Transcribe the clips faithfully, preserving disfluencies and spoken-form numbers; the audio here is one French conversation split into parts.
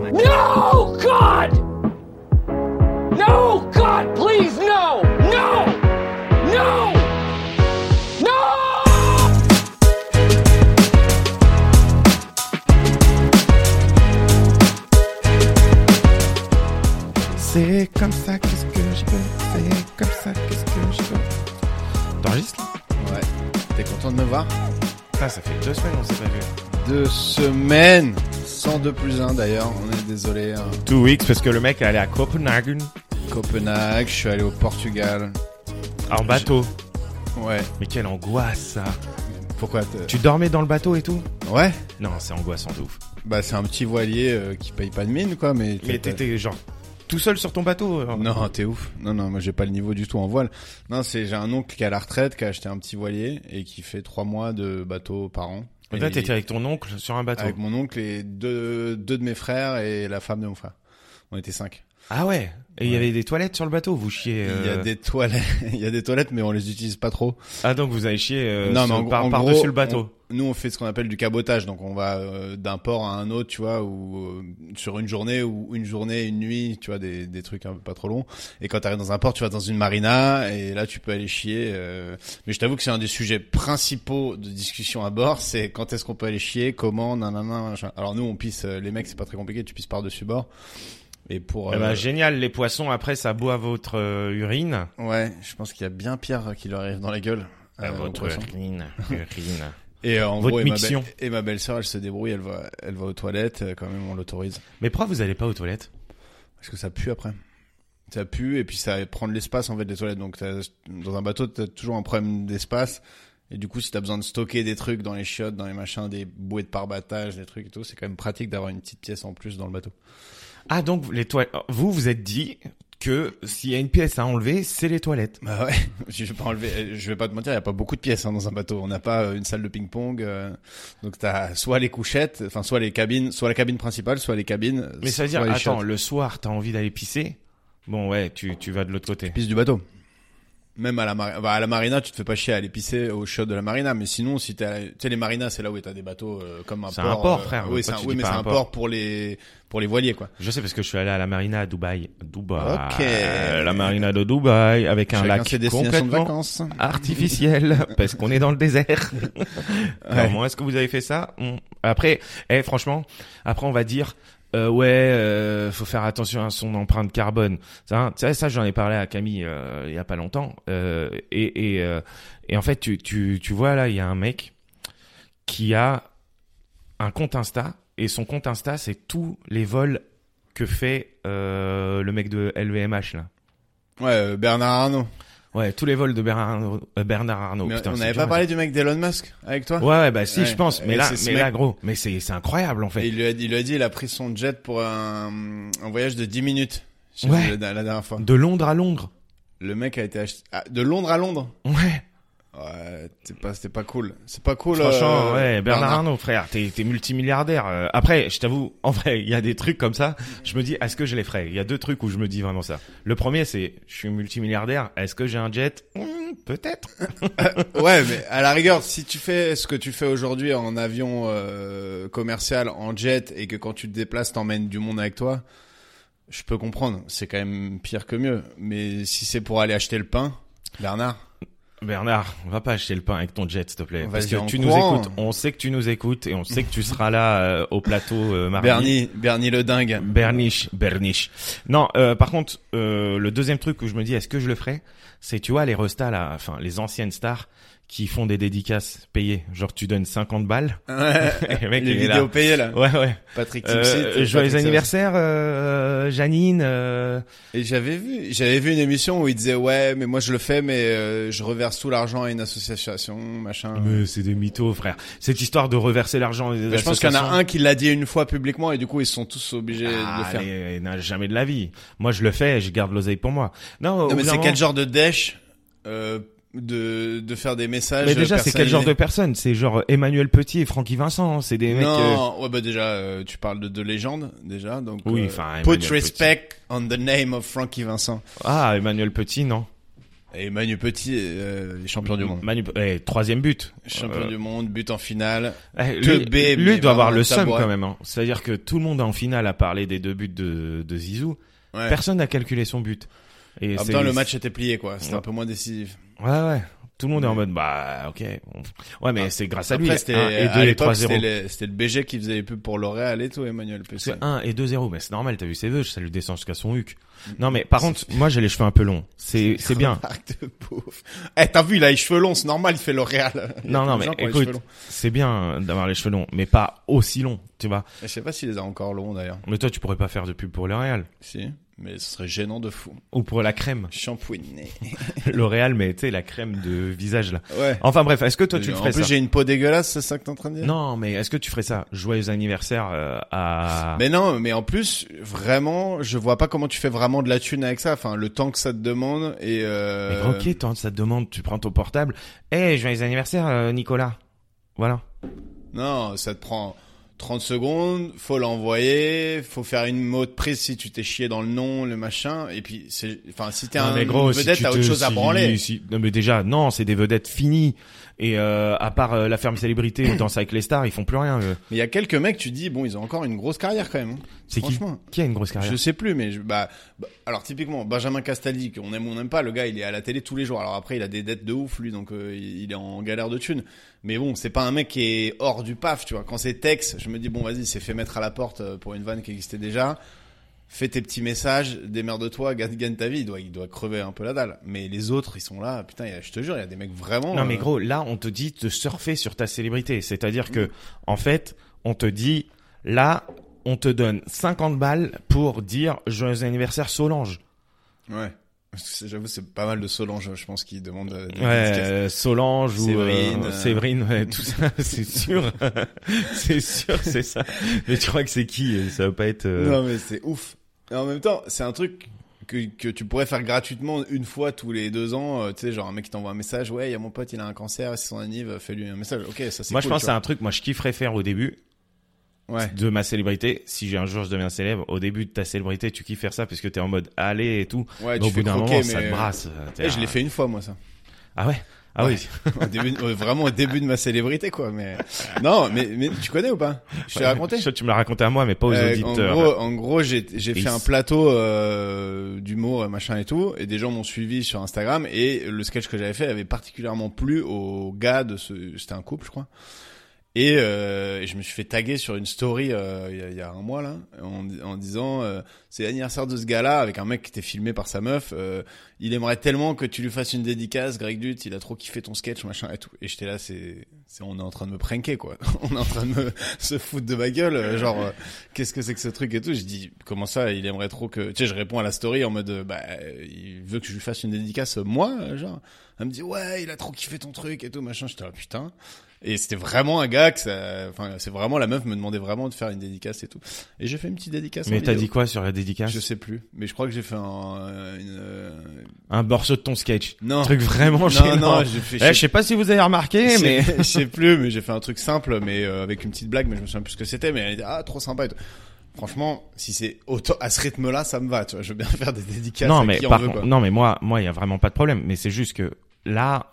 No, God! No, God, please, no! No! No! No! C'est comme ça, qu'est-ce que je veux? C'est comme ça, qu'est-ce que je veux? T'enregistres là? Ouais. T'es content de me voir? Putain, ça fait deux semaines on s'est pas vu. Deux semaines Sans deux plus un d'ailleurs, on est désolé. Hein. Two weeks parce que le mec est allé à Copenhague. Copenhague, je suis allé au Portugal. En bateau. Ouais. Mais quelle angoisse ça. Pourquoi t'es... Tu dormais dans le bateau et tout? Ouais. Non, c'est angoissant de ouf. Bah c'est un petit voilier euh, qui paye pas de mine quoi, mais... Mais t'étais genre tout seul sur ton bateau? Genre. Non, t'es ouf. Non, non, moi j'ai pas le niveau du tout en voile. Non, c'est j'ai un oncle qui est à la retraite, qui a acheté un petit voilier et qui fait trois mois de bateau par an. Et là, et t'étais avec ton oncle sur un bateau? Avec mon oncle et deux, deux de mes frères et la femme de mon frère. On était cinq. Ah ouais. Et il ouais. y avait des toilettes sur le bateau, vous chiez euh... Il y a des toilettes, il y a des toilettes, mais on les utilise pas trop. Ah donc vous avez chié euh, non, sur, mais en, par, en par gros, dessus le bateau. On, nous on fait ce qu'on appelle du cabotage, donc on va euh, d'un port à un autre, tu vois, ou euh, sur une journée ou une journée, une nuit, tu vois, des des trucs un peu pas trop longs. Et quand t'arrives dans un port, tu vas dans une marina et là tu peux aller chier. Euh... Mais je t'avoue que c'est un des sujets principaux de discussion à bord, c'est quand est-ce qu'on peut aller chier, comment, nanana, machin. Alors nous on pisse, euh, les mecs c'est pas très compliqué, tu pisses par dessus bord. Et pour, eh ben, euh... génial, les poissons après ça boit votre euh, urine. Ouais, je pense qu'il y a bien pire qui leur arrive dans la gueule. Euh, euh, votre urine, urine. Et euh, en votre gros, et ma, miction. be- et ma belle-sœur, elle se débrouille, elle va, elle va aux toilettes, euh, quand même, on l'autorise. Mais pourquoi vous allez pas aux toilettes? Parce que ça pue après. Ça pue et puis ça prend de l'espace en fait les toilettes. Donc t'as, dans un bateau, t'as toujours un problème d'espace. Et du coup, si t'as besoin de stocker des trucs dans les chiottes, dans les machins, des bouées de parbattage, des trucs et tout, c'est quand même pratique d'avoir une petite pièce en plus dans le bateau. Ah donc les toilettes. Vous vous êtes dit que s'il y a une pièce à enlever, c'est les toilettes. Bah ouais, je vais pas enlever, je vais pas te mentir, il y a pas beaucoup de pièces hein, dans un bateau. On n'a pas euh, une salle de ping-pong, euh, donc t'as soit les couchettes, enfin soit les cabines, soit la cabine principale, soit les cabines. Mais ça veut dire, soit les attends, chiottes. le soir, t'as envie d'aller pisser? Bon ouais, tu tu vas de l'autre côté. Pisse du bateau. Même à la, mar- bah, à la marina, tu te fais pas chier à aller pisser au chiottes de la marina, mais sinon, si t'es, à... tu sais, les marinas, c'est là où t'as des bateaux euh, comme un c'est port. un port, euh, frère. Oui, Pourquoi c'est un, tu oui dis mais pas c'est un un port port pour les pour les voiliers, quoi. Je sais parce que je suis allé à la marina à Dubaï. Dubaï. Ok. Euh, la marina de Dubaï avec un Chacun lac ses destinations de complètement vacances. artificiel parce qu'on est dans le désert. Ouais. Comment est-ce que vous avez fait ça? On- Après, eh, franchement, après on va dire euh, ouais, euh, faut faire attention à son empreinte carbone. Ça, ça, ça j'en ai parlé à Camille euh, il y a pas longtemps. Euh, et et euh, et en fait, tu tu tu vois là, il y a un mec qui a un compte Insta et son compte Insta c'est tous les vols que fait euh, le mec de L V M H là. Ouais, euh, Bernard Arnault. Ouais, tous les vols de Bernard Arnault. Euh, Bernard Arnault. Mais Putain, on c'est n'avait dur pas à parlé du mec d'Elon Musk avec toi? Ouais, ouais, bah si, Ouais. je pense. Mais Et là, c'est ce mais mec- là, gros, mais c'est, c'est incroyable en Et fait. il lui a dit, il lui a dit, il a pris son jet pour un, un voyage de dix minutes. chez Ouais. lui, La, la dernière fois. De Londres à Londres. Le mec a été acheté, ah, de Londres à Londres. Ouais. Ouais, c'est pas, c'était pas cool. C'est pas cool. Franchement, euh, ouais, Bernard Arnault, frère, t'es, t'es multimilliardaire. Euh, après, je t'avoue, en vrai, il y a des trucs comme ça. Je me dis, est-ce que je les ferais? Il y a deux trucs où je me dis vraiment ça. Le premier, c'est, je suis multimilliardaire. Est-ce que j'ai un jet? Hmm, peut-être. Ouais, mais à la rigueur, si tu fais ce que tu fais aujourd'hui en avion euh, commercial, en jet, et que quand tu te déplaces, t'emmènes du monde avec toi, je peux comprendre. C'est quand même pire que mieux. Mais si c'est pour aller acheter le pain, Bernard. Bernard, va pas acheter le pain avec ton jet, s'il te plaît. Parce Vas-y, que en tu nous courant. écoutes. On sait que tu nous écoutes et on sait que tu seras là euh, au plateau euh, mardi. Bernie, Bernie le dingue. Berniche, Berniche. Non, euh, par contre, euh, le deuxième truc où je me dis, est-ce que je le ferais, c'est, tu vois, les restas là, enfin, les anciennes stars qui font des dédicaces payées. Genre, tu donnes cinquante balles. Ouais. Et le mec, Les il est vidéos là. payées là. Ouais, ouais. Patrick Euh, Timsit. joyeux Patrick anniversaire, euh, Janine. Euh... Et j'avais vu, j'avais vu une émission où il disait ouais, mais moi je le fais, mais euh, je reverse tout l'argent à une association, machin. Mais c'est des mythos, frère. Cette histoire de reverser l'argent des Mais je pense qu'il y en a associations. un qui l'a dit une fois publiquement et du coup ils sont tous obligés Ah, de le faire. allez, n'a jamais de la vie. Moi, je le fais, et je garde l'oseille pour moi. Non, Non au mais bout d'un c'est moment- quel genre de dèche euh, de de faire des messages. Mais déjà, c'est quel genre de personnalisés. personne? C'est genre Emmanuel Petit et Francky Vincent. C'est des mecs. euh, Non, ouais bah déjà euh, tu parles de de légende déjà donc. Oui, euh, enfin, Put Emmanuel respect on the name of Frankie Vincent. Ah, Emmanuel Petit, non. Et Manu Petit, euh, les champions du monde. Manu, eh, troisième but. Champion Euh, du monde, but en finale. eh, Te lui, B, lui mais doit avoir vraiment le seum tabouret. quand même. Hein. C'est-à-dire que tout le monde en finale a parlé des deux buts de, de Zizou. Ouais. Personne n'a calculé son but. Et En c'est- même temps, le match était plié, quoi. C'était Ouais. un peu moins décisif. Ouais, ouais. Tout le monde est en Ouais. mode, bah, ok. Ouais, mais Ah. c'est grâce à Après, lui. c'était, un et à deux et l'époque, trois zéro. c'était, les- c'était le B G qui faisait les pubs pour L'Oréal et tout, Emmanuel P C. C'est un et deux zéro, mais c'est normal, t'as vu ses vœux, ça lui descend jusqu'à son huc. Non, mais par contre, moi j'ai les cheveux un peu longs. C'est, c'est bien. Remarque de pauvre. Eh, t'as vu, il a les cheveux longs, c'est normal, il fait L'Oréal. Il y a Non, plein non, de mais gens qui ont les écoute, cheveux longs. c'est bien d'avoir les cheveux longs, mais pas aussi longs, tu vois. Je sais pas s'il les a encore longs, d'ailleurs. Mais toi, tu pourrais pas faire de pub pour L'Oréal. Si. Mais ce serait gênant de fou. Ou pour la crème. Shampooiné. L'Oréal, mais tu sais, la crème de visage, là. Ouais. Enfin bref, est-ce que toi tu le en ferais plus, ça? j'ai une peau dégueulasse, c'est ça que t'es en train de dire? Non, mais est-ce que tu ferais ça? Joyeux anniversaire euh, à... Mais non, mais en plus, vraiment, je vois pas comment tu fais vraiment de la thune avec ça. Enfin, le temps que ça te demande et euh... Mais ok, toi, ça te demande, tu prends ton portable. Eh, hey, joyeux anniversaire, euh, Nicolas. Voilà. Non, ça te prend trente secondes, faut l'envoyer, faut faire une mot de prise si tu t'es chié dans le nom, le machin, et puis c'est, enfin, si t'es Non, un mais gros, une vedette, si tu t'as autre te- chose à si- branler. si- Non, mais déjà, non, c'est des vedettes finies. Et euh, à part euh, la ferme célébrité ou Danse avec les stars, ils font plus rien. eux. Mais il y a quelques mecs, tu dis, bon, ils ont encore une grosse carrière quand même. hein. C'est qui Franchement. Qui a une grosse carrière? Je sais plus, mais je, bah, bah, alors typiquement Benjamin Castaldi, qu'on aime ou on n'aime pas, le gars il est à la télé tous les jours. Alors après il a des dettes de ouf lui, donc euh, il, il est en galère de thunes. Mais bon, c'est pas un mec qui est hors du paf, tu vois. Quand c'est Tex, je me dis bon vas-y, c'est fait mettre à la porte euh, pour une vanne qui existait déjà. Fais tes petits messages, démerde-toi, gagne, gagne ta vie. Il doit, il doit crever un peu la dalle. Mais les autres, ils sont là. Putain, il y a- je te jure, il y a des mecs vraiment. Non, mais euh, gros, là, on te dit de surfer sur ta célébrité. C'est-à-dire que, en fait, on te dit, là, on te donne cinquante balles pour dire joyeux anniversaire Solange. Ouais. Parce que c'est- j'avoue, c'est pas mal de Solange, je pense, qui demandent euh, des Ouais, dédicaces. euh, Solange ou Séverine, euh, euh. Séverine, ouais, tout ça, c'est sûr, c'est sûr, c'est ça. Mais tu crois que c'est qui? Ça va pas être. euh, Non, mais c'est ouf. Et en même temps, c'est un truc que, que tu pourrais faire gratuitement une fois tous les deux ans. euh, tu sais, genre un mec qui t'envoie un message. Ouais, il y a mon pote, il a un cancer, c'est son anniv, fais-lui un message. Ok, ça c'est Moi, cool, je pense tu que c'est un truc. Moi, je kifferais faire au début vois. Ouais. de ma célébrité. Si j'ai un jour je deviens célèbre, au début de ta célébrité, tu kiffes faire ça parce que t'es en mode allez et tout. Ouais, Mais au tu bout fais d'un croquer, moment, mais... ça te brasse. T'es Eh, là- je l'ai fait une fois, moi, ça. Ah ouais. Ah Ouais. oui. Au début, euh, vraiment au début de ma célébrité, quoi. Mais non, mais, mais tu connais ou pas? Je t'ai raconté. Je sais que tu me l'as raconté à moi, mais pas aux Euh, auditeurs. En gros, en gros, j'ai j'ai Et fait un c'est- plateau euh, d'humour, machin et tout, et des gens m'ont suivi sur Instagram, et le sketch que j'avais fait avait particulièrement plu au gars de ce, c'était un couple, je crois. Et, euh, et je me suis fait taguer sur une story euh, il y, a, il y a un mois là, en, en disant euh, c'est l'anniversaire de ce gars-là avec un mec qui était filmé par sa meuf. Euh, il aimerait tellement que tu lui fasses une dédicace, Greg Dut. Il a trop kiffé ton sketch, machin et tout. Et j'étais là, c'est, c'est, on est en train de me pranker quoi. On est en train de me, se foutre de ma gueule. euh, genre, euh, qu'est-ce que c'est que ce truc et tout. Je dis comment ça, il aimerait trop que. Tu sais, je réponds à la story en mode euh, bah il veut que je lui fasse une dédicace euh, moi, euh, genre. Elle me dit ouais, il a trop kiffé ton truc et tout machin. J'étais là putain. Et c'était vraiment un gars que ça, enfin, c'est vraiment la meuf me demandait vraiment de faire une dédicace et tout. Et j'ai fait une petite dédicace. Mais en t'as vidéo. dit quoi sur la dédicace? Je sais plus, mais je crois que j'ai fait un, une, euh, Un morceau de ton sketch. non, Un truc vraiment non, gênant. non, j'ai fait, Eh, je sais pas si vous avez remarqué, je sais- mais je sais plus, mais j'ai fait un truc simple, mais euh, avec une petite blague, mais je me souviens plus ce que c'était, mais elle était ah trop sympa et tout. Franchement, si c'est autant à ce rythme-là, ça me va, tu vois. Je veux bien faire des dédicaces non, à mais qui par en veut, contre, quoi. non, mais moi, moi, il y a vraiment pas de problème. Mais c'est juste que là,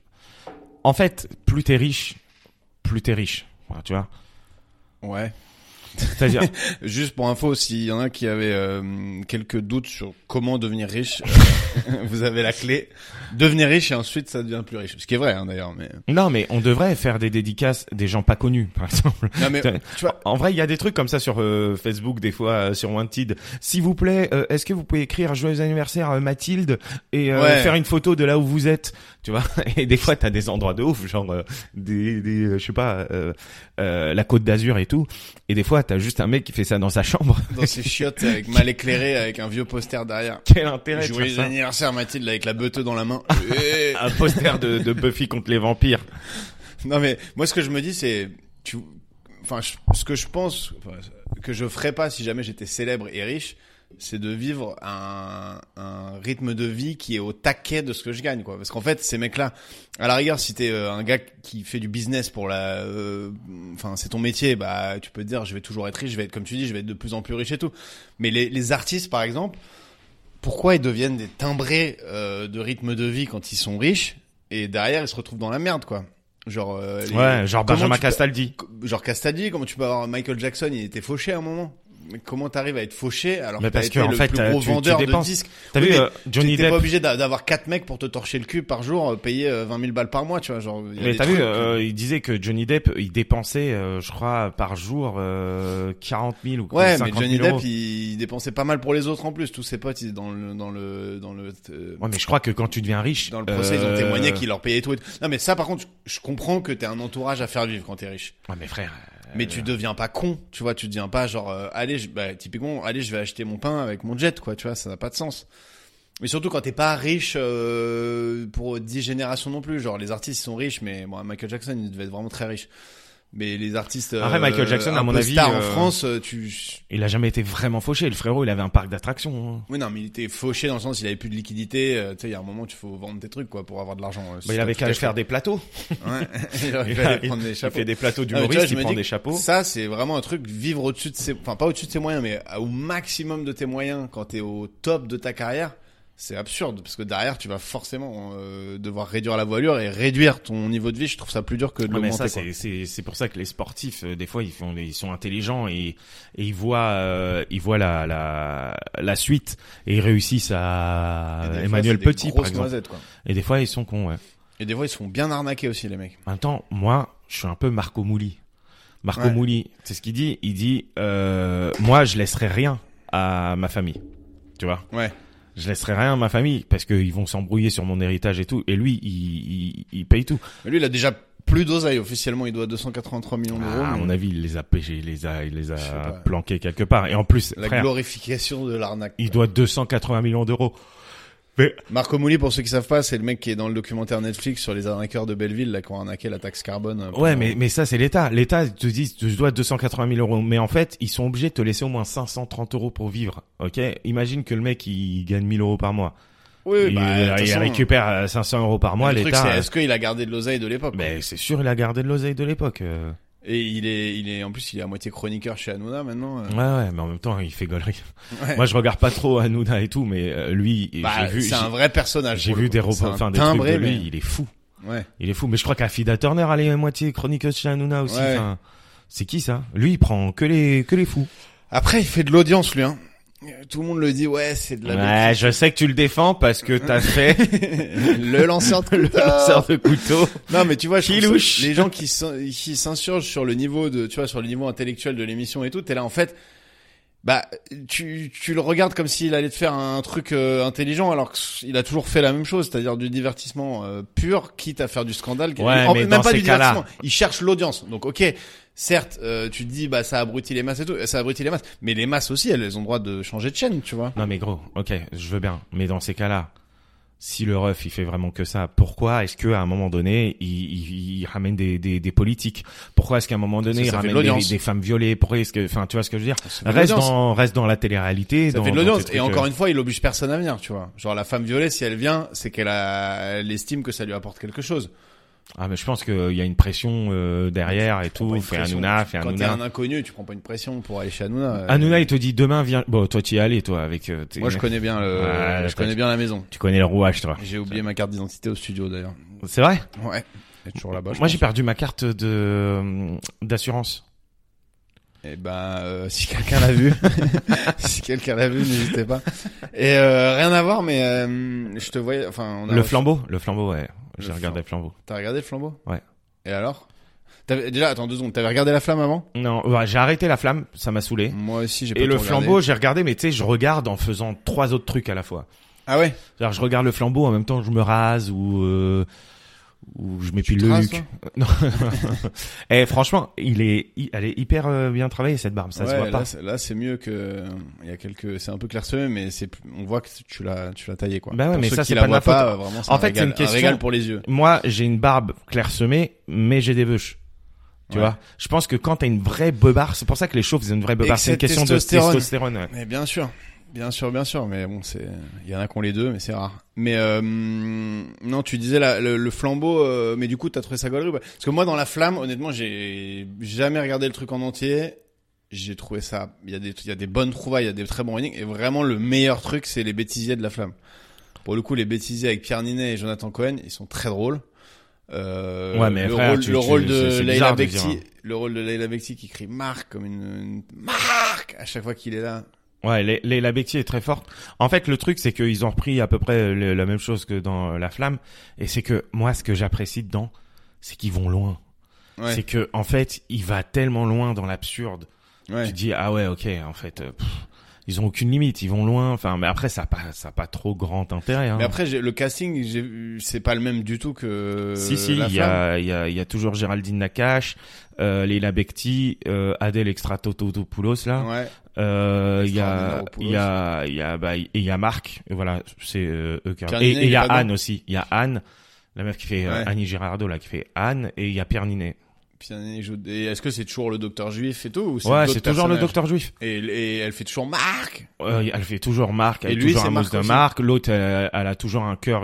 en fait, plus t'es riche, plus t'es riche. Voilà, tu vois. Ouais. C'est-à-dire, Juste pour info, s'il y en a qui avaient euh, quelques doutes sur comment devenir riche, euh, vous avez la clé. Devenir riche et ensuite ça devient plus riche. Ce qui est vrai, hein, d'ailleurs. Mais non, mais on devrait faire des dédicaces des gens pas connus, par exemple. non, mais Putain, tu vois, En vrai, il y a des trucs comme ça sur euh, Facebook, des fois euh, sur Wanted. S'il vous plaît, euh, est-ce que vous pouvez écrire joyeux anniversaire euh, Mathilde et euh, Ouais. faire une photo de là où vous êtes, tu vois. Et des fois, t'as des endroits de ouf, genre euh, des, des, euh, je sais pas, euh, euh, la Côte d'Azur et tout. Et des fois, t'as juste un mec qui fait ça dans sa chambre. dans ces chiottes avec mal éclairé, avec un vieux poster derrière. Quel intérêt de Joyeux faire ça? anniversaire Mathilde avec la beuteuse dans la main. Eh. Un poster de, de Buffy contre les vampires. Non mais moi ce que je me dis c'est tu enfin je- ce que je pense enfin, que je ferais pas si jamais j'étais célèbre et riche, c'est de vivre un un rythme de vie qui est au taquet de ce que je gagne quoi, parce qu'en fait ces mecs-là à la rigueur si t'es euh, un gars qui fait du business pour la euh, enfin c'est ton métier, bah tu peux te dire je vais toujours être riche, je vais être comme tu dis, je vais être de plus en plus riche et tout. Mais les les artistes par exemple, pourquoi ils deviennent des timbrés euh, de rythme de vie quand ils sont riches et derrière ils se retrouvent dans la merde, quoi. Genre euh, les... Ouais, genre Comment Benjamin tu peux- Castaldi. Genre Castaldi, comment tu peux avoir Michael Jackson, il était fauché à un moment. Mais comment t'arrives à être fauché alors Mais que t'as parce été que, en le fait, plus euh, gros tu- tu vendeur de dépenses. disques. T'as Oui, vu mais euh, Johnny T'es Depp? pas obligé d'a- d'avoir quatre mecs pour te torcher le cul par jour, euh, payer euh, vingt mille balles par mois, tu vois, genre. il y a Mais des t'as vu, trucs, euh, il disait que Johnny Depp, il dépensait, euh, je crois, par jour euh, quarante mille ou Ouais, mais cinquante Johnny mille Depp, euros. il, il dépensait pas mal pour les autres en plus. Tous ses potes, ils dans le, dans le, dans le, euh, Ouais, mais je crois que quand tu deviens riche, dans le procès, ils ont euh, témoigné qu'ils leur payaient tout. et tout. Non, mais ça, par contre, je comprends que t'es un entourage à faire vivre quand t'es riche. Ouais, mais frère. Mais tu deviens pas con, tu vois, tu deviens pas genre, euh, allez, je, bah, typiquement, allez, je vais acheter mon pain avec mon jet, quoi, tu vois, ça n'a pas de sens. Mais surtout quand t'es pas riche euh, pour dix générations non plus. Genre les artistes ils sont riches, mais bon, Michael Jackson il devait être vraiment très riche. Mais les artistes euh, Après, Michael Jackson, un à mon peu avis, stars en euh, France, euh, tu Il a jamais été vraiment fauché. Le frérot, il avait un parc d'attractions. hein. oui non mais il était fauché dans le sens il avait plus de liquidité. euh, tu sais il y a un moment tu faut vendre tes trucs quoi pour avoir de l'argent. euh, si Bah, il t'as avait tout qu'à acheté. faire des plateaux. Ouais. il aurait Il, pu aller a- prendre des il chapeaux. fait des plateaux Ah, mais tu vois, d'humoristes, je il me prend dis des que chapeaux. Ça, c'est vraiment un truc, vivre au-dessus de ses, enfin, pas au-dessus de ses moyens, mais au maximum de tes moyens quand t'es au top de ta carrière. C'est absurde, parce que derrière, tu vas forcément euh, devoir réduire la voilure et réduire ton niveau de vie. Je trouve ça plus dur que de Ouais, mais l'augmenter. ça, quoi. c'est, c'est, c'est pour ça que les sportifs, euh, des fois, ils font, des- ils sont intelligents et, et ils voient, euh, ils voient la, la, la suite et ils réussissent à Et des fois, Emmanuel c'est des Petit, par grosses exemple. noisettes, quoi. Et des fois, ils sont cons, ouais. Et des fois, ils se font bien arnaquer aussi, les mecs. En même temps, moi, je suis un peu Marco Mouli. Marco Ouais. Mouli, c'est ce qu'il dit. Il dit, euh, moi, je laisserai rien à ma famille. Tu vois? Ouais. Je laisserai rien à ma famille parce qu'ils vont s'embrouiller sur mon héritage et tout. Et lui, il, il, il paye tout. Mais lui, il a déjà plus d'oseille. Officiellement, il doit deux cent quatre-vingt-trois millions d'euros. Ah, à mais mon avis, il les a pêchés, il les a, il les a Je sais pas. planqués quelque part. Et en plus, La frère, glorification de l'arnaque. il quoi. doit deux cent quatre-vingts millions d'euros. Mais, Marco Mouli, pour ceux qui savent pas, c'est le mec qui est dans le documentaire Netflix sur les arnaqueurs de Belleville, là, qui ont arnaqué la taxe carbone. euh, ouais, pendant- mais, mais ça, c'est l'État. L'État te dit, je dois deux cent quatre-vingts mille euros. Mais en fait, ils sont obligés de te laisser au moins cinq cent trente euros pour vivre. Ok? Imagine que le mec, il gagne mille euros par mois. Oui, oui, il, bah, de toute il façon, récupère euh, cinq cents euros par mois, le truc, l'État. c'est est-ce qu'il a gardé de l'oseille de l'époque? quoi. Mais c'est sûr, il a gardé de l'oseille de l'époque. euh. Et il est, il est, en plus, il est à moitié chroniqueur chez Hanouna maintenant. euh. Ouais, ouais, mais en même temps, il fait gaulerie. Ouais. Moi, je regarde pas trop Hanouna et tout, mais euh, lui, Bah, j'ai vu, c'est j'ai, un vrai personnage. j'ai pour vu le des coup. C'est repas, un enfin des trucs timbré, de lui, mais- il est fou. Ouais. Il est fou. Mais je crois qu'Afida Turner, elle est à moitié chroniqueuse chez Hanouna aussi. Ouais. Enfin, c'est qui ça? Lui, il prend que les, que les fous. Après, il fait de l'audience, lui, hein. Tout le monde le dit, ouais, c'est de la Ouais, je sais que tu le défends parce que t'as fait le lanceur de couteau. le lanceur de couteau. Non, mais tu vois, je trouve Filouche. ça- les gens qui s'in- qui s'insurgent sur le niveau de, tu vois, sur le niveau intellectuel de l'émission et tout, t'es là, en fait, bah, tu, tu le regardes comme s'il allait te faire un truc euh, intelligent, alors qu'il a toujours fait la même chose, c'est-à-dire du divertissement euh, pur, quitte à faire du scandale. Ouais, En- mais même dans pas ces du cas-là- divertissement. Il cherche l'audience. Donc, ok. Certes, euh, tu te dis, bah, ça abrutit les masses et tout, ça abrutit les masses. Mais les masses aussi, elles, elles ont droit de changer de chaîne, tu vois. Non, mais gros, ok, je veux bien. Mais dans ces cas-là, si le ref, il fait vraiment que ça, pourquoi est-ce qu'à un moment donné, il, il, il ramène des, des, des politiques? Pourquoi est-ce qu'à un moment donné, Ça, il ça fait ramène de des, l'audience. des femmes violées? Pourquoi est-ce que, enfin, tu vois ce que je veux dire? Ça fait de Reste l'audience. dans, reste dans la télé-réalité. Ça dans, fait de dans l'audience. tes Et trucs, encore euh, une fois, il oblige personne à venir, tu vois. Genre, la femme violée, si elle vient, c'est qu'elle a, elle estime que ça lui apporte quelque chose. Ah, mais je pense qu'il y a une pression euh, derrière et Prends tout. pas une Fais pression. Hanouna, fais Quand t'es Hanouna. un inconnu, tu prends pas une pression pour aller chez Hanouna. euh, Hanouna, il te dit demain, viens. Bon, toi, tu y es allé, toi, avec. euh, tes- Moi, je connais bien le, Ouais, je connais toi, bien la maison. Tu connais le rouage, toi. J'ai oublié ma carte d'identité au studio, d'ailleurs. C'est vrai? Ouais. Elle est toujours là-bas. je Moi, j'ai pense. perdu ma carte de euh, d'assurance. Eh ben, euh, si quelqu'un l'a vu, si quelqu'un l'a vu, n'hésitez pas. Et euh, rien à voir, mais euh, je te voyais. Enfin, on a. Le flambeau, le flambeau, ouais. Le J'ai regardé le flambeau. T'as regardé le flambeau? Ouais. Et alors? T'avais, déjà, attends deux secondes. T'avais regardé la flamme avant? Non, ouais, j'ai arrêté la flamme, ça m'a saoulé. Moi aussi, j'ai pas Et le tout regardé. flambeau, j'ai regardé, mais tu sais, je regarde en faisant trois autres trucs à la fois. Ah ouais? C'est-à-dire, je regarde le flambeau en même temps, je me rase ou euh, ou je m'épile te le rases, nuque. Non. Et franchement, il est, il- elle est hyper euh, bien travaillée cette barbe, ça se Ouais, voit là, pas. c'est- Là, c'est mieux que. Il y a quelques. C'est un peu clairsemé, mais c'est. plus- On voit que tu l'as, tu l'as taillé quoi. Bah ouais, Pour mais ceux ça, qui c'est la pas de ma voient faute. pas, vraiment, c'est En un fait, régal, c'est une question- un régal pour les yeux. Moi, j'ai une barbe clairsemée, mais j'ai des bûches. Tu Ouais. vois, je pense que quand t'as une vraie beubare, c'est pour ça que les chauves, ils ont une vraie beubare. C'est une Excès de question de testostérone. testostérone. Ouais. Mais bien sûr, bien sûr, bien sûr. Mais bon, c'est. Il y en a qui ont les deux, mais c'est rare. Mais euh, non, tu disais la, le, le flambeau, euh, mais du coup, t'as trouvé ça gaulerie ou pas? Parce que moi, dans la flamme, honnêtement, j'ai jamais regardé le truc en entier. j'ai trouvé ça, il y a des, il y a des bonnes trouvailles, il y a des très bons running, et vraiment le meilleur truc, c'est les bêtisiers de la flamme. Pour le coup, les bêtisiers avec Pierre Ninet et Jonathan Cohen, ils sont très drôles. Euh, ouais, mais le frère, rôle, tu, le tu, rôle c'est, de c'est Leila de dire, Bekti, hein. le rôle de Leila Bekti qui crie Marc comme une, une Marc à chaque fois qu'il est là. Ouais, les, les, la Bekti est très forte. En fait, le truc, c'est qu'ils ont repris à peu près le, la même chose que dans La Flamme. Et c'est que, moi, ce que j'apprécie dedans, c'est qu'ils vont loin. Ouais. C'est que, en fait, il va tellement loin dans l'absurde. Ouais. Tu te dis, ah ouais, ok, en fait, euh, pff, ils ont aucune limite, ils vont loin. Enfin, mais après, ça a pas, ça a pas trop grand intérêt, hein. Mais après, j'ai, le casting, j'ai vu, c'est pas le même du tout que Si, si, La il y Flamme. a, il y a, il y a toujours Géraldine Nakache, euh, Leila Bekti, euh, Adèle Extratopoulos, là. Ouais. Euh, il y a, Extraordinaire il y a, il y a, bah, et il y a Marc, et voilà, c'est euh, eux qui. Pierre Et Ninet, et il y a il est pas Anne aussi, il y a Anne, la meuf qui fait euh, Ouais. Annie Girardot là, qui fait Anne, et il y a Pierre Ninet. Puis, il joue- et est-ce que c'est toujours le docteur juif et tout, ou c'est Ouais, d'autres c'est toujours le personnages docteur juif. Et, et elle fait toujours Marc. Euh, elle fait toujours Marc, elle Et a lui, toujours c'est un mousse Marc de aussi. Marc, l'autre elle, elle a toujours un cœur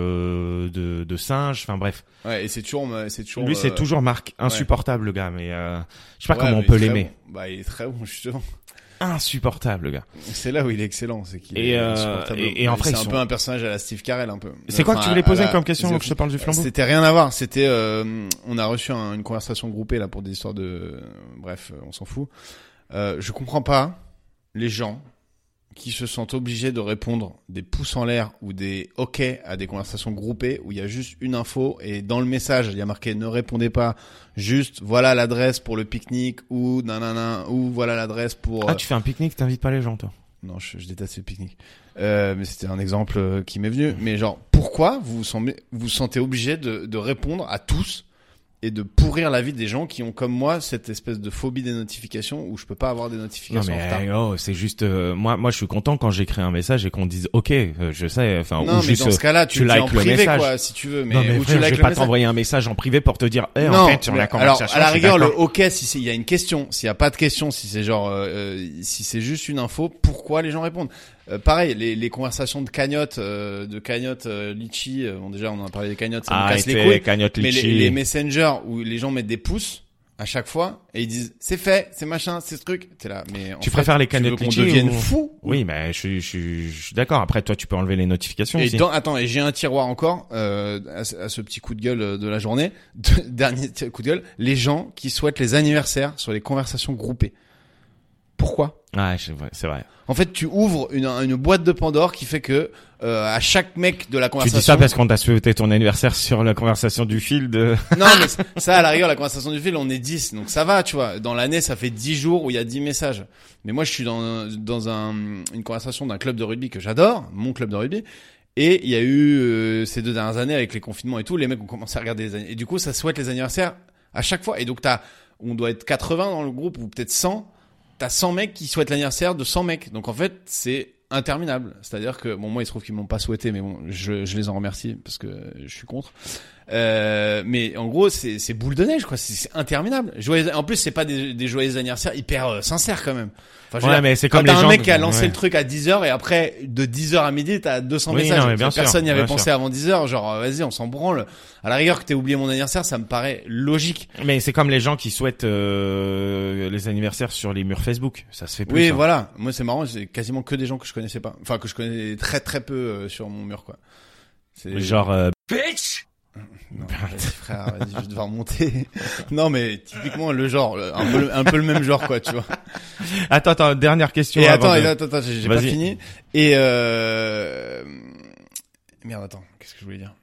de, de, de singe, enfin bref. Ouais, et c'est toujours, c'est toujours. Lui c'est euh, toujours Marc, insupportable le gars, mais euh, je sais pas ouais, comment on mais peut il est très l'aimer. bon. Bah, il est très bon, justement. Insupportable le gars. C'est là où il est excellent, c'est qu'il Et, est euh, insupportable. et- et en vrai, c'est ils un sont- peu un personnage à la Steve Carell, un peu. C'est quoi que tu voulais Enfin, poser à la- comme question c'est- que je te parle du flambeau? C'était rien à voir. C'était, euh, on a reçu un- une conversation groupée là pour des histoires de, bref, on s'en fout. Euh, je comprends pas les gens qui se sentent obligés de répondre des pouces en l'air ou des OK à des conversations groupées où il y a juste une info et dans le message il y a marqué ne répondez pas, juste voilà l'adresse pour le pique-nique ou nanana ou voilà l'adresse pour. Ah, tu fais un pique-nique, t'invites pas les gens, toi? Non, je, je déteste le pique-nique. Euh, mais c'était un exemple euh, qui m'est venu. Mais genre, pourquoi vous vous sentez, vous vous sentez obligé de, de répondre à tous et de pourrir la vie des gens qui ont comme moi cette espèce de phobie des notifications où je peux pas avoir des Non notifications en retard. mais oh, c'est juste euh, moi moi je suis content quand j'écris un message et qu'on dise OK, euh, je sais, enfin Non, ou mais juste dans ce cas-là, tu, tu le dis en likes le privé, message. quoi, si tu veux. Mais, non mais ou frère, tu je likes vais le pas message. t'envoyer un message en privé pour te dire eh Non, en fait sur mais la alors conversation à la je suis rigueur le d'accord. OK si c'est il y a une question, s'il y a pas de question, si c'est genre euh, euh, si c'est juste une info, pourquoi les gens répondent? Euh, pareil, les, les conversations de cagnotte, euh, de cagnotte euh, litchi, euh, bon déjà on en a parlé des cagnottes, ça me casse les Arrêtez, couilles. cagnotte Mais les, litchi. les messengers où les gens mettent des pouces à chaque fois et ils disent c'est fait, c'est machin, c'est ce truc, t'es là. Mais en Tu fait, préfères les tu veux cagnottes qu'on litchi devienne ou- fou? Oui, mais je suis je suis je suis d'accord. Après toi tu peux enlever les notifications Et aussi. dans, attends, et j'ai un tiroir encore euh, à, ce- à ce petit coup de gueule euh, de la journée. De- dernier ti- coup de gueule, les gens qui souhaitent les anniversaires sur les conversations groupées. Pourquoi? Ah, je- ouais, c'est vrai. En fait, tu ouvres une, une boîte de Pandore qui fait que euh, à chaque mec de la Tu conversation. dis ça parce qu'on t'a souhaité ton anniversaire sur la conversation du fil de Non, mais c- ça, à la rigueur, la conversation du fil, on est dix, donc ça va, tu vois. Dans l'année, ça fait dix jours où il y a dix messages. Mais moi, je suis dans dans un une conversation d'un club de rugby que j'adore, mon club de rugby. Et il y a eu euh, ces deux dernières années avec les confinements et tout, les mecs ont commencé à regarder les anniversaires. Et du coup, ça souhaite les anniversaires à chaque fois. Et donc t'as, on doit être quatre-vingts dans le groupe ou peut-être cent. T'as cent mecs qui souhaitent l'anniversaire de cent mecs. Donc en fait, c'est interminable. C'est-à-dire que bon, moi, il se trouve qu'ils m'ont pas souhaité, mais bon, je, je les en remercie parce que je suis contre. Euh, mais en gros, c'est, c'est boule de neige, quoi. C'est, c'est interminable. Joyeux, en plus, c'est pas des, des joyeux anniversaires hyper euh, sincères quand même. Enfin, je veux Ouais, dire, mais c'est quand comme t'as les un gens mec de- qui a lancé ouais. le truc à dix heures et après de dix heures à midi, t'as deux cents Oui, messages. non, mais bien Personne sûr, n'y avait bien pensé sûr. avant dix heures. Genre, euh, vas-y, on s'en branle. À la rigueur que t'aies oublié mon anniversaire, ça me paraît logique. Mais c'est comme les gens qui souhaitent euh, les anniversaires sur les murs Facebook. Ça se fait plus. Oui, ça. voilà. Moi, c'est marrant. C'est quasiment que des gens que je connaissais pas. Enfin, que je connais très très peu euh, sur mon mur, quoi. C'est Genre euh, Bitch! Non, vas-y, frère, vas-y, je vais devoir monter. Non, mais typiquement le genre, le- un peu, le- un peu le même genre, quoi, tu vois. attends attends dernière question. Et avant attends, de- et attends, attends, j'ai j'ai pas Vas-y. fini. Et euh... merde, attends, qu'est-ce que je voulais dire?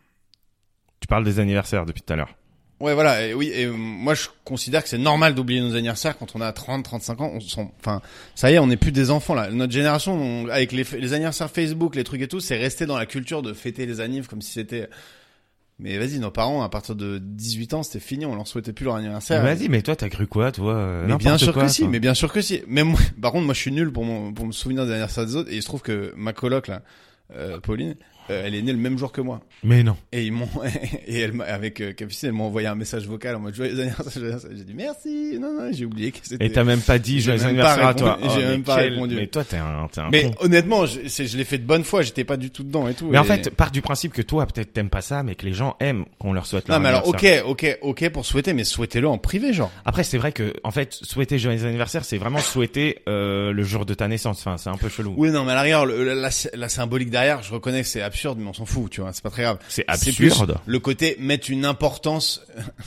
Tu parles des anniversaires depuis tout à l'heure. Ouais, voilà. Et oui, et euh, moi, je considère que c'est normal d'oublier nos anniversaires quand on a trente, trente-cinq ans. On se sent, enfin, ça y est, on n'est plus des enfants là. Notre génération, on- avec les, les anniversaires Facebook, les trucs et tout, c'est resté dans la culture de fêter les annives comme si c'était. Mais vas-y, nos parents, à partir de dix-huit ans, c'était fini. On leur souhaitait plus leur anniversaire. Vas-y, mais toi t'as cru quoi, toi euh, Mais n'importe bien sûr quoi, que si, toi. mais bien sûr que si. Même moi, par contre, moi, je suis nul pour mon, pour me souvenir des anniversaires des autres. Et il se trouve que ma coloc là, euh, Pauline, euh, elle est née le même jour que moi. Mais non. Et ils m'ont et elle m'a, avec euh, Capucine, elle m'a envoyé un message vocal en mode joyeux anniversaire. joyeux anniversaire. J'ai dit merci. Non non, j'ai oublié que c'était. Et t'as même pas dit J'ai joyeux même pas anniversaire à toi. répondu. J'ai Oh, même mais pas quel- répondu. Mais toi, t'es un, t'es un Mais con. honnêtement, je, c'est, je l'ai fait de bonne foi. J'étais pas du tout dedans et tout. Mais en et- fait, pars du principe que toi, peut-être t'aimes pas ça, mais que les gens aiment qu'on leur souhaite non leur mais alors anniversaire. ok ok ok pour souhaiter, mais souhaitez-le en privé genre. Après, c'est vrai que, en fait, souhaiter joyeux anniversaire, c'est vraiment souhaiter euh, le jour de ta naissance. Enfin, c'est un peu chelou. Oui non mais à la rigueur le- la, la, la symbolique derrière, je reconnais que c'est absurde, mais on s'en fout, tu vois. C'est pas très grave. C'est C'est plus absurde. le côté mettre une importance,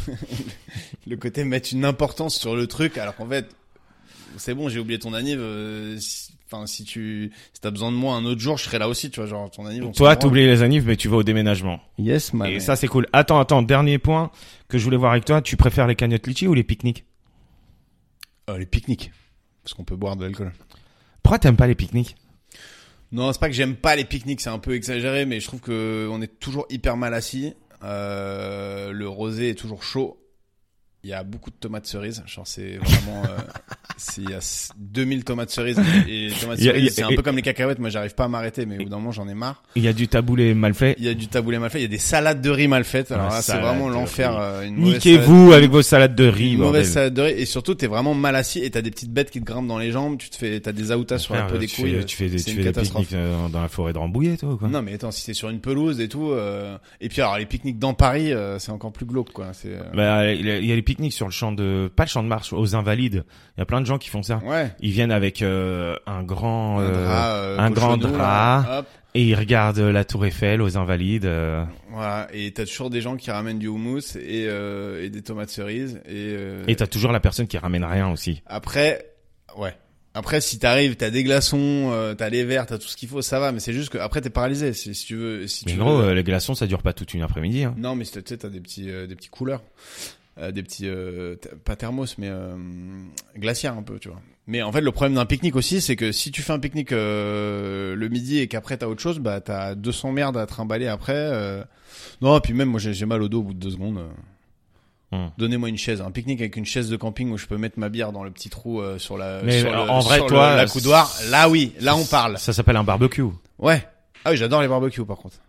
le côté mettre une importance sur le truc, alors qu'en fait, c'est bon, j'ai oublié ton anniv. euh, si- Enfin, si tu, si t'as besoin de moi un autre jour, je serai là aussi, tu vois, genre ton anniv. on Toi, s'en branle. t'oublies les annives, mais tu vas au déménagement. Yes, man. Et ça, c'est cool. Attends, attends, dernier point que je voulais voir avec toi. Tu préfères les cagnottes litchi ou les pique-niques? Euh, les pique-niques, parce qu'on peut boire de l'alcool. Pourquoi t'aimes pas les pique-niques? Non, c'est pas que j'aime pas les pique-niques, c'est un peu exagéré, mais je trouve que on est toujours hyper mal assis. Euh, le rosé est toujours chaud. Il y a beaucoup de tomates cerises. Genre, c'est vraiment, euh, s'il y a deux mille tomates cerises et les tomates Il y a- cerises, il y a- c'est un et- peu comme les cacahuètes. Moi, j'arrive pas à m'arrêter, mais au bout d'un moment, j'en ai marre. Il y a du taboulé mal fait. Il y a du taboulé mal fait. Il y a des salades de riz mal faites. Alors Ah, là, c'est salade vraiment de l'enfer. riz. euh, Une mauvaise Niquez-vous salade- avec vos salades de riz, Une bordel. mauvaise salade de riz. Et surtout, t'es vraiment mal assis et t'as des petites bêtes qui te grimpent dans les jambes. Tu te fais, t'as des aoutas sur la Frère, peau des tu couilles. fais, tu fais des, c'est tu une fais des catastrophe. pique-niques euh, dans la forêt de Rambouillet, toi, ou quoi? Non mais attends, si t'es sur une pelouse et tout, euh... et puis alors les pique-niques dans Paris, euh, c'est encore plus glauque quoi. C'est euh, Bah, il y a il y a les pique-niques sur le champ de, pas le champ de marche, aux Invalides. Il y a plein de gens qui font ça. ouais. Ils viennent avec euh, un grand, Un euh, drap, euh, un grand cochonou, drap. là. Hop. et ils regardent la Tour Eiffel aux Invalides. euh, Voilà. Et t'as toujours des gens qui ramènent du houmous et, euh, et des tomates cerises et. Euh... Et t'as toujours la personne qui ramène rien aussi. Après, ouais. Après, si t'arrives, t'as des glaçons, euh, t'as les verres, t'as tout ce qu'il faut, ça va. Mais c'est juste que après t'es paralysé. Si, si tu veux, si Mais tu gros, veux... euh, les glaçons, ça dure pas toute une après-midi. Hein. Non, mais tu sais, t'as des petits, euh, des petits couleurs, euh, des petits, euh, t- pas thermos, mais euh, glaciaires un peu, tu vois. Mais en fait, le problème d'un pique-nique aussi, c'est que si tu fais un pique-nique euh, le midi et qu'après t'as autre chose, bah t'as deux cents merdes à trimballer après. Euh... Non, et puis même moi j'ai, j'ai mal au dos au bout de deux secondes. euh. Hum. Donnez-moi une chaise, un pique-nique avec une chaise de camping où je peux mettre ma bière dans le petit trou euh, sur la, Mais sur le, en vrai, sur le- toi, la coudoir. Là oui, là on parle. Ça s'appelle un barbecue. Ouais. Ah oui, j'adore les barbecues par contre.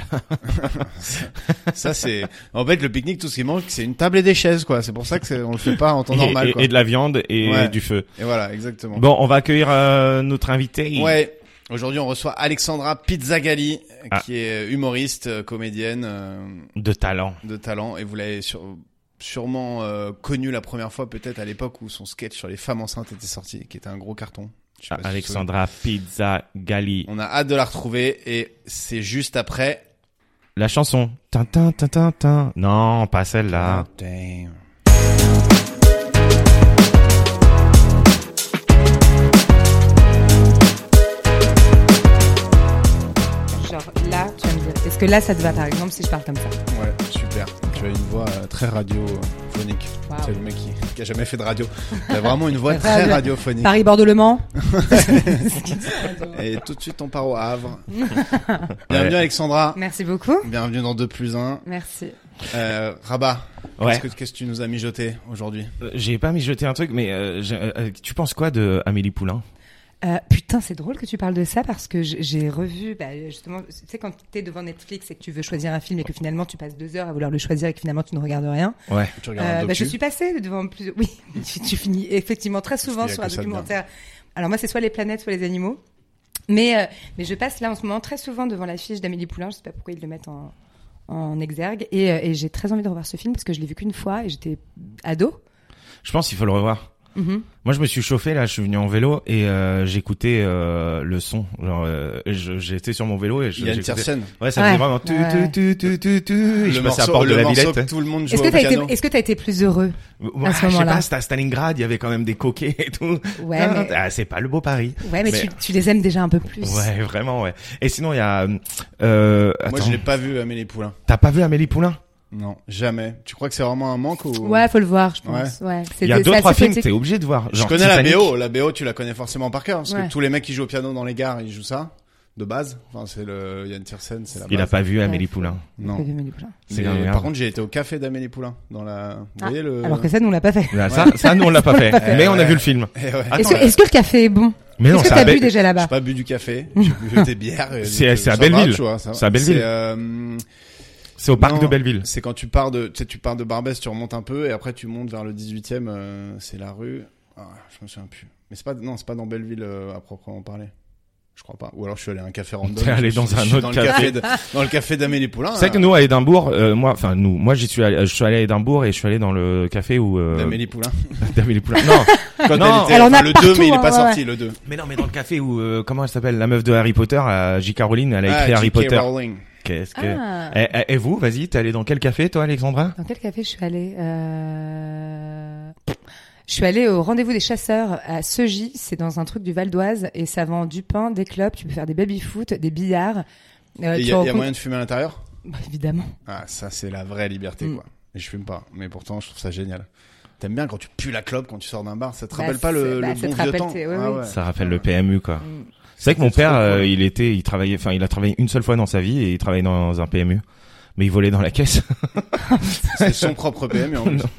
ça, ça, c'est en fait le pique-nique, tout ce qui manque c'est une table et des chaises quoi. C'est pour ça que c'est... on le fait pas en temps Et, normal et- quoi. et de la viande et Ouais. du feu. Et voilà, exactement. Bon, on va accueillir euh, notre invité. Ouais. Aujourd'hui, on reçoit Alexandra Pizzagalli, Ah. qui est humoriste, euh, comédienne euh, De talent. de talent, et vous l'avez sur- sûrement euh, connue la première fois peut-être à l'époque où son sketch sur les femmes enceintes était sorti, qui était un gros carton. Je sais pas si tu te Alexandra Pizzagalli. souviens. On a hâte de la retrouver et c'est juste après. La chanson. Tintin, tintin, tintin. Non, pas celle-là. Oh, damn. Genre là, tu vas me dire, est-ce que là ça te va par exemple si je parle comme ça? Ouais, super. Tu as une voix euh, très radiophonique. Waouh. C'est le mec qui, qui a jamais fait de radio. Il a vraiment une voix Très très radio- radiophonique. Paris-Bordeaux-Le Mans. Et tout de suite, on part au Havre. Bienvenue Alexandra. Merci beaucoup. Bienvenue dans deux plus un. Merci. Euh, Rabat, Ouais. qu'est-ce, que, qu'est-ce que tu nous as mijoté aujourd'hui? Euh, J'ai pas mijoté un truc, mais euh, j'ai- euh, tu penses quoi de Amélie Poulain? Euh, putain, c'est drôle que tu parles de ça parce que j'ai j'ai revu, bah, justement, tu sais, quand t'es devant Netflix et que tu veux choisir un film et que finalement tu passes deux heures à vouloir le choisir et que finalement tu ne regardes rien. Ouais. Tu regardes un Euh, bah, docu? je suis passée devant plus. Oui, tu, tu finis effectivement très souvent qu'il y a sur que un ça de bien. documentaire. Alors moi, c'est soit les planètes, soit les animaux. Mais euh, mais je passe là en ce moment très souvent devant l'affiche d'Amélie Poulain. Je sais pas pourquoi ils le mettent en en exergue et, euh, et j'ai très envie de revoir ce film parce que je l'ai vu qu'une fois et j'étais ado. Je pense qu'il faut le revoir. Mhm. Moi, je me suis chauffé là. Je suis venu en vélo et euh, j'écoutais euh, le son. Genre, euh, je- j'étais sur mon vélo et je, Il y a une j'écoutais- tiercène. Ouais, ça Ouais. faisait vraiment tu Ouais. tu tu tu tu tu. Et je Le passais à morceau, Porte de le la morceau Villette. que tout le monde joue Est-ce que au t'as été piano. est-ce que t'as été plus heureux? Ouais, à ce je sais moment-là. pas, c'était à Stalingrad, il y avait quand même des coquets et tout. Ouais, Ah, mais ah, c'est pas le beau Paris. ouais, mais, mais- Tu, tu les aimes déjà un peu plus. Ouais, vraiment, ouais. Et sinon, il y a. Euh, Moi, attends, je l'ai pas vu, Amélie Poulain. t'as pas vu Amélie Poulain? Non, jamais. Tu crois que c'est vraiment un manque ou... Ouais, faut le voir, je pense. Ouais. Il y a C'est- deux c'est trois assez films que poétique. t'es obligé de voir. Je Genre connais Titanic. la B O. La B O, tu la connais forcément par cœur. Parce Ouais. que tous les mecs qui jouent au piano dans les gares, ils jouent ça. De base. Enfin, c'est le, il y a une tiercène, c'est la base. Il a pas vu Amélie Ouais. Poulain. Non. Amélie Poulain. C'est Mais quand même par grave. contre, j'ai été au café d'Amélie Poulain. Dans la, vous Ah, voyez le... Alors que ça, nous on l'a pas fait. Là, ça, ça, nous on l'a pas fait. pas fait. Mais on a Ouais. vu le film. Eh ouais. Attends, Est-ce que, là. est-ce que le café est bon? Mais non, Qu'est-ce c'est que à t'as bu Belle- déjà J'ai là-bas? pas bu du café, j'ai bu des bières. et C'est- donc, c'est à ça va, Belleville. tu vois, ça va. C'est à Belleville. C'est, euh, c'est au parc non, de Belleville. C'est quand tu pars de, tu sais, tu pars de Barbès, tu remontes un peu et après tu montes vers le dix-huitième, euh, c'est la rue. Ah, je me souviens plus. Mais c'est pas, non, c'est pas dans Belleville euh, à proprement parler. Je crois pas. Ou alors je suis allé à un café random. T'es allé Je- dans je un suis autre dans le café. de- dans le café d'Amélie Poulain. C'est vrai que nous à Édimbourg, euh, moi, enfin nous, moi j'y suis allé, je suis allé à Édimbourg et je suis allé dans le café où euh, d'Amélie Poulain. d'Amélie Poulain. Non, Quand Non, elle était, elle en enfin, a le partout, deux, mais il est hein, pas ouais, sorti, le deux. mais non, mais dans le café où euh, comment elle s'appelle, la meuf de Harry Potter, à J K Rowling, elle a écrit Ah, Harry J K Potter. Rowling. Qu'est-ce que Ah. et, et- et vous, vas-y, t'es allé dans quel café toi, Alexandra? Dans quel café je suis allée euh... Je suis allée au rendez-vous des chasseurs à Seugy, c'est dans un truc du Val d'Oise et ça vend du pain, des clopes, tu peux faire des baby-foot, des billards. Euh, Et il tu y, a- y a rencontres- moyen de fumer à l'intérieur? Bah, évidemment. Ah, ça, c'est la vraie liberté, Mm. quoi. Et je fume pas. Mais pourtant, je trouve ça génial. T'aimes bien quand tu pues la clope quand tu sors d'un bar? Ça te Bah, rappelle pas le, c'est- bah, le ça bon te vieux rappelle temps? tes- oui, Ah oui. ouais. Ça rappelle le P M U quoi. Mm. C'est vrai que mon C'était père, trop euh, cool. il était, il travaillait, enfin il a travaillé une seule fois dans sa vie et il travaillait dans un P M U. Mais il volait dans la caisse. C'est son propre P M U en plus.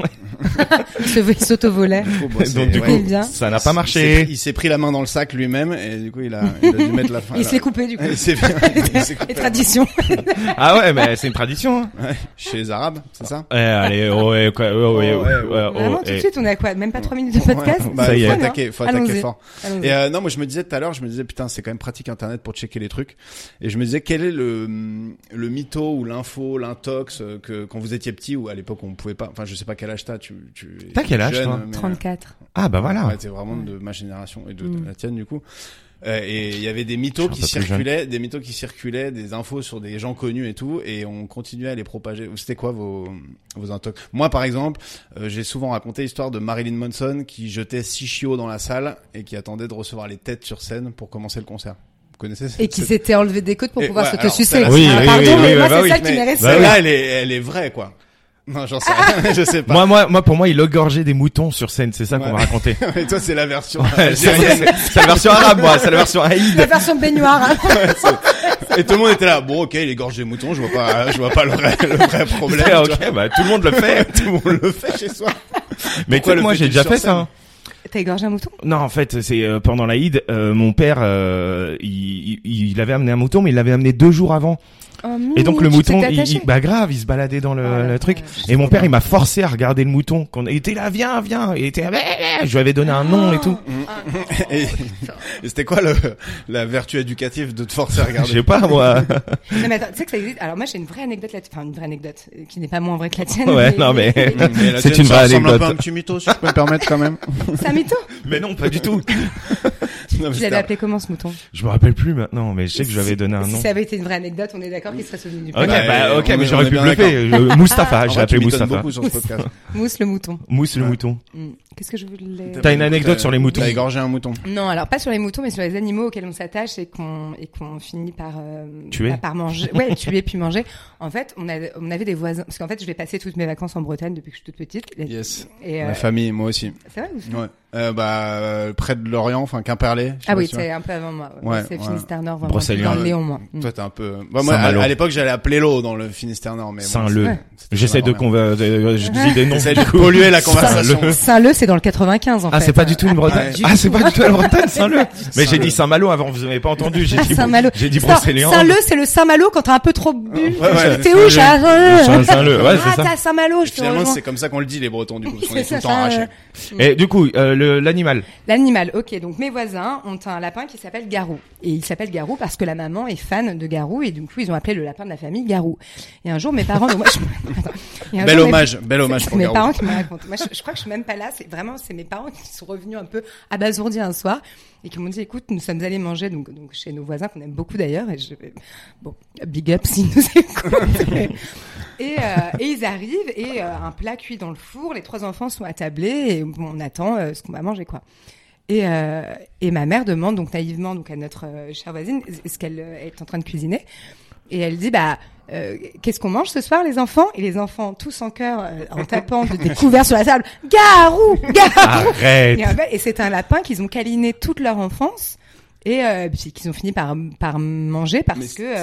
Il se- il s'auto-volait. Du coup, bon, c'est- Donc du ouais. coup, bien. ça n'a pas Il s'est marché. pris- Il s'est pris la main dans le sac lui-même et du coup, il a, il a dû mettre la fin. Il se l'est coupé du coup. Il s'est il s'est coupé Les la traditions. Ah ouais, mais c'est une tradition. Hein. main. Ouais. Chez les Arabes, c'est ça? Eh, allez, oh, ouais, quoi, oh, ouais, Oh, ouais, ouais, oh, Vraiment, tout de eh. suite, on est à quoi? Même pas trois minutes de podcast? Ouais, bah, Ça y faut est. attaquer, faut attaquer Allons-y. fort. Allons-y. Et euh, non, moi je me disais tout à l'heure, je me disais putain, c'est quand même pratique Internet pour checker les trucs. Et je me disais quel est le le mytho ou l'info, l'intox euh, que quand vous étiez petit ou à l'époque on pouvait pas. Enfin, je sais pas quel âge t'as. Tu tu. T'as quel âge, jeune, toi mais, trente-quatre. Ah bah voilà. Ouais, t'es vraiment de ma génération et de Mm. la tienne du coup. Euh, et il y avait des mythos Je qui suis un peu plus circulaient, des mythos qui circulaient, des infos sur des gens connus et tout, et on continuait à les propager. C'était quoi vos vos intox? Moi, par exemple, euh, j'ai souvent raconté l'histoire de Marilyn Manson qui jetait six chiots dans la salle et qui attendait de recevoir les têtes sur scène pour commencer le concert. Vous connaissez cette- Et qui cette- s'était enlevé des côtes pour Et pouvoir ouais, se te alors, sucer. celle-là, Oui, Ah, oui, pardon, oui, mais oui, moi, bah c'est oui. ça qui Mais m'est resté. Bah celle-là, elle est elle est vraie quoi. Non, j'en sais rien, je sais pas. Moi, moi, moi, pour moi, il égorgeait des moutons sur scène. C'est ça qu'on Ouais. m'a raconté. Et toi, c'est la version Ouais, c'est algérienne. c'est la version arabe, moi. C'est la version haïd. La version baignoire. hein. Et tout le monde était là. Bon, ok, il égorge des moutons. Je vois pas, je vois pas le vrai, le vrai problème. Ouais, tu vois. ok, bah tout le monde le fait. Tout le monde le fait chez soi. Mais Pourquoi écoute, le moi, fais-tu j'ai déjà sur fait scène ça. Hein. T'as égorgé un mouton? Non, en fait, c'est euh, pendant l'Aïd, euh, mon père, euh, il, il, il avait amené un mouton, mais il l'avait amené deux jours avant. Oh, Et donc mignon, le tu mouton, t'es il, attaché. il- bah grave, il se baladait dans le, Oh là le là, truc. je Et mon sais père, pas. il m'a forcé à regarder le mouton. Qu'on il était là, viens, viens. Il était, là, je lui avais donné un nom et tout. Et, et c'était quoi le, la vertu éducative de te forcer à Je regarder? sais pas moi. Non, mais attends, tu sais que ça existe. Alors moi, j'ai une vraie anecdote là, enfin une vraie anecdote euh, qui n'est pas moins vraie que la tienne. Ouais, non, mais- Mais la C'est tienne, une ça vraie ressemble un peu anecdote. à un petit mytho, si je peux me permettre quand même. C'est un mytho. Mais non, pas du tout. Non, mais Tu c'était l'avais un- appelé comment ce mouton? Je me rappelle plus maintenant, mais je sais que je lui avais donné un Si nom. ça avait été une vraie anecdote, on est d'accord qu'il serait souvenu du Ok, prénom. Ouais, bah, ok, on est- mais on j'aurais est pu bien bluffer. Euh, Mustapha, En je l'ai vrai, appelé tu m'étonnes Mustapha. beaucoup sur ce podcast. Mousse le mouton. Mousse le mouton. Hmm. Qu'est-ce que je voulais? T'as une anecdote T'as- sur les moutons? T'as égorgé un mouton. Non, alors pas sur les moutons, mais sur les animaux auxquels on s'attache et qu'on et qu'on finit par euh, Tuer. bah, par manger. Ouais, tuer puis manger. En fait, on a on avait des voisins parce qu'en fait, je vais passer toutes mes vacances en Bretagne depuis que je suis toute petite. Yes. Et euh, Ma famille, moi aussi. c'est vrai ou c'est- Ouais. Euh, bah, euh, près de Lorient, enfin, Quimperlé. je sais Ah pas oui, si tu vois. c'est un peu avant moi. Ouais, c'est ouais. Finistère Nord, vraiment Brocéliande. dans le Léon, moi. Hmm. Toi, t'es un peu, bah, moi, à, Saint-Malo. à l'époque, j'allais à Plélo dans le Finistère Nord, mais bon, Saint-Leu. Ouais. c'était J'essaie de pas vraiment conver... de- je dis des noms. J'essaie du de coup. polluer la conversation. Saint-Leu. Saint-Leu, c'est dans le quatre-vingt-quinze en Ah, fait. c'est pas du tout une Bretagne. ouais. Ah, c'est pas du tout la Bretagne, Saint-Leu. Mais j'ai Saint-Leu. dit Saint-Malo avant, vous avez pas entendu. J'ai dit, Saint-Malo. j'ai dit Non, Brocéliande. Saint-Leu, c'est le Saint-Malo quand t'as un peu trop bu. Ouais, ouais, T'es où, chat? Saint- Saint-Leu, ouais, c'est Ah, ça. t'as Saint-Malo, je te Finalement, rejoins. c'est comme ça qu'on le dit, les Bretons, du coup, parce qu'on C'est est tout le ça, temps ça, arrachés. euh, Et du coup, euh, le- l'animal. L'animal, ok. Donc mes voisins ont un lapin qui s'appelle Garou. Et il s'appelle Garou parce que la maman est fan de Garou et du coup ils ont appelé le lapin de la famille Garou. Et un jour mes parents, donc moi, je... Attends. Et un Bel jour, mes- hommage, bel hommage C'est pour mes Garou. parents qui me racontent. Moi, je, je crois que je suis même pas là. C'est vraiment, c'est mes parents qui sont revenus un peu abasourdis un soir et qui m'ont dit, écoute, nous sommes allés manger donc, donc chez nos voisins qu'on aime beaucoup d'ailleurs. Et je, bon, big up s'ils nous écoutent. Et, euh, et ils arrivent et euh, un plat cuit dans le four. Les trois enfants sont attablés et bon, on attend euh, ce qu'on va manger, quoi. Et, euh, et ma mère demande donc naïvement donc à notre euh, chère voisine ce qu'elle euh, est en train de cuisiner. Et elle dit bah euh, qu'est-ce qu'on mange ce soir les enfants? Et les enfants tous en chœur euh, en tapant de- des couverts sur la table. Garou, Garou. Arrête. Et, en fait, et c'est un lapin qu'ils ont câliné toute leur enfance et euh, puis qu'ils ont fini par par manger parce Mais que euh,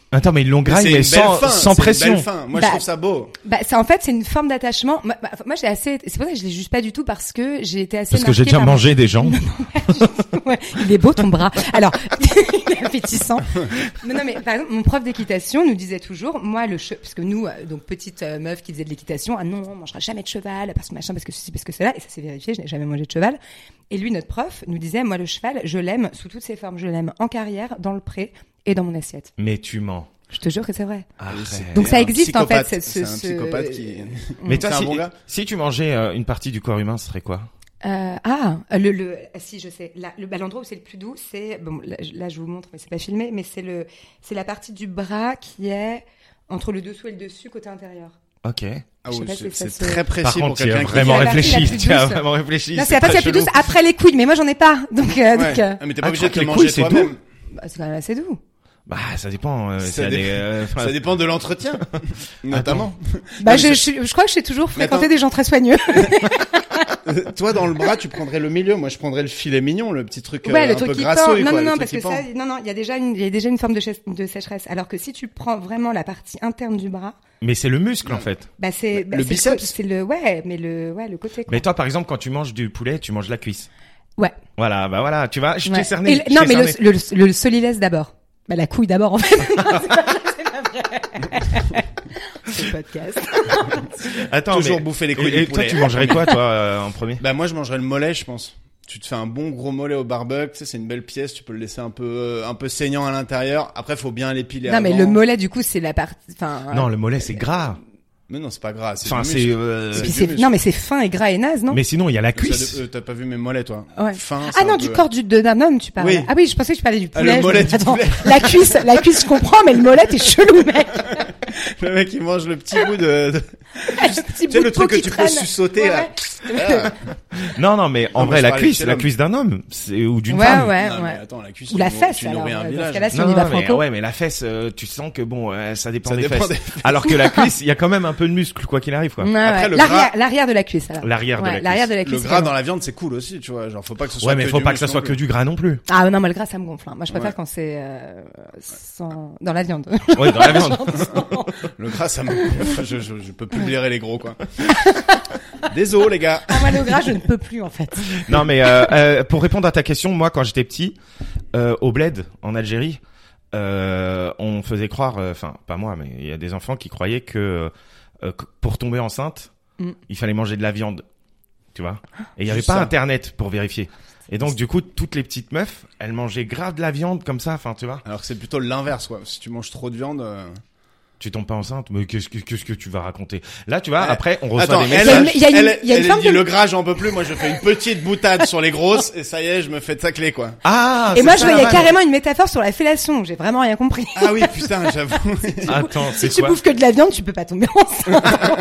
Attends, mais ils l'ont Mais graille, c'est mais une belle sans, fin, sans c'est une pression. belle fin. Moi, Bah, je trouve ça beau. Bah, c'est en fait, c'est une forme d'attachement. Moi, bah, moi, j'ai assez. C'est pour ça que je les juge pas du tout parce que j'ai été assez. Parce que j'ai marquée déjà par- mangé des gens. Ouais, il est beau ton bras. Alors, il est appétissant. Mais non, mais par exemple, mon prof d'équitation nous disait toujours, moi le che... parce que nous, euh, donc petite euh, meuf qui faisait de l'équitation, ah non, on mangera jamais de cheval parce que machin, parce que ceci, parce que cela, et ça s'est vérifié, je n'ai jamais mangé de cheval. Et lui, notre prof, nous disait, moi le cheval, je l'aime sous toutes ses formes, je l'aime en carrière, dans le pré et dans mon assiette. Mais tu mens. Je te jure que c'est vrai. Arrête. Donc ça Un existe en fait. psychopathe. ce- C'est un ce- psychopathe qui. Mais toi, C'est un si, bon gars. si tu mangeais euh, une partie du corps humain, ce serait quoi? Euh, ah, le, le, ah, si, je sais. Là, le, bah, l'endroit où c'est le plus doux, c'est, bon, là, je- là, je vous montre, mais c'est pas filmé, mais c'est le, c'est la partie du bras qui est entre le dessous et le dessus, côté intérieur. Ok. Ah Je sais oui, pas c'est si ça c'est se- très précis Par pour contre, tu as quelqu'un qui. vraiment C'est la partie la réfléchi. plus Tu as douce. vraiment réfléchi. Non, c'est la partie la très plus douce chelou. après les couilles, mais moi j'en ai pas. Donc, euh, Ouais. donc, euh, Ah, mais t'es pas Ah, obligé de te les manger couilles, c'est toi-même. bah, c'est quand même assez doux. Bah, ça dépend. euh, Ça s'il y a dé- des, euh, enfin, Ça dépend de l'entretien, notamment. Bah, Non, je, mais je, je crois que j'ai toujours Mais fréquenté attends. des gens très soigneux. Euh, Toi, dans le bras, tu prendrais le milieu. Moi, je prendrais le filet mignon, le petit truc euh, Ouais, le un truc peu qui pend. grassouille, Non, quoi, non, le non, truc parce qui que pend. ça, non, non, il y a déjà une, il y a déjà une forme de, chais- de sécheresse. Alors que si tu prends vraiment la partie interne du bras, Mais c'est le muscle, en fait. bah, c'est, bah, Le c'est biceps. co- c'est le, ouais, mais le, ouais, le côté, quoi. Mais toi, par exemple, quand tu manges du poulet, tu manges la cuisse. Ouais. Voilà, bah voilà, tu vois, je Ouais. t'ai cerné. Et le- je non, t'ai mais le, cerné. le, le, le solilès d'abord. Bah, la couille d'abord, en fait. Non, c'est pas vrai, c'est pas vrai. C'est le podcast. Attends, Toujours mais- bouffer les couilles Et, et du toi, poulet. tu mangerais quoi, toi, euh, en premier? Bah, moi, je mangerais le mollet, je pense. Tu te fais un bon gros mollet au barbecue, tu sais, c'est une belle pièce, tu peux le laisser un peu, euh, un peu saignant à l'intérieur. Après, faut bien l'épiler Non, mais avant. le mollet, du coup, c'est la partie, enfin. Non, le mollet, c'est gras. Mais non, c'est pas gras, c'est Enfin, du c'est, muscle. euh, c'est Puis du c'est- muscle. non, mais c'est fin et gras et naze, non? mais sinon, il y a la Ça cuisse. dé- euh, T'as pas vu mes mollets, toi? Ouais. Fin, Ah c'est non, un du peu- corps du, de, d'un homme, tu parlais. Oui. Ah oui, je pensais que tu parlais du Ah, poulet. le Je mollet me dis, du attends, poulet. La cuisse, la cuisse, je comprends, mais le mollet, t'es chelou, mec. Le mec, il mange le petit bout de, de... Le petit tu sais, bout le de truc peau que qui tu peux traîne. sussauter, Ouais, là. ouais. Ah. Non, non, mais en Non, vrai, mais je la parlais cuisse, chez la l'homme. cuisse d'un homme, c'est, ou d'une Ouais, femme. ouais, Non, mais ouais. attends, la cuisse. Ou la tu nourris- fesse, tu alors. nourris un euh, Dans village. ce cas-là, si Non, on y va non, mais, franco. ouais, mais la fesse, euh, tu sens que bon, euh, ça dépend Ça des dépend fesses. des- Alors que la cuisse, il y a quand même un peu de muscle, quoi qu'il arrive, quoi. Ouais, Après, ouais. le L'arrière, gras- l'arrière de la cuisse, alors. L'arrière de Ouais, la cuisse. l'arrière de la cuisse. Le c'est gras bon. dans la viande, c'est cool aussi, tu vois. Genre, faut pas que ce soit Ouais, mais que faut du pas que ça muscle soit non que plus. du gras non plus. Ah non, moi le gras ça me gonfle. hein. Moi je préfère Ouais. quand c'est euh, sans... dans la viande. Ouais, dans la viande. Le gras, ça me, je, je, je peux plus blairer les gros, quoi. Désolé, les gars. Ah moi le gras je ne peux plus en fait. Non, mais euh, euh, pour répondre à ta question, moi, quand j'étais petit, euh, au Bled, en Algérie, euh, on faisait croire, enfin, pas moi, mais il y a des enfants qui croyaient que euh, que pour tomber enceinte, Mm. il fallait manger de la viande, tu vois. Et il y avait Juste pas ça. Internet pour vérifier. Et donc, du coup, toutes les petites meufs, elles mangeaient grave de la viande comme ça, enfin, tu vois. Alors que c'est plutôt l'inverse, quoi. Si tu manges trop de viande, euh... Tu tombes pas enceinte, mais qu'est-ce que, qu'est-ce que tu vas raconter? Là, tu vois, Ouais. après, on reçoit Attends, des elle, messages. Il y a une- il y a une- elle, il y a une elle forme dit de- le gras, j'en peux plus. Moi, je fais une petite boutade sur les grosses et ça y est, je me fais tacler, quoi. Ah, Et c'est moi ça, je la voyais vanne. carrément une métaphore sur la fellation. J'ai vraiment rien compris. Ah oui, putain, j'avoue. Attends, c'est Si tu quoi? bouffes que de la viande, tu peux pas tomber enceinte.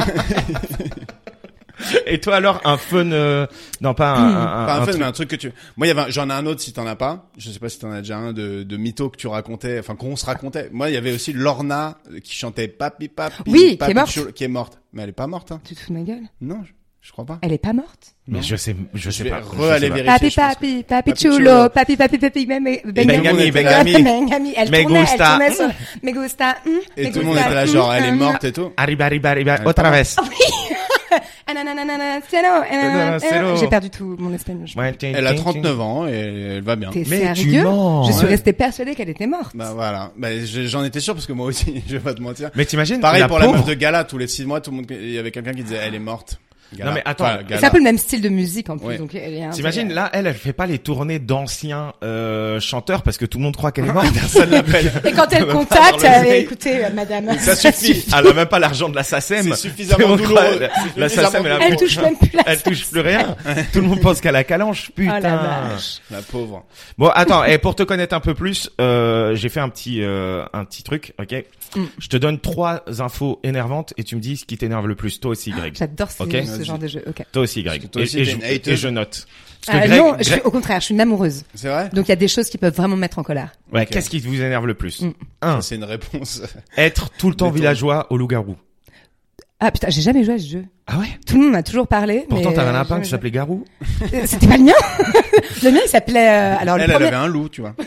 Et toi, alors, un fun, euh... non, pas un, un, Pas un un fait, truc- mais un truc que tu. Moi, il y avait, un- j'en ai un autre si t'en as pas. Je sais pas si t'en as déjà un de, de mytho que tu racontais, enfin qu'on se racontait. Moi, il y avait aussi Lorna euh, qui chantait Papi Papi. Oui, qui est Papi morte. Chou- qui est morte. Mais elle est pas morte, hein. Tu te fous de ma gueule? Non, je, je crois pas. Elle est pas morte. Mais je sais, je Je sais vais pas. je re-aller sais pas. vérifier. Papi je pense. papi, papi Papi chulo, chulo. papi papi papi, mais Bengami, Bengami. Bengami. Elle Me tournait, elle gusta. tournait sur, me gusta. mm, Et me tout le monde gusta, était là, mm, genre, elle est mm, morte et tout. Arriba, arriba, arriba, Elle est otra pas vez. Ah, nanana, cero, ah, nanana, Cero. J'ai perdu tout mon espagnol. je Ouais, crois. tiens, Elle a tiens, trente-neuf ans et elle va bien. T'es Mais tu sérieux? mens. Je suis Ouais. restée persuadée qu'elle était morte. Bah voilà. Bah je- j'en étais sûr parce que moi aussi, je vais pas te mentir. Mais t'imagines? Pareil la pour la pauvre. meuf de Gala, tous les six mois, tout le monde, il y avait quelqu'un qui disait, elle est morte. Gala. Non, mais attends. Enfin, Et Gala. C'est un peu le même style de musique en plus. Ouais. Donc elle est un- T'imagines, là, elle, elle fait pas les tournées d'anciens, euh, chanteurs parce que tout le monde croit qu'elle est morte. Personne l'appelle. Et quand elle Même pas contacte, dans le euh, nez. écoutez, euh, madame. Ça suffit. Elle a même pas l'argent de la SACEM. C'est suffisamment On croit- douloureux. La, C'est la suffisamment SACEM, elle, a- Elle touche même plus la elle touche plus rien. Tout le monde pense qu'elle a calanche. Putain. Oh la vache. La pauvre. Bon, attends, et pour te connaître un peu plus, euh, j'ai fait un petit, euh, un petit truc, ok? Mm. Je te donne trois infos énervantes et tu me dis ce qui t'énerve le plus. Toi aussi, Greg. J'adore ce, Ok. ce Vas-y. genre de jeu. Ok. Toi aussi, Greg. Parce que toi aussi, et, et t'es je, une hateuse. et je note. Parce que Ah, Greg, non, je suis, Greg- au contraire, je suis une amoureuse. C'est vrai? Donc il y a des choses qui peuvent vraiment me mettre en colère. ouais, Ok. qu'est-ce qui vous énerve le plus? Mm. Un, C'est une réponse. être tout le temps Détourne. villageois au loup-garou. Ah putain, j'ai jamais joué à ce jeu. Ah ouais? Tout le monde m'a toujours parlé. Pourtant, mais, t'avais un euh, lapin jamais- qui s'appelait Garou. Euh, C'était pas le mien. Le mien, il s'appelait. Euh, alors Elle, le elle premier. avait un loup, tu vois.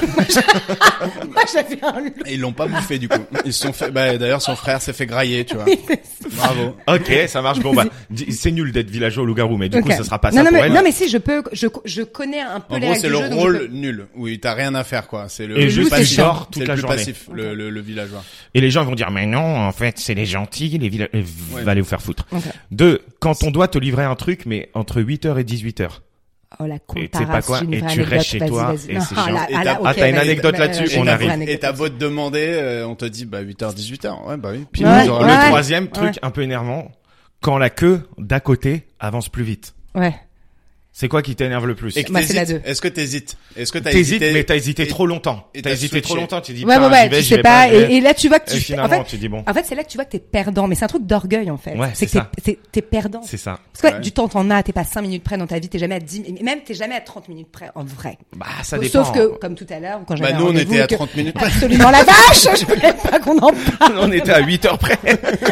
Moi, j'avais un loup. Et ils l'ont pas bouffé, du coup. Ils se sont fait, bah, d'ailleurs, son frère s'est fait grailler, tu vois. Bravo. Ok, ça marche. Bon, bah, dis- c'est nul d'être villageois loup-garou, mais du Ok. coup, ça sera pas non, ça non, pour mais, elle. non, mais si, je peux, je, je connais un peu En les gros, règles c'est du le jeu, donc je rôle peux- nul. Oui, t'as rien à faire, quoi. C'est le, Et le juste, passif. tu sors toute C'est la le plus journée. passif, le, le, le villageois. Et les gens vont dire, mais non, en fait, c'est les gentils, les villageois. Ouais. Va aller vous faire foutre. Ok. Deux, quand on doit te livrer un truc, mais entre huit heures et dix-huit heures. Oh, la Et tu sais comparaison. pas quoi, j'ai une et vraie tu anecdote. restes chez Vas-y, toi, vas-y. et Non, c'est ah, chiant. là, Et ah, là, t'as- ok, ah, t'as une vas-y, anecdote bah, là-dessus, j'ai on une arrive. vraie Et anecdote t'as beau là-dessus. te demander, euh, on te dit, bah, huit heures, dix-huit heures. Ouais, bah oui. Puis Ouais, nous, on aura ouais. le Le temps. troisième truc un peu énervant, quand la queue d'à côté avance plus vite. Ouais. C'est quoi qui t'énerve le plus? Et que Moi, c'est la t'hésites. deux. Est-ce que t'hésites? Est-ce que t'as T'hésites, hésité? mais t'as hésité et- trop longtemps. et T'as t'as hésité trop switché. longtemps, tu dis, Ouais, putain, ouais, ouais, j'y vais, tu j'y sais vais pas, et- et, et là, tu vois que et tu fais, en finalement, fait, tu dis bon. en fait, c'est là que tu vois que t'es perdant, mais c'est un truc d'orgueil, en fait. Ouais, c'est c'est que t'es, t'es, t'es perdant. C'est ça. Parce que ouais, Ouais. du temps t'en as, t'es pas cinq minutes près dans ta vie, t'es jamais à dix, et même t'es jamais à trente minutes près, en vrai. Bah, ça dépend. Sauf que, comme tout à l'heure, quand j'avais Bah, un nous, on rendez-vous était à et que- trente minutes près. Absolument la vache! Je voulais pas qu'on en parle. on était à huit heures près.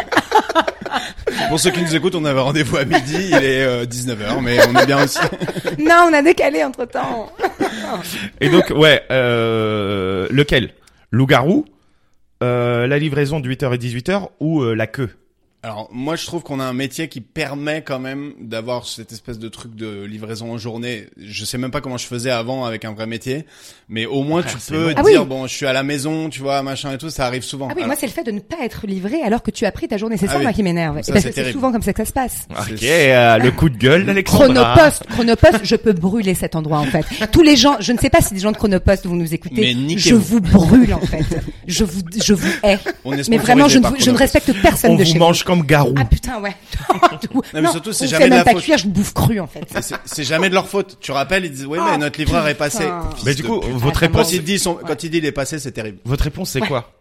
Pour ceux qui nous écoutent, on avait rendez-vous à midi, il est euh, dix-neuf heures, mais on est bien aussi. Non, on a décalé entre temps. Et donc, ouais, euh, lequel? Loup-garou, euh, la livraison de huit heures et dix-huit heures ou euh, la queue? Alors, moi, je trouve qu'on a un métier qui permet quand même d'avoir cette espèce de truc de livraison en journée. Je sais même pas comment je faisais avant avec un vrai métier, mais au moins, tu c'est peux long. Ah dire, oui. bon, je suis à la maison, tu vois, machin et tout, ça arrive souvent. Ah oui, Alors, moi, c'est le fait de ne pas être livré alors que tu as pris ta journée. C'est Ah ça, oui. moi, qui m'énerve. Ça, Et parce c'est que c'est terrible. souvent comme ça que ça se passe. Ok, euh, le coup de gueule d'Alexandra. Chronopost, Chronopost, je peux brûler cet endroit en fait. Tous les gens, je ne sais pas si des gens de Chronopost vont nous écouter. Mais Je niquez-vous. vous brûle en fait. Je vous, je vous hais. on est Mais vraiment, je sponsorisé ne, par vous- je ne Chronopost. respecte personne On de vous chez mange comme garou. vous. Ah putain, ouais. mais surtout, c'est on jamais fait de même la pas faute. cuire, je bouffe cru en fait. Et c'est- C'est jamais de leur faute. Tu rappelles, ils disent, oui, mais Oh, notre livreur est passé. putain. Mais du coup, votre Ah, Quand réponse, il dit son, quand il dit il est passé, c'est terrible. votre réponse, c'est quoi?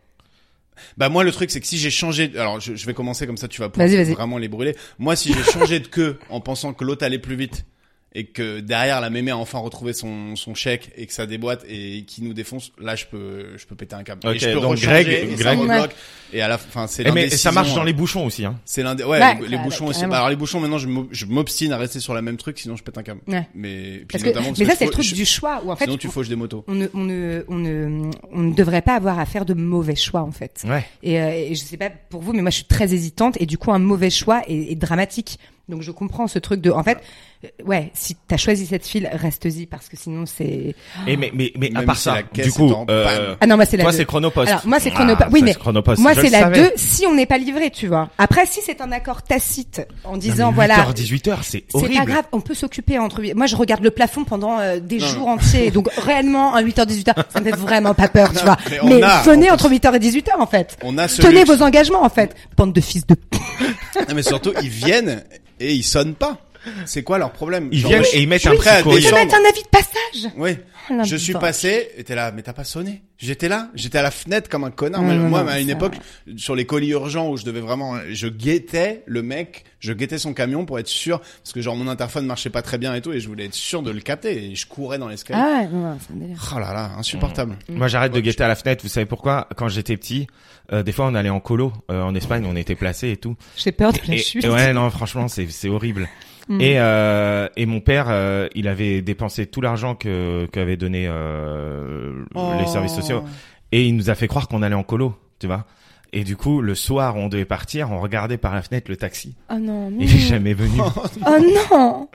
Bah moi le truc c'est que si j'ai changé, alors je, je vais commencer comme ça, tu vas pouvoir Vas-y, vas-y. vraiment les brûler. Moi si j'ai changé de queue en pensant que l'autre allait plus vite et que derrière la mémé a enfin retrouvé son son chèque et que ça déboîte et qui nous défonce, là je peux je peux péter un câble. Ok, et je peux donc rechanger Greg- et ça Greg- rebloque et à la fin c'est Eh mais l'indécision, ça marche dans euh, les bouchons aussi, hein. c'est l'un des ouais, Ouais, les, les bah, bouchons aussi. carrément. Bah, alors les bouchons maintenant je m'ob- je m'obstine à rester sur la même truc sinon je pète un câble. Ouais. Mais puis Parce que, notamment parce mais que ça, je c'est le fau- truc je- du choix où en fait, sinon tu fauches des motos. on ne, on ne, on ne, on ne devrait pas avoir à faire de mauvais choix en fait. Ouais. Et, euh, et je sais pas pour vous, mais moi je suis très hésitante et du coup un mauvais choix est, est dramatique. Donc je comprends ce truc de, en fait, euh, ouais, si t'as choisi cette file, reste-y parce que sinon c'est. Et mais mais mais à Même part si ça, la caisse du coup, est en euh, panne. Ah non, moi c'est la toi deux. c'est Chronopost. Alors moi c'est Ah, Chronopost. oui ça, mais c'est Chronopost. moi Je c'est le la savais. deux si on n'est pas livré, tu vois. Après si c'est un accord tacite en disant Non, mais voilà. huit heures, dix-huit heures, c'est C'est horrible. pas grave, on peut s'occuper entre. Moi, je regarde le plafond pendant euh, des Non, jours non. entiers. Donc, réellement, à huit heures, dix-huit heures, ça me fait vraiment pas peur, tu Non, vois. mais on Mais a, venez en entre huit heures et dix-huit heures, en fait. On a ce Tenez luxe. vos engagements, en fait. Bande de fils de. Non, mais surtout ils viennent et ils sonnent pas. C'est quoi leur problème? Ils Genre, viennent je- et ils mettent je un suis prêt petit à courrier. Ils te descendre. mettent un avis de passage. Oui. Oh, la Je suis vache. passé, et t'es là, mais t'as pas sonné. J'étais là, j'étais à la fenêtre comme un connard. Non, Moi, non, moi, non, à une ça- époque, sur les colis urgents où je devais vraiment, je guettais le mec, je guettais son camion pour être sûr, parce que genre mon interphone marchait pas très bien et tout, et je voulais être sûr de le capter, et je courais dans l'escalier. Ah, ouais, non, non, c'est un délire. Oh là là, insupportable. Moi, j'arrête de guetter à la fenêtre. Vous savez pourquoi? Quand j'étais petit, euh, des fois, on allait en colo euh, en Espagne, on était placés et tout. J'ai peur de la Et, chute. et ouais, non, franchement, c'est c'est horrible. Mm. Et euh, et mon père, euh, il avait dépensé tout l'argent que qu'avaient donné euh, les services sociaux, et il nous a fait croire qu'on allait en colo, tu vois. Et du coup, le soir, on devait partir, on regardait par la fenêtre le taxi. Oh non, non. Il est jamais venu. Oh non.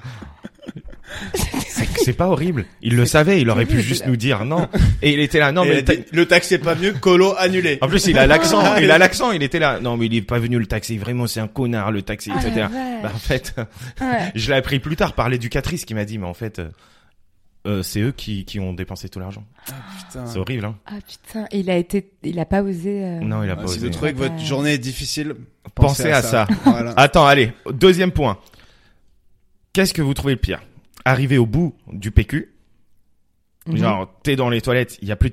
C'est c'est pas horrible. Il le savait, il aurait pu terrible. juste nous dire non. Et il était là, non Et mais elle a dit, le taxi est pas venu, colo annulé. en plus, il a l'accent, il a l'accent, il était là. Non, mais il est pas venu le taxi. Vraiment, c'est un connard, le taxi, Ah, et cetera. la vache. Bah, en fait, Ouais. je l'ai appris plus tard par l'éducatrice qui m'a dit, mais en fait, euh, euh, c'est eux qui, qui ont dépensé tout l'argent. Putain. C'est horrible, hein. Ah putain, il a été, il a pas osé. euh, Non, il a Ah, pas si osé. vous trouvez que votre Ouais. journée est difficile, Pensez à ça. Voilà. Attends, allez, deuxième point. Qu'est-ce que vous trouvez le pire? Arriver au bout du P Q. Mhm. Genre, t'es dans les toilettes, il y a plus de P Q.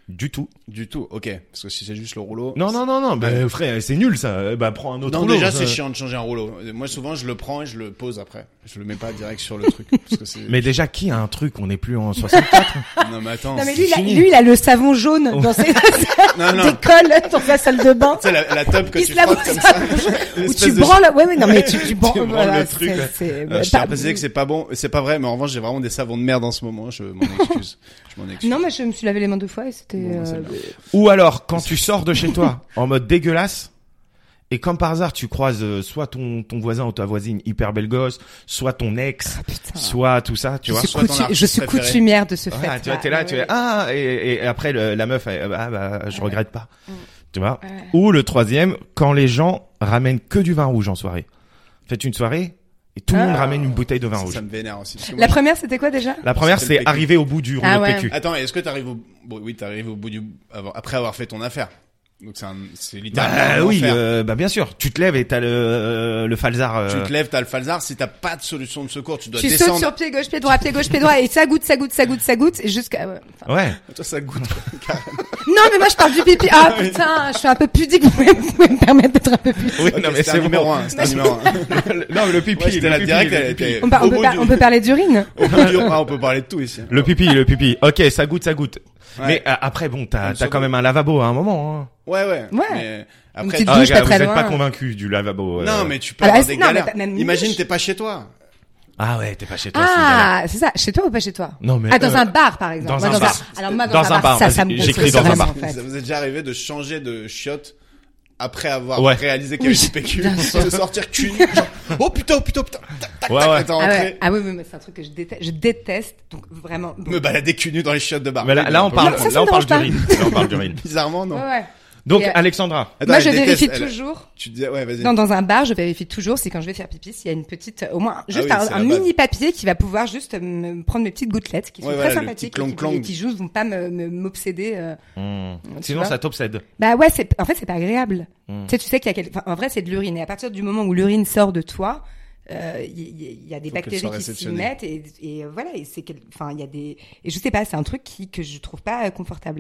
Du tout. Du tout. Ok. Parce que si c'est juste le rouleau. Non, non, non, non. Bah, Ouais. frère, c'est nul, ça. Bah, prends un autre Non, rouleau. déjà, ça. c'est chiant de changer un rouleau. Moi, souvent, je le prends et je le pose après. Je le mets pas direct sur le truc. Parce que c'est... Mais déjà, qui a un truc? On n'est plus en soixante-quatre. Non, mais attends. Non mais c'est lui, il a, fini. lui, il a le savon jaune dans ses Non, non. d'école dans sa salle de bain. Tu sais, la, la tub que Il tu se lave frottes au comme ça. savon jaune. Où L'espèce tu de- branles, ouais, mais non, mais tu, tu branles, branles voilà, le truc, c'est, ouais. c'est, Euh, bah, je tiens à pas- préciser que c'est pas bon. C'est pas vrai, mais en revanche, j'ai vraiment des savons de merde en ce moment. Je m'en excuse. Je m'en excuse. Non, mais je me suis lavé les mains deux fois et c'était, Bon, euh, c'est bien. Ou alors, quand tu sors de chez toi, en mode dégueulasse, et comme par hasard, tu croises euh, soit ton, ton voisin ou ta voisine hyper belle gosse, soit ton ex, ah, putain. soit tout ça, tu je vois. suis, soit ton coutu- je artiste suis préféré. coutumière de ce fait. Voilà, tu vois, t'es là, tu es, ah, et, et après, le- la meuf, elle, ah, bah, je regrette pas. Mm. Tu vois. Ouais. Ou le troisième, quand les gens ramènent que du vin rouge en soirée. Faites une soirée, et tout le Ah. monde ramène une bouteille de vin Ça, rouge. ça me vénère aussi. Parce que La moi, première, c'était quoi déjà? La première, C'était le c'est P Q. arriver au bout du rouleau Ah de ouais. P Q. Attends, est-ce que t'arrives au, bon, oui, t'arrives au bout du, avant- après avoir fait ton affaire. Donc c'est un, c'est littéralement Bah un oui, enfer. euh, bah bien sûr. Tu te lèves et t'as le, euh, le falzar. euh, Tu te lèves, t'as le falzar. Si t'as pas de solution de secours, tu dois Tu descendre. sautes sur pied gauche, pied droit, pied gauche, pied droit, et ça goûte, ça goûte, ça goûte, ça goûte, et jusqu'à, ouais. Enfin, Ouais. Toi, ça goûte. non, mais moi, je parle du pipi. Ah, putain, je suis un peu pudique, vous pouvez, vous pouvez me permettre d'être un peu plus. Oui, Ok, non mais c'était c'est un numéro bon. un. C'était un numéro un. Non, le pipi, Ouais, j'étais le là pipi, direct, le elle pipi. était- On, par- on Au peut bout par- du- on peut parler d'urine. Au bout du- ah, on peut parler de tout ici. Le pipi, le pipi. Ok, ça goûte, ça goûte. Ouais. Mais euh, après, bon, t'as, Comme t'as ça, quand bon. même un lavabo à un moment. Hein. Ouais, ouais. Ouais. Mais après, petite Ah, douche gars, pas très vous êtes loin. pas convaincu du lavabo. euh. non, mais tu peux Alors, avoir est-ce- des non, mais galères. pas- même une Imagine, douche. t'es pas chez toi. Ah ouais, t'es pas chez toi. c'est une galère. Ah, c'est ça. Chez toi ou pas chez toi? Non mais. Ah, dans euh, un bar, par exemple. dans Moi, un bar. Alors, moi, dans, Dans un un bar, bar, ça, vas-y, ça me j'écris gonfle dans un vraiment, bar. en fait. Ça vous est déjà arrivé de changer de chiotte après avoir Ouais. réalisé qu'il y avait Oui, du P Q, bien sûr. de sortir qu'une, genre, oh putain, oh putain, oh putain, tac, tac, Ouais, tac, ouais. et t'es Ah rentré. ouais. Ah oui, oui, mais c'est un truc que je déteste. Je déteste. Donc, vraiment. bon. Me balader cul nu dans les chiottes de bar. Mais là, là, on parle, Non, ça, ça là, on me parle dérange d'urine. Là, on parle d'urine. Bizarrement, non. Ouais, ouais. Donc, Et, euh, Alexandra. Attends, Moi, elle je déteste, vérifie elle- toujours. Tu dis, ouais, vas-y. Non, dans un bar, je vérifie toujours si quand je vais faire pipi, s'il y a une petite, au moins, juste oui, un, c'est un la base. mini papier qui va pouvoir juste me prendre mes petites gouttelettes, qui sont Ouais, très voilà, le sympathiques petit et qui, clonk-clonk. et qui juste vont pas me, me- m'obséder. euh. Hmm. Tu Sinon, vois ça t'obsède. Bah ouais, c'est, en fait, c'est pas agréable. Hmm. Tu sais, tu sais qu'il y a quel... enfin, en vrai, c'est de l'urine. Et à partir du moment où l'urine sort de toi, euh, il y, il y a des Faut qu'elle bactéries soit qui s'y réceptionnée. mettent et, et euh, voilà. Et c'est quel... enfin, il y a des, et je sais pas, c'est un truc qui, que je trouve pas euh, confortable.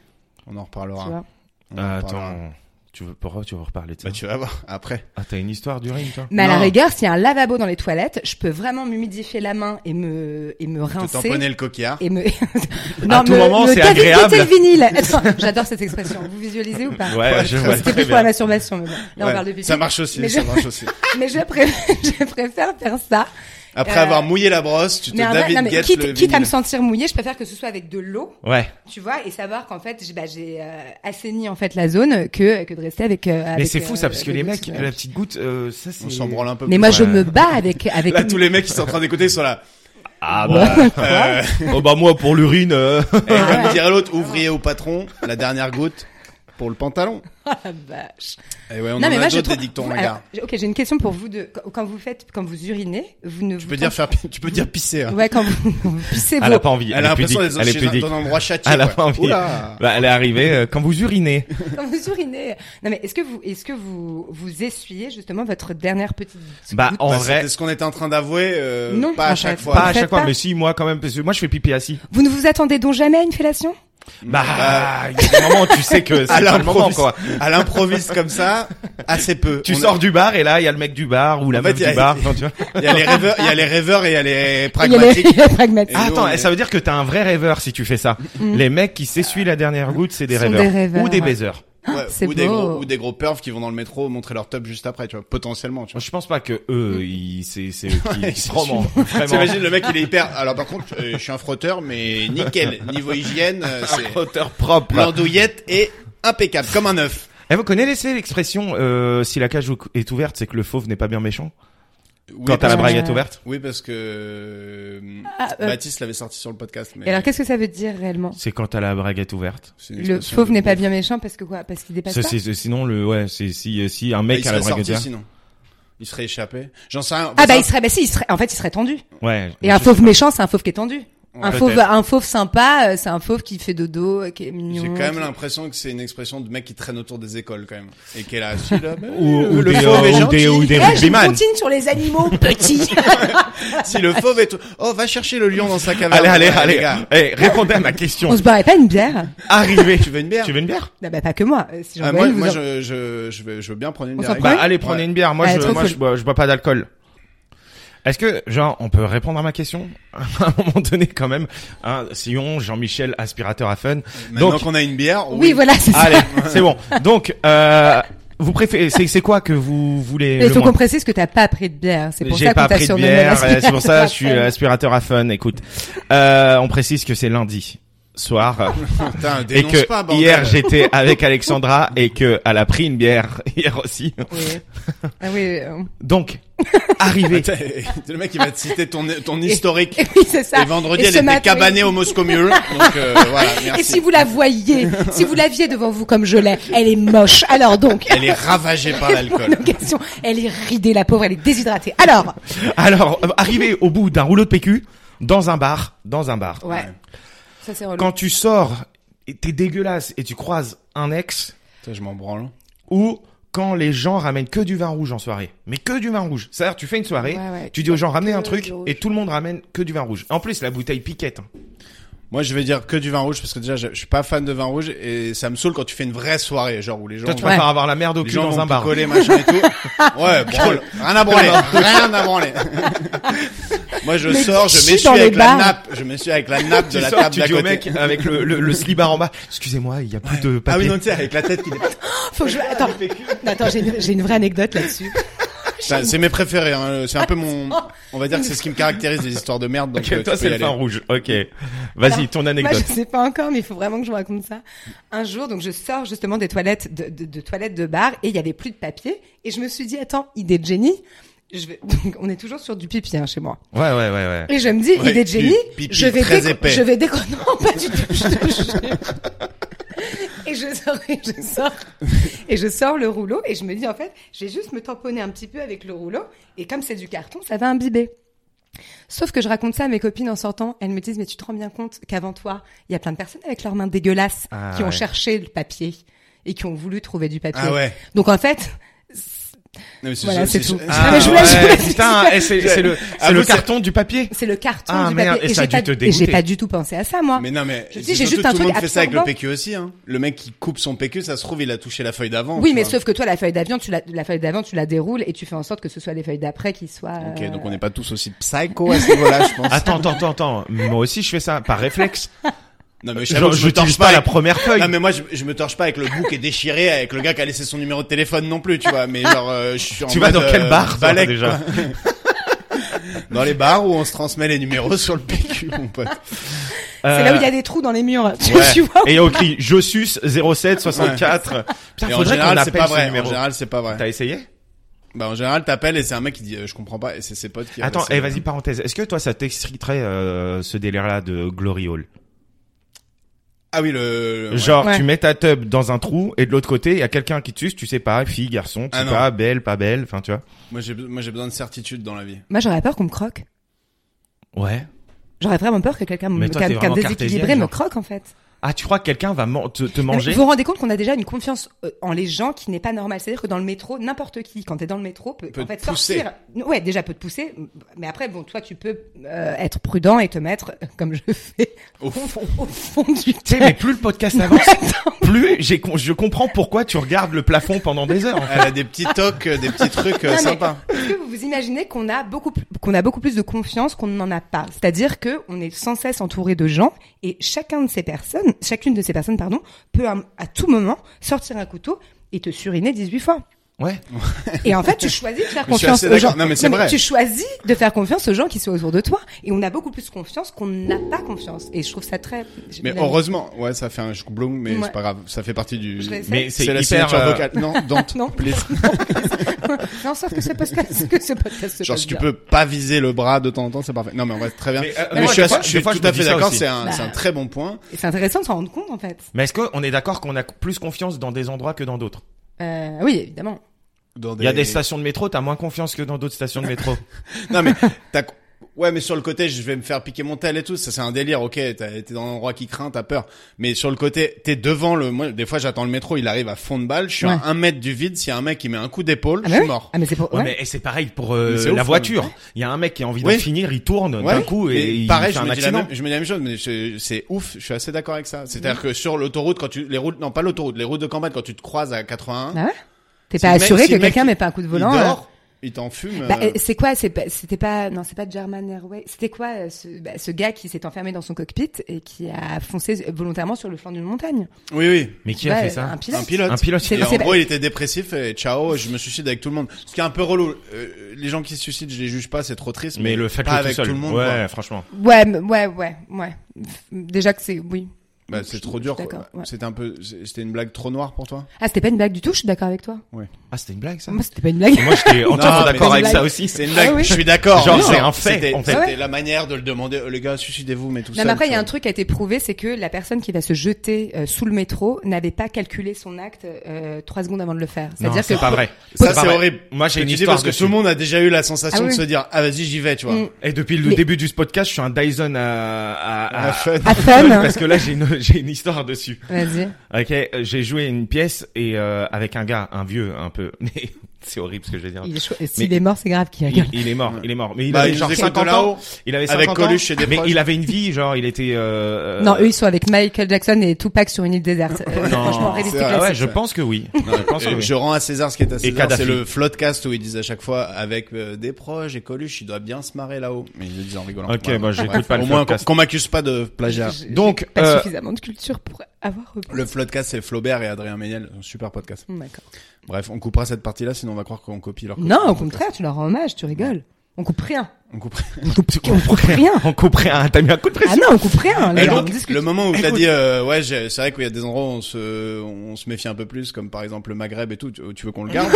On en Tu reparlera. vois. On en reparlera. Attends. Tu veux, pourquoi tu veux reparler de ça? Bah, tu vas voir, après. Ah, t'as une histoire d'urine, toi? Mais à la Non. rigueur, s'il y a un lavabo dans les toilettes, je peux vraiment m'humidifier la main et me, et me Te rincer. tamponner le coquillard. Et me... À tout me- moment, me c'est David agréable. Guetta le vinyle. Attends, j'adore cette expression. Vous visualisez ou pas? Ouais, je vois C'était très plus pour la bien. masturbation, mais bon. Là, on Ouais, parle de pipi. ça marche aussi, Mais ça je- marche aussi. Mais je préfère, je préfère faire ça. Après Euh, avoir mouillé la brosse, tu te Mais, en vrai, David non, mais Guetta quitte, le quitte à me vinyle. sentir mouillée, je préfère que ce soit avec de l'eau, Ouais. tu vois, et savoir qu'en fait, j'ai, bah, j'ai euh, assaini en fait la zone que que de rester avec. euh, Mais avec, c'est fou, euh, ça, parce que les des mecs, gouttes, la ouais. petite goutte, euh, ça, c'est... On s'en branle un peu. Mais plus. moi, je Ouais. me bats avec avec. Là, tous les mecs qui sont en train d'écouter sont là. Ah, Bon, bah. euh, Oh, bah, moi, pour l'urine, euh... et comme ouais. dirait l'autre, ouvrier au patron, la dernière goutte pour le pantalon. Ah, la vache. Et ouais, on Non, en mais a moi, je d'autres trouve. des dictons, vous- regarde. alors, ok, j'ai une question pour vous deux. Quand- Quand vous faites, quand vous urinez, vous ne. Tu vous peux dire faire, tu peux dire pisser, hein. Ouais, quand vous, quand vous pissez Elle vos. a pas envie. Elle Elle a est pudique. l'impression Elle est d'être chez un, pudique. dans un endroit châtié, Elle a quoi. pas envie. Oula. Bah, elle est arrivée, euh, quand vous urinez. Quand vous urinez. Non, mais est-ce que vous, est-ce que vous, vous essuyez justement votre dernière petite. Bah, goutte en Bah, vrai, c'était ce qu'on était en train d'avouer, euh, Non, pas à en chaque fait. fois. pas à Faites chaque fois, pas. mais si, moi, quand même, parce que moi, je fais pipi assis. Vous ne vous attendez donc jamais à une fellation? Bah, Bah, il y a des moments où tu sais que c'est à pas le moment, l'improviste, quoi. à l'improviste comme ça, assez peu. Tu On a- sors du bar, et là, il y a le mec du bar, ou la En fait, meuf il y a- du bar, non, tu vois. Il y a les rêveurs, il y a les rêveurs et il y a les Il y a les, pragmatiques. il y a les pragmatiques. Et Ah, nous, attends, on est- ça veut dire que t'as un vrai rêveur si tu fais ça. Les mecs qui s'essuient la dernière goutte, c'est des Sont rêveurs. des rêveurs, Ou des ouais. baisers. Ouais, c'est ou des beau. gros, ou des gros perfs qui vont dans le métro montrer leur top juste après, tu vois, potentiellement, tu vois. Je pense pas que eux, ils, c'est, c'est eux qui, Ouais, qui c'est vraiment, sûr. vraiment. T'imagines le mec, il est hyper, alors par contre, euh, je suis un frotteur, mais nickel. Niveau hygiène, euh, c'est, Auteur propre. l'andouillette est impeccable, comme un œuf. Eh, vous connaissez l'expression, euh, si la cage est ouverte, c'est que le fauve n'est pas bien méchant? Oui, Quand t'as la parce- braguette ouverte? Oui, parce que euh, Ah, euh. Baptiste l'avait sorti sur le podcast, mais Et alors, qu'est-ce que ça veut dire réellement? C'est quand t'as la braguette ouverte. c'est une Le expression fauve de n'est pas beauf. bien méchant parce que quoi? Parce qu'il dépasse C'est, pas? c'est- c'est- sinon le, ouais, c'est si, si un Bah, mec il a la serait braguette sorti ouverte. sinon. Il serait échappé. J'en sais rien. Ah bah Ça- il serait, bah si, il serait, en fait il serait tendu. Ouais. Et un fauve méchant, c'est un fauve qui est tendu. Un peut-être. fauve, un fauve sympa, euh, c'est un fauve qui fait dodo, euh, qui est mignon. J'ai quand même qui- l'impression que c'est une expression de mec qui traîne autour des écoles quand même et qui est là. Celui-là, bah, Ou, ou le des, fauve est euh, ou des, gentil. ou des Eh, j'ai une rugbyman. comptine sur les animaux petits. Si le fauve est tout... Oh, va chercher le lion dans sa caverne. Allez, allez, Ouais, allez. les gars. Eh, répondez à ma question. On se barrait pas une bière? Arrivé. Tu veux une bière? Tu veux une bière? Ah bah, pas que moi. Euh, Si j'en Ah, veux moi, une, vous moi, en- je, je, je veux, je veux bien prendre une On bière. s'en avec prend Bah, vous. allez, prenez Ouais. une bière. Moi, Ouais, je, trop moi, cool. je bois, je bois pas d'alcool. Est-ce que, genre, on peut répondre à ma question? À un moment donné, quand même. Hein, Sion, Jean-Michel, aspirateur à fun. Maintenant Donc, qu'on a une bière, Oui, voilà, c'est ça. allez, c'est bon. Donc, euh, vous préférez, c'est, c'est quoi que vous voulez Il le faut moins? qu'on précise que t'as pas pris de bière. C'est pour J'ai ça qu'on pas t'a pris de surnommé bière, l'aspirateur euh, c'est pour ça que je suis à fun. aspirateur à fun. Écoute, euh, on précise que c'est lundi soir putain, et dénonce que pas, bordel. hier j'étais avec Alexandra et que elle a pris une bière hier aussi. Oui. Ah oui. euh, Donc, arrivé. Attends, le mec, il va te citer ton, ton historique. Et oui, c'est ça. Et vendredi, Et elle ce était matin, cabanée oui. au Moscow Mule. Donc, euh, voilà, merci. Et si vous la voyiez, si vous l'aviez devant vous comme je l'ai, elle est moche. Alors donc, Elle est ravagée par l'alcool. nos questions, elle est ridée, la pauvre, elle est déshydratée. Alors, Alors, euh, arrivé au bout d'un rouleau de P Q dans un bar, dans un bar. ouais, ça c'est relou. Quand tu sors, et t'es dégueulasse et tu croises un ex, Putain, je m'en branle. ou quand les gens ramènent que du vin rouge en soirée, mais que du vin rouge. C'est-à-dire, tu fais une soirée, Ouais, ouais. tu dis aux gens ramenez Que un truc du rouge. et tout le monde ramène que du vin rouge. En plus, la bouteille piquette. hein. Moi, je vais dire que du vin rouge parce que déjà, je, je suis pas fan de vin rouge et ça me saoule quand tu fais une vraie soirée, genre où les gens, Toi, tu vont- préfères avoir la merde au les cul gens dans vont un bar. picoler, machin et tout. Ouais, branle. Rien à branler. Rien à branler. Moi, je Mais sors, je qui m'essuie dans les avec la bars nappe, je m'essuie avec la nappe de Tu la sors, table tu d'à dis au côté. mec avec le, le, le slibard en bas. Excusez-moi, il y a plus de papier. Ah oui, non, tu sais, avec la tête qui dépasse. Faut que je... Attends, attends, j'ai une, j'ai une vraie anecdote là-dessus. Putain, c'est mes préférés, hein. C'est un peu mon, on va dire que c'est ce qui me caractérise les histoires de merde, donc Ok, euh, toi, tu peux c'est y le aller. vin rouge. Ok. Vas-y, Alors, ton Moi, anecdote. je sais pas encore, mais il faut vraiment que je vous raconte ça. Un jour, donc, je sors justement des toilettes de, de, de toilettes de bar et il y avait plus de papier. Et je me suis dit, attends, idée de génie. Je vais, donc, on est toujours sur du pipi, hein, chez moi. Ouais, ouais, ouais, ouais. Et je me dis, Ouais, idée de du génie. pipi Je vais très déco- épais. je vais déco- non, pas du tout, je te jure. Et je sors, et je sors, et je sors le rouleau et je me dis, en fait, je vais juste me tamponner un petit peu avec le rouleau. Et comme c'est du carton, ça va imbiber. Sauf que je raconte ça à mes copines en sortant, elles me disent, mais tu te rends bien compte qu'avant toi, il y a plein de personnes avec leurs mains dégueulasses Ah, qui ont ouais. cherché le papier et qui ont voulu trouver du papier. Ah ouais. Donc en fait, Non, mais c'est- Voilà, c'est c'est- tout. c'est- Ah, mais je voulais- je voulais- putain, eh, c'est, c'est le, Ah, c'est le vous, c'est- carton du papier. c'est le carton Ah, du merde, papier. et ça a j'ai dû pas, te et j'ai dégoûter. pas du tout pensé à ça, moi. Mais non, mais Je dis, c'est j'ai surtout juste un tout le truc monde fait ça avec le absorbant. P Q aussi, hein. Le mec qui coupe son P Q, ça se trouve, il a touché la feuille d'avant. Oui, tu mais vois. sauf que toi, la feuille d'avion, tu la, la feuille d'avant, tu la déroules et tu fais en sorte que ce soit les feuilles d'après qui soient. Ok, euh, donc on n'est pas tous aussi psycho à ce niveau-là, je pense. Attends, attends, attends, attends. Moi aussi, je fais ça par réflexe. Non, mais Genre, j'avoue que je me torche n'utilise pas la avec- première feuille. Non, mais moi, je, je me torche pas avec le bout qui est déchiré, avec le gars qui a laissé son numéro de téléphone non plus, tu vois. Mais genre, euh, je suis en Tu vas mode, dans quel euh, bar, toi, Balek, déjà? quoi. Dans les bars où on se transmet les numéros sur le P Q, mon pote. C'est là où il y a des trous dans les murs. Tu, Ouais. tu vois. Et au cri, je suce zéro sept soixante-quatre. Putain, Et en faudrait qu'on général, c'est appelle pas ce vrai. En numéro. général, c'est pas vrai. T'as essayé? Bah, en général, t'appelles et c'est un mec qui dit, euh, je comprends pas, et c'est ses potes qui. Attends, c'est- eh, vas-y, parenthèse. Est-ce que toi, ça t'exciterait, euh, ce délire-là de Glory Hall? Ah oui, le. ouais. Genre, Ouais. tu mets ta tub dans un trou et de l'autre côté, il y a quelqu'un qui te suce, tu sais pas, fille, garçon, tu Ah sais non. pas, belle, pas belle, enfin, tu vois. Moi, j'ai, moi, j'ai besoin de certitude dans la vie. Moi, j'aurais peur qu'on me croque. Ouais. J'aurais vraiment peur que quelqu'un me, Mais toi, qu'un, t'es qu'un vraiment déséquilibré cartésienne, me genre. croque, en fait. Ah, tu crois que quelqu'un va man- te, te manger? Vous vous rendez compte qu'on a déjà une confiance euh, en les gens qui n'est pas normale. C'est-à-dire que dans le métro, n'importe qui, quand t'es dans le métro, peut, Peut en fait te pousser. sortir. Ouais, déjà peut te pousser. Mais après, bon, toi, tu peux euh, être prudent et te mettre, euh, comme je fais, Au au, fond, au fond du Tu sais, mais terre. plus le podcast avance, plus j'ai, con- je comprends pourquoi tu regardes le plafond pendant des heures. en fait. Elle a des petits tocs, euh, des petits trucs euh, Non, mais sympas. Est-ce que vous vous imaginez qu'on a beaucoup plus, qu'on a beaucoup plus de confiance qu'on n'en a pas? C'est-à-dire que on est sans cesse entouré de gens et chacun de ces personnes, chacune de ces personnes, pardon, peut à, à tout moment sortir un couteau et te suriner dix-huit fois. Ouais. Et en fait, tu choisis de faire Je suis confiance assez aux gens. d'accord. Non, mais c'est vrai. Tu choisis de faire confiance aux gens qui sont autour de toi. Et on a beaucoup plus confiance qu'on n'a pas confiance. Et je trouve ça très... j'ai Mais bien aimé. heureusement, ouais, ça fait un choucloum, mais Ouais. c'est pas grave. Ça fait partie du. Je l'essaie. Mais c'est C'est la hyper, signature euh, vocale. Non, don't, Non. please. Non, sauf que ce podcast, que ce podcast se Genre, passe si tu bien. peux pas viser le bras de temps en temps, c'est parfait. Non, mais en vrai, très bien. Mais, euh, Mais moi, je suis, des fois- assez- je des suis fois, tout je me à dis fait ça d'accord, aussi. c'est un, Bah. c'est un très bon point. Et c'est intéressant de s'en rendre compte, en fait. Mais est-ce qu'on est d'accord qu'on a plus confiance dans des endroits que dans d'autres? Euh, oui, évidemment. Dans Il y a des stations de métro, t'as moins confiance que dans d'autres stations de métro. Non, mais t'as, Ouais, mais sur le côté, je vais me faire piquer mon tel et tout. Ça, c'est un délire. Ok, t'es t'es dans un endroit qui craint, t'as peur. Mais sur le côté, t'es devant le, moi, des fois, j'attends le métro, il arrive à fond de balle. Je suis Ouais. à un mètre du vide. S'il y a un mec qui met un coup d'épaule, Ah, je bah suis oui. mort. Ah, mais c'est pour, Ouais, ouais. mais et c'est pareil pour euh, Mais c'est la ouf, voiture. ouais. Il y a un mec qui a envie Oui. d'en finir, il tourne d'un coup et, Mais il pareil, fait je un me dis la accident. même, je me dis la même chose, mais je- c'est ouf. Je suis assez d'accord avec ça. C'est-à-dire que sur l'autoroute, quand tu, les routes, non, pas l'autoroute, les routes de campagne, quand tu te croises à quatre-vingt-un, Ah ouais? T'es Si pas le mec- assuré si que le mec, quelqu'un met pas un coup de volant. il euh, dort, il t'en fume. Bah, euh, euh, c'est quoi? C'est pas, c'était pas, non, c'est pas German Airways. C'était quoi euh, ce, bah, ce gars qui s'est enfermé dans son cockpit et qui a foncé volontairement sur le flanc d'une montagne? Oui, oui. Mais qui a Ouais, fait ça Un pilote. Un pilote. Un pilote. C'est- Et en c'est- gros, il était dépressif et ciao, je me suicide avec tout le monde. Ce qui est un peu relou. Euh, les gens qui se suicident, je les juge pas, c'est trop triste. Mais le fait pas que avec tout seul. tout le monde. ouais, quoi. franchement. Ouais, m- ouais, ouais, ouais. Déjà que c'est, oui. Bah, Je- c'est je- trop je dur. suis quoi. d'accord, ouais. C'était un peu, c'était une blague trop noire pour toi. Ah, c'était pas une blague du tout, je suis d'accord avec toi. Ah, c'était une blague, ça? Moi, c'était pas une blague. Moi, j'étais entièrement Non, mais d'accord c'est avec une ça blague. aussi. C'est une blague. Ah oui. Je suis d'accord. Genre, Non, c'est un fait, C'était, en fait. c'était Ouais. la manière de le demander. Oh, les gars, suicidez-vous, mais tout Non, seul. mais après, il y a tu un vois. truc qui a été prouvé, c'est que la personne qui va se jeter euh, sous le métro n'avait pas calculé son acte euh, trois secondes avant de le faire. Non, C'est-à-dire c'est que pas vrai. Ça, pas c'est vrai. horrible. Moi, j'ai Je une te dis histoire parce que dessus. tout le monde a déjà eu la sensation Ah de oui. se dire, ah, vas-y, j'y vais, tu vois. Mm. Et depuis le Mais- début du podcast, je suis un Dyson à, à, à, Ah, fun. à fun. parce que là, j'ai une, j'ai une histoire dessus. Vas-y. Ok, euh, j'ai joué une pièce et euh, avec un gars, un vieux un peu, mais c'est horrible ce que je vais dire. Il est chou- S'il Mais- est mort, c'est grave qu'il Il, rigole. il est mort, il est mort. Mais il Bah, avait il genre nous écoute de cinquante là-haut. ans. Il avait Avec cinquante ans. Coluche et des mais proches. il avait une vie, genre il était. Euh, Non, eux, ils sont avec Michael Jackson et Tupac sur une île déserte. Euh, Non, franchement, c'est réalistique vrai. Ah ouais, classique. je pense que oui. Je pense que Euh, oui. je rends à César ce qui est à César. Kadhafi. C'est le floodcast où ils disent à chaque fois avec euh, des proches et Coluche, il doit bien se marrer là-haut. Mais ils le disent en rigolant. Ok, Ouais. bah j'écoute Bref, pas le Au moins qu'on podcast. qu'on m'accuse pas de plagiat. J'ai- Donc, j'ai pas euh, suffisamment de culture pour avoir repris. Le floodcast, c'est Flaubert et Adrien Méniel. Un super podcast. D'accord. Bref, on coupera cette partie-là, sinon on va croire qu'on copie leur. Non, au podcast. contraire, tu leur rends hommage, tu rigoles. On coupe rien. On coupe. On coupe, on coupe rien. On coupe rien. T'as mis un coup de Ah pression. non, on coupe rien. Et Là, on donc, discute. le moment où t'as Écoute. dit, euh, ouais, j'ai- c'est vrai qu'il y a des endroits où on se, on se méfie un peu plus, comme par exemple le Maghreb et tout. Tu, tu veux qu'on le garde?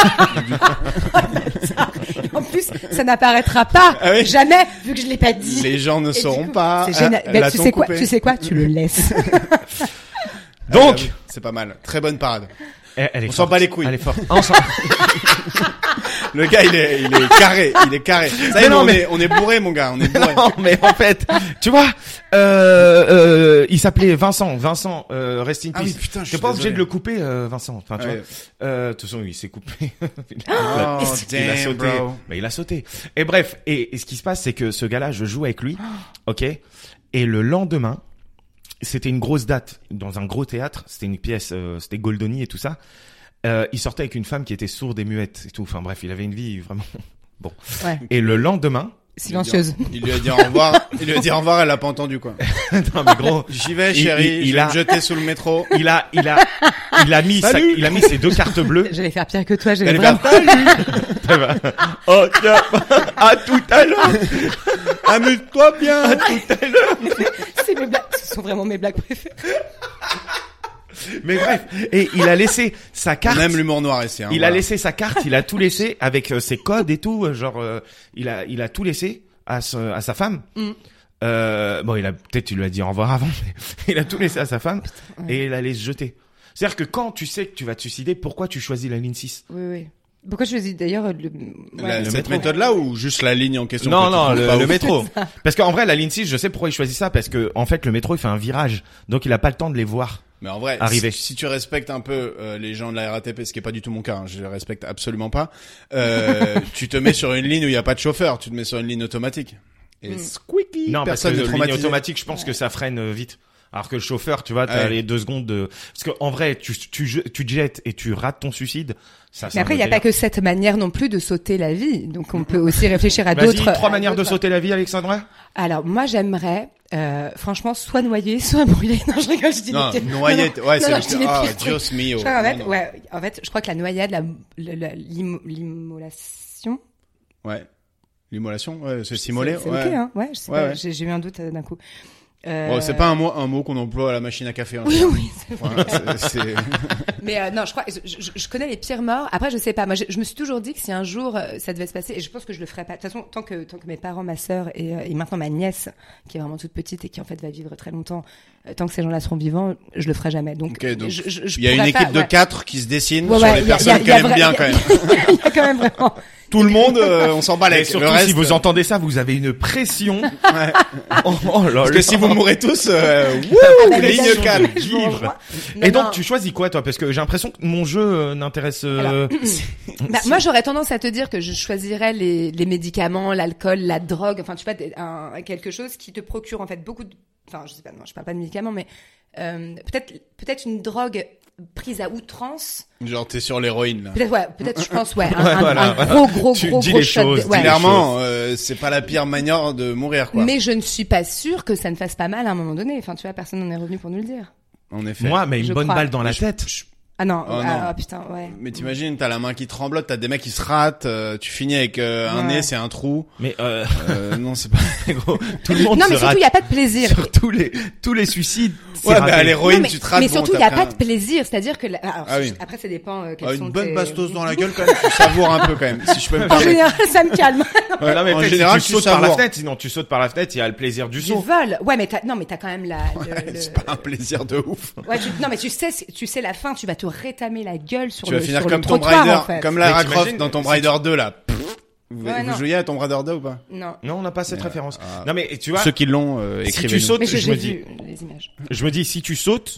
En plus, ça n'apparaîtra pas. Ah oui. Jamais, vu que je l'ai pas dit. Les gens ne Et du sauront coup, pas. C'est génial. Ah, Ben, l'a-t-on tu sais quoi, coupé tu sais quoi, tu le laisses. Donc, Ah, c'est pas mal. Très bonne parade. elle, elle est On s'en forte. bat les couilles. Elle est forte. On s'en- Le gars, il est, il est carré, il est carré. Ça y Mais est, non, on, mais- est, on est bourré, mon gars, on est bourré. Non, mais en fait, tu vois, euh, euh, il s'appelait Vincent. Vincent, euh, rest in Ah oui, peace. putain, je T'es suis pas obligé désolé. de le couper, euh, Vincent. Enfin, tu Ouais. vois. Euh, de toute façon, il s'est coupé. Oh, il a damn, sauté. bro. Mais il a sauté. Et bref, et, et ce qui se passe, c'est que ce gars-là, je joue avec lui, ok. Et le lendemain, c'était une grosse date dans un gros théâtre. C'était une pièce, euh, c'était Goldoni et tout ça. Euh, il sortait avec une femme qui était sourde et muette et tout. Enfin bref, il avait une vie vraiment. Bon. Ouais. Et le lendemain, Silencieuse. Il lui a dit au revoir, il lui a dit au revoir, elle a pas entendu, quoi. non mais gros, J'y vais, Il- chérie, il- je il vais a- me jeter sous le métro. il a, il a, il a mis, sa, Salut. il a mis ses deux cartes bleues. J'allais faire pire que toi, j'allais Elle vraiment. va, salut! Oh tiens, à tout à l'heure, Amuse-toi bien! à tout à l'heure. C'est mes blagues, ce sont vraiment mes blagues préférées. Mais bref, et il a laissé sa carte. On aime l'humour noir ici, hein. Il voilà. a laissé sa carte, il a tout laissé avec euh, ses codes et tout, euh, genre euh, il a il a tout laissé à ce, à sa femme. Mm. Euh, bon, il a peut-être tu lui as dit au revoir avant, mais il a tout laissé à sa femme ouais. et il allait se jeter. C'est-à-dire que quand tu sais que tu vas te suicider, pourquoi tu choisis la ligne six? Oui, oui. Pourquoi je choisis d'ailleurs le, La- ouais, le cette métro. méthode-là ou juste la ligne en question? Non que tu non, trouves le, pas le ouf? métro. Parce qu'en vrai la ligne six, je sais pourquoi il choisit ça parce que en fait le métro il fait un virage, donc il a pas le temps de les voir. Mais en vrai, Arrivé. si, si tu respectes un peu euh, les gens de la R A T P, ce qui est pas du tout mon cas, hein, je les respecte absolument pas, euh, tu te mets sur une ligne où il y a pas de chauffeur, tu te mets sur une ligne automatique. Et Mm. squeaky, Non, parce que personne n'est la ligne traumatisé. automatique, je pense que ça freine euh, vite. Alors que le chauffeur, tu vois, t'as Ouais. les deux secondes de... Parce que en vrai, tu, tu, je- tu te jettes et tu rates ton suicide. Ça, c'est Mais après, il un n'y a pas délire. que cette manière non plus de sauter la vie. Donc, on peut aussi réfléchir à Vas-y, d'autres. trois à manières de d'autres- sauter la vie, Alexandra. Alors, moi, j'aimerais, euh, franchement, soit noyer, soit brûler. Non, je rigole, je dis Non, les pires- noyette, non, non, ouais, non, c'est non, je dis les ah, pires trucs. Dios mio. Je crois, en fait, Non, non. ouais, en fait, je crois que la noyade, la, la, la- l'immo- l'immolation. Ouais. L'immolation, ouais, c'est s'immoler, C'est ouais. ok, hein. Ouais, je sais Ouais, pas, ouais. j'ai, j'ai eu un doute euh, d'un coup. Euh... Bon, c'est pas un mot, un mot qu'on emploie à la machine à café. Hein, Oui, oui, c'est vrai. Voilà, c'est, c'est... Mais euh, non, je crois, je, je, je connais les pires morts. Après, je sais pas. Moi, je, je me suis toujours dit que si un jour euh, ça devait se passer, et je pense que je le ferais pas. De toute façon, tant que tant que mes parents, ma sœur et, euh, et maintenant ma nièce, qui est vraiment toute petite et qui en fait va vivre très longtemps, euh, tant que ces gens-là seront vivants, je le ferai jamais. Donc, Ok, donc, je, je, je il y a une pourrais équipe pas, de ouais. quatre qui se dessine Ouais, sur ouais, les il y a- personnes il y a- qu'elle il y aime a bien vra- quand même. Il y a quand même vraiment tout le monde, euh, on s'en bat Et les surtout, le reste, si vous entendez ça, vous avez une pression. ouais. Oh, oh là Parce là. que si vous mourrez tous, euh, Ah, wouh, bah, ligne déjà, calme. je vous Vivre. rejoins. Et Non, donc, non. tu choisis quoi, toi? Parce que j'ai l'impression que mon jeu euh, n'intéresse. Euh... Bah, moi, j'aurais tendance à te dire que je choisirais les, les médicaments, l'alcool, la drogue, enfin, tu vois, des- un, quelque chose qui te procure en fait beaucoup de, enfin, je sais pas, non, je parle pas de médicaments, mais euh, peut-être, peut-être une drogue prise à outrance. Genre t'es sur l'héroïne là. Peut-être, ouais, peut-être, je pense, ouais, un, Ouais, un- voilà, un voilà. gros, gros, Tu gros, dis gros les shot de- choses, ouais. dis les Clairement, euh, c'est pas la pire manière de mourir quoi. Mais je ne suis pas sûre que ça ne fasse pas mal à un moment donné. Enfin, tu vois, personne n'en est revenu pour nous le dire. En effet. Moi, mais une Je bonne crois. balle dans la Je- tête. je- Ah non, Oh, ah, non. ah, putain, ouais. Mais t'imagines, t'as la main qui tremblote, t'as des mecs qui se ratent, euh, tu finis avec euh, un Ouais. nez, c'est un trou. Mais euh, Euh, non, c'est pas. gros, tout le monde Non, se mais surtout, rate il n'y a pas de plaisir. sur tous les tous les suicides. c'est Ouais, raté. bah, à l'héroïne, Non, mais, tu te rates. mais bon, surtout, il t'as n'y a pris pas un- de plaisir. C'est-à-dire que, la- alors, Ah oui. après, ça dépend euh, quelles Ah, sont une bonne tes- bastos dans la gueule quand même, tu savoures un peu quand même, si je peux me En permettre. général, ça me calme. Ouais, non, mais en peut-être général, si tu tu sautes par la savoures. fenêtre, sinon tu sautes par la fenêtre, il y a le plaisir du Du saut. vol. Ouais, mais t'as, non, mais t'as quand même la, le, le- C'est pas un plaisir de ouf. Ouais, tu- non, mais tu sais, tu sais la fin, tu vas te rétamer la gueule sur Tu le, vas finir sur comme le Tomb trottoir, Raider, en fait. comme Lara Mais Croft t'imagines, dans Tomb si Raider deux là. Pff. Vous, Ouais, vous non. jouiez à Tomb Raider deux ou pas? Non. Non, on n'a pas cette Mais, référence. ah. Non, mais tu vois, Ceux qui l'ont, euh, si écrivez-nous. tu sautes, Mais je- je j'ai me dis, vu les images. je me dis, si tu sautes,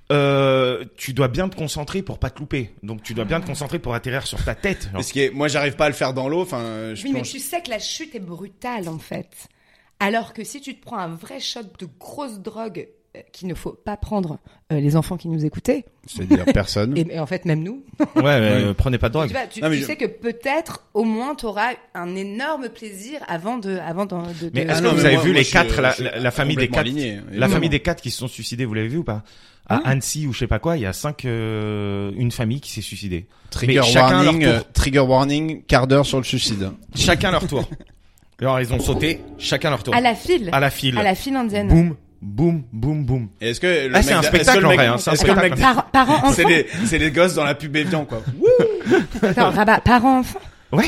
euh, tu dois bien te concentrer pour pas te louper. Donc tu dois bien te concentrer pour atterrir sur ta tête. genre. Parce que moi, j'arrive pas à le faire dans l'eau. Enfin, je Oui, mais plonge- tu sais que la chute est brutale, en fait. Alors que si tu te prends un vrai shot de grosse drogue euh, qu'il ne faut pas prendre, euh, les enfants qui nous écoutaient, C'est-à-dire personne. et, et en fait même nous, Ouais, mais, Ouais. euh, prenez pas de tu, drogue. vois, tu, Non, mais tu je- sais que peut-être au moins tu auras un énorme plaisir avant de, avant de, de, Mais de- est-ce Ah que non, vous mais avez moi- vu moi, les je- quatre, la, je- la, la famille des complètement quatre, aligné. la Non. famille des quatre qui se sont suicidés, vous l'avez vu ou pas? À Annecy ou je sais pas quoi, il y a cinq, euh, une famille qui s'est suicidée. Trigger Mais chacun warning, leur euh, tour. trigger warning, quart d'heure sur le suicide. Chacun leur tour. Alors ils ont sauté, chacun leur tour. à la file, À la file. à la file indienne. Boum, boum, boum, boum. Et est-ce que le Ah, c'est mec un d'a- spectacle, est-ce que le en mec- vrai, hein, c'est un est-ce que le mec- spectacle. Par- parents, C'est enfants. les, c'est les gosses dans la pub Evian, quoi. Attends, Rabat, parents, enfants. Ouais.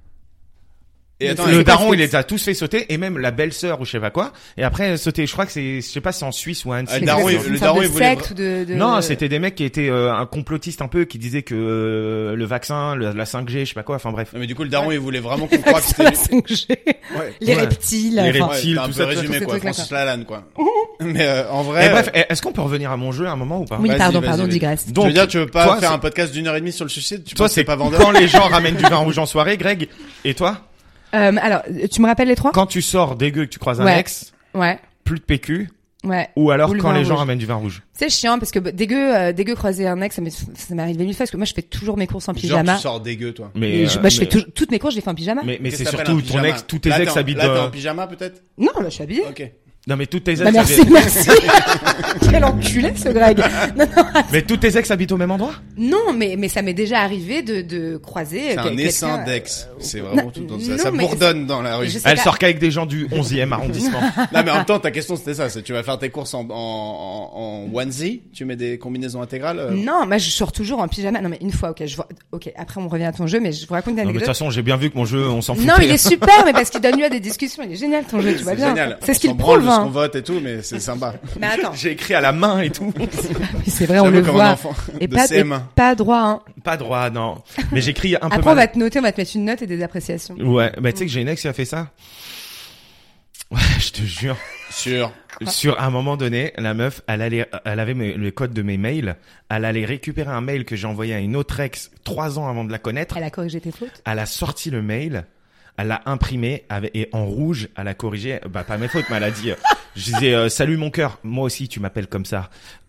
Et attends, Le est-ce que- daron, il les a tous fait sauter, et même la belle-sœur ou je sais pas quoi. Et après, sauter, je crois que c'est, je sais pas si c'est en Suisse ou à Annecy. Ah, le C'est daron, quoi, il- c'est le une daron, sorte il de voulait secte ou de, de... Non, c'était des mecs qui étaient euh, un complotiste un peu, qui disaient que euh, le vaccin, le- la cinq G, je sais pas quoi, enfin bref. Non, mais du coup, le daron, il voulait vraiment qu'on croie que c'était la lui. cinq G, Ouais. les Ouais. reptiles, Les enfin, reptiles. Ouais, t'as un tout peu ça, tout résumé, ça, quoi. tout ce Francis Lalanne, quoi. Mais, euh, en vrai. Et bref, est-ce qu'on peut revenir à mon jeu à un moment ou pas? Oui, Vas-y, pardon, vas-y, pardon, vas-y. digresse. Tu Donc, veux dire, tu veux pas toi, faire c'est- un podcast d'une heure et demie sur le suicide? Tu Toi, penses que c'est c'est pas vendeur? quand les gens ramènent du vin rouge en soirée, Greg. Et toi? Euh, alors, tu me rappelles les trois? Quand tu sors dégueu et que tu croises un Ouais. ex, Ouais, plus de P Q, ouais. ou alors Ou le quand vin les gens rouge. ramènent du vin rouge. C'est chiant parce que bah, dégueu, euh, dégueu croiser un ex, ça m'est, ça m'est arrivé mille fois parce que moi je fais toujours mes courses en Genre, pyjama. tu sors dégueu, toi. Mais, Et je, euh, bah, je fais mais- toujours, toutes mes courses, je les fais en pyjama. mais, mais Qu'est-ce c'est que t'appelles surtout un ton pyjama ex, tous tes Là, ex t'es en- habitent Là, t'es en dans... pyjama, peut-être? Non, bah, je suis habillée. Ok. Non, mais toutes tes ex Bah, merci, habitent- merci. Quel enculé ce Greg. Non, non, Mais toutes tes ex habitent au même endroit? non, mais mais ça m'est déjà arrivé de de croiser. C'est euh, un quel- essaim quelqu'un, d'ex. C'est vraiment tout dans ça. non, Ça mais bourdonne dans la rue. je sais Elle pas. sort qu'avec des gens du onzième arrondissement. Non, mais en même temps, ta question, c'était ça. C'est tu vas faire tes courses en, en, en, en onesie. Tu mets des combinaisons intégrales. euh, Non, moi je sors toujours en pyjama. Non mais une fois, ok, je vois, ok. Après on revient à ton jeu, mais je vous raconte une Non, mais de toute anecdote. façon, j'ai bien vu que mon jeu, on s'en fout. Non, il est super, mais parce qu'il donne lieu à des discussions. Il est génial ton jeu, tu vois C'est bien. génial. C'est ce On qu'il s'en branle prouve. de ce Hein. qu'on vote et tout, mais c'est sympa. Mais attends, J'ai écrit à la main et tout. oui, c'est vrai, on J'avoue, le comme un voit. enfant Et de pas, C M un. et pas droit. Hein. Pas droit, non. Mais j'écris un peu Après on va mal. te noter, on va te mettre une note et des appréciations. Ouais, bah tu sais que j'ai une ex qui a fait ça. Ouais, je te jure. Sûr. Sur un moment donné, la meuf, elle allait, elle avait mes- le code de mes mails. Elle allait récupérer un mail que j'ai envoyé à une autre ex trois ans avant de la connaître. Elle a corrigé tes fautes. Elle a sorti le mail, elle l'a imprimé avec, et en rouge, elle a corrigé. Bah pas mes fautes, mais elle a dit. euh, je disais euh, salut mon cœur, moi aussi tu m'appelles comme ça.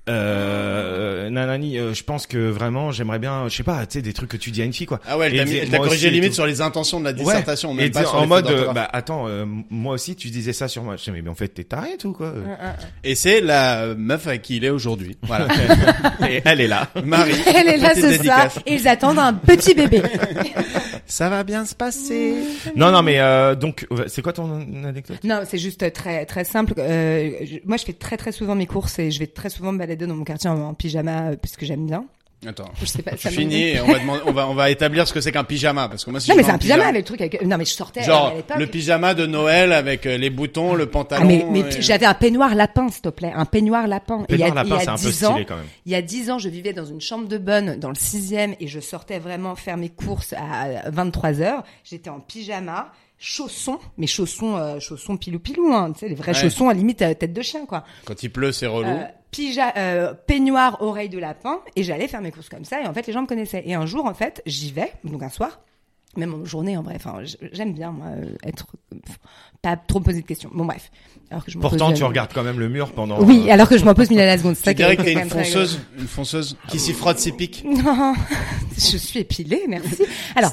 Euh, nanani, euh, je pense que vraiment j'aimerais bien, je sais pas, tu sais des trucs que tu dis à une fille quoi. Ah ouais, elle Et t'a elle mis- disait, elle t'a moi corrigé aussi et limite tout. sur les intentions de la Ouais. dissertation, Et même pas dis- sur en les mode, fautes euh, d'orthographe. bah attends, euh, moi aussi tu disais ça sur moi. Je dis mais, mais en fait t'es taré tout quoi. Et c'est la meuf avec qui il est aujourd'hui. Voilà. Et elle est là. Marie. Elle est là Petite ce dédicace. soir et ils attendent un petit bébé. Ça va bien se passer. Non non mais euh, donc c'est quoi ton anecdote? Non, c'est juste très très simple. Euh, je- moi, je fais très très souvent mes courses et je vais très souvent me balader dans mon quartier en, en pyjama euh, parce que j'aime bien. Attends. Je sais pas. Tu Ça me- finis et on va demander, on va, on va établir ce que c'est qu'un pyjama, parce que moi, si Non je mais mets c'est un pyjama avec le truc avec. Non mais je sortais à genre, l'époque. le pyjama de Noël avec euh, les boutons, le Ah pantalon. mais, mais et- j'avais un peignoir lapin, s'il te plaît, un peignoir lapin. Et il y a- Peignoir lapin, il y c'est a un peu dix ans, stylé quand même. il y a dix ans, je vivais dans une chambre de bonne dans le sixième et je sortais vraiment faire mes courses à vingt-trois heures. J'étais en pyjama, chaussons, mais chaussons, euh, chaussons pilou pilou, hein, tu sais, les vrais Ouais. chaussons à limite euh, tête de chien, quoi. Quand il pleut, c'est relou. Euh, pyja- euh, peignoir, oreille de lapin, et j'allais faire mes courses comme ça. Et en fait, les gens me connaissaient. Et un jour, en fait, j'y vais, donc un soir, même en journée, en vrai. Enfin, j- j'aime bien moi euh, être euh, pas trop me poser de questions. Bon bref. Alors que je me Pourtant, pose, tu euh, regardes quand même le mur pendant. Oui, alors que je m'en pose mille à la seconde. C'est ça Tu qui dirais est que t'es quand une même très fonceuse, une fonceuse qui s'y frotte, s'y pique. rigolo. Non, je suis épilée, merci. Alors,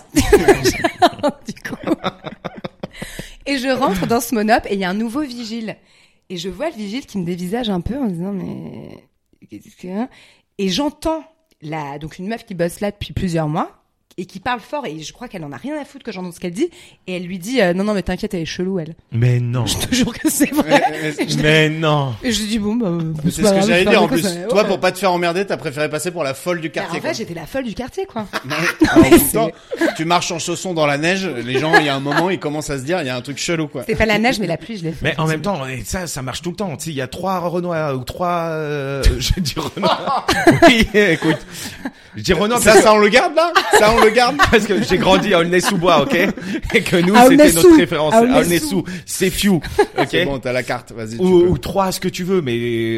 du coup, et je rentre dans ce monop et il y a un nouveau vigile. Et je vois le vigile qui me dévisage un peu en disant mais qu'est-ce que et j'entends la donc une meuf qui bosse là depuis plusieurs mois et qui parle fort et je crois qu'elle en a rien à foutre que j'entende ce qu'elle dit et elle lui dit euh, non non mais t'inquiète elle est chelou elle. Mais non. Je te jure que c'est vrai. Ouais, ouais, Et je- Mais non. Et je dis bon bah C'est ce que j'allais dire en plus. Toi, pour pas te faire emmerder, t'as préféré passer pour la folle du Bah, quartier. en fait, j'étais la folle du quartier, quoi. quoi. Non, mais En c'est- même temps, tu marches en chaussons dans la neige, les gens, il y a un moment, ils commencent à se dire, il y a un truc chelou, quoi. C'est pas la neige, mais la pluie, je l'ai fait. Mais en même temps, et ça, ça marche tout le temps. Tu sais, il y a trois Renoir ou trois. Euh, je dis Renoir. Oui, écoute, je dis Renoir Ça, parce, ça, on le garde, là? Ça, on le garde? que, parce que j'ai grandi à Aulnay-sous-Bois, ok, et que nous À c'était Aulnay-sous. notre référence. À À Aulnay-sous. Aulnay-sous, c'est Few, ok. C'est bon, t'as la carte, vas-y, tu Ou, peux. ou trois, ce que tu veux, mais